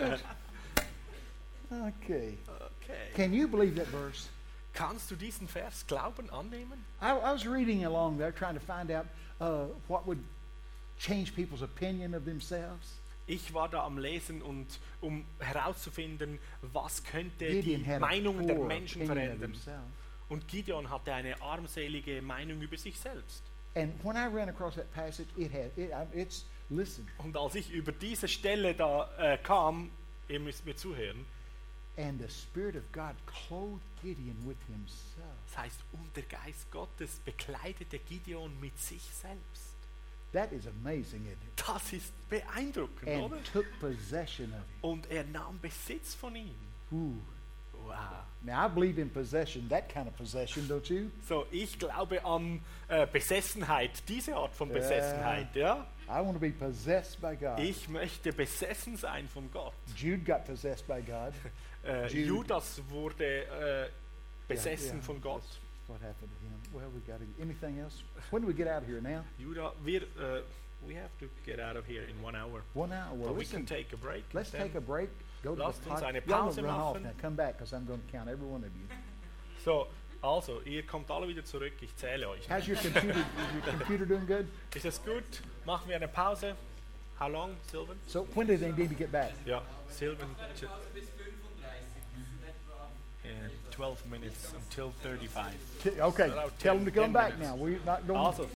Okay. Okay. Can you believe that verse? Kannst du diesen Vers glauben, annehmen? I, I was reading along there trying to find out uh, what would change people's opinion of themselves. Ich war da am Lesen, und um herauszufinden, was könnte Gideon die had a Meinung der poor Menschen opinion of verändern. himself. Und Gideon hatte eine armselige Meinung über sich selbst. And when I ran across that passage, it had it, I- it's listen. Und als ich über diese Stelle da äh, kam, ihr müsst mir zuhören, And the Spirit of God clothed Gideon with himself. das heißt, und der Geist Gottes bekleidete Gideon mit sich selbst. That is amazing, isn't it? Das ist beeindruckend, And oder? took possession of him. Und er nahm Besitz von ihm. Ooh. Wow. Now, I believe in possession, that kind of possession, don't you? So, ich glaube an äh, Besessenheit, diese Art von Ja. Besessenheit, ja. I want to be possessed by God. Ich möchte besessen sein von Gott. Jude got possessed by God. Äh, Jude. Judas wurde äh, besessen Yeah, yeah. von Gott. That's what happened to him. Well, we got to, anything else? When do we get out of here now? Judas, wir, äh, we have to get out of here in one hour. One hour. Well, But we listen, can take a break. let's then. take a break. Go to Lasst the uns pod- eine Y'all Pause don't run off machen. now. Come back, because I'm going to count every one of you. So, also, ihr kommt alle wieder zurück, ich zähle euch. How's your computer? Is your computer doing good? Ist es gut? Machen wir eine Pause. How long, Sylvan? So when do they need to get back? Ja, Sylvan. ju- Yeah, twelve minutes until thirty-five. T- Okay, About tell ten- them to come ten back minutes. now. We're not going. Also,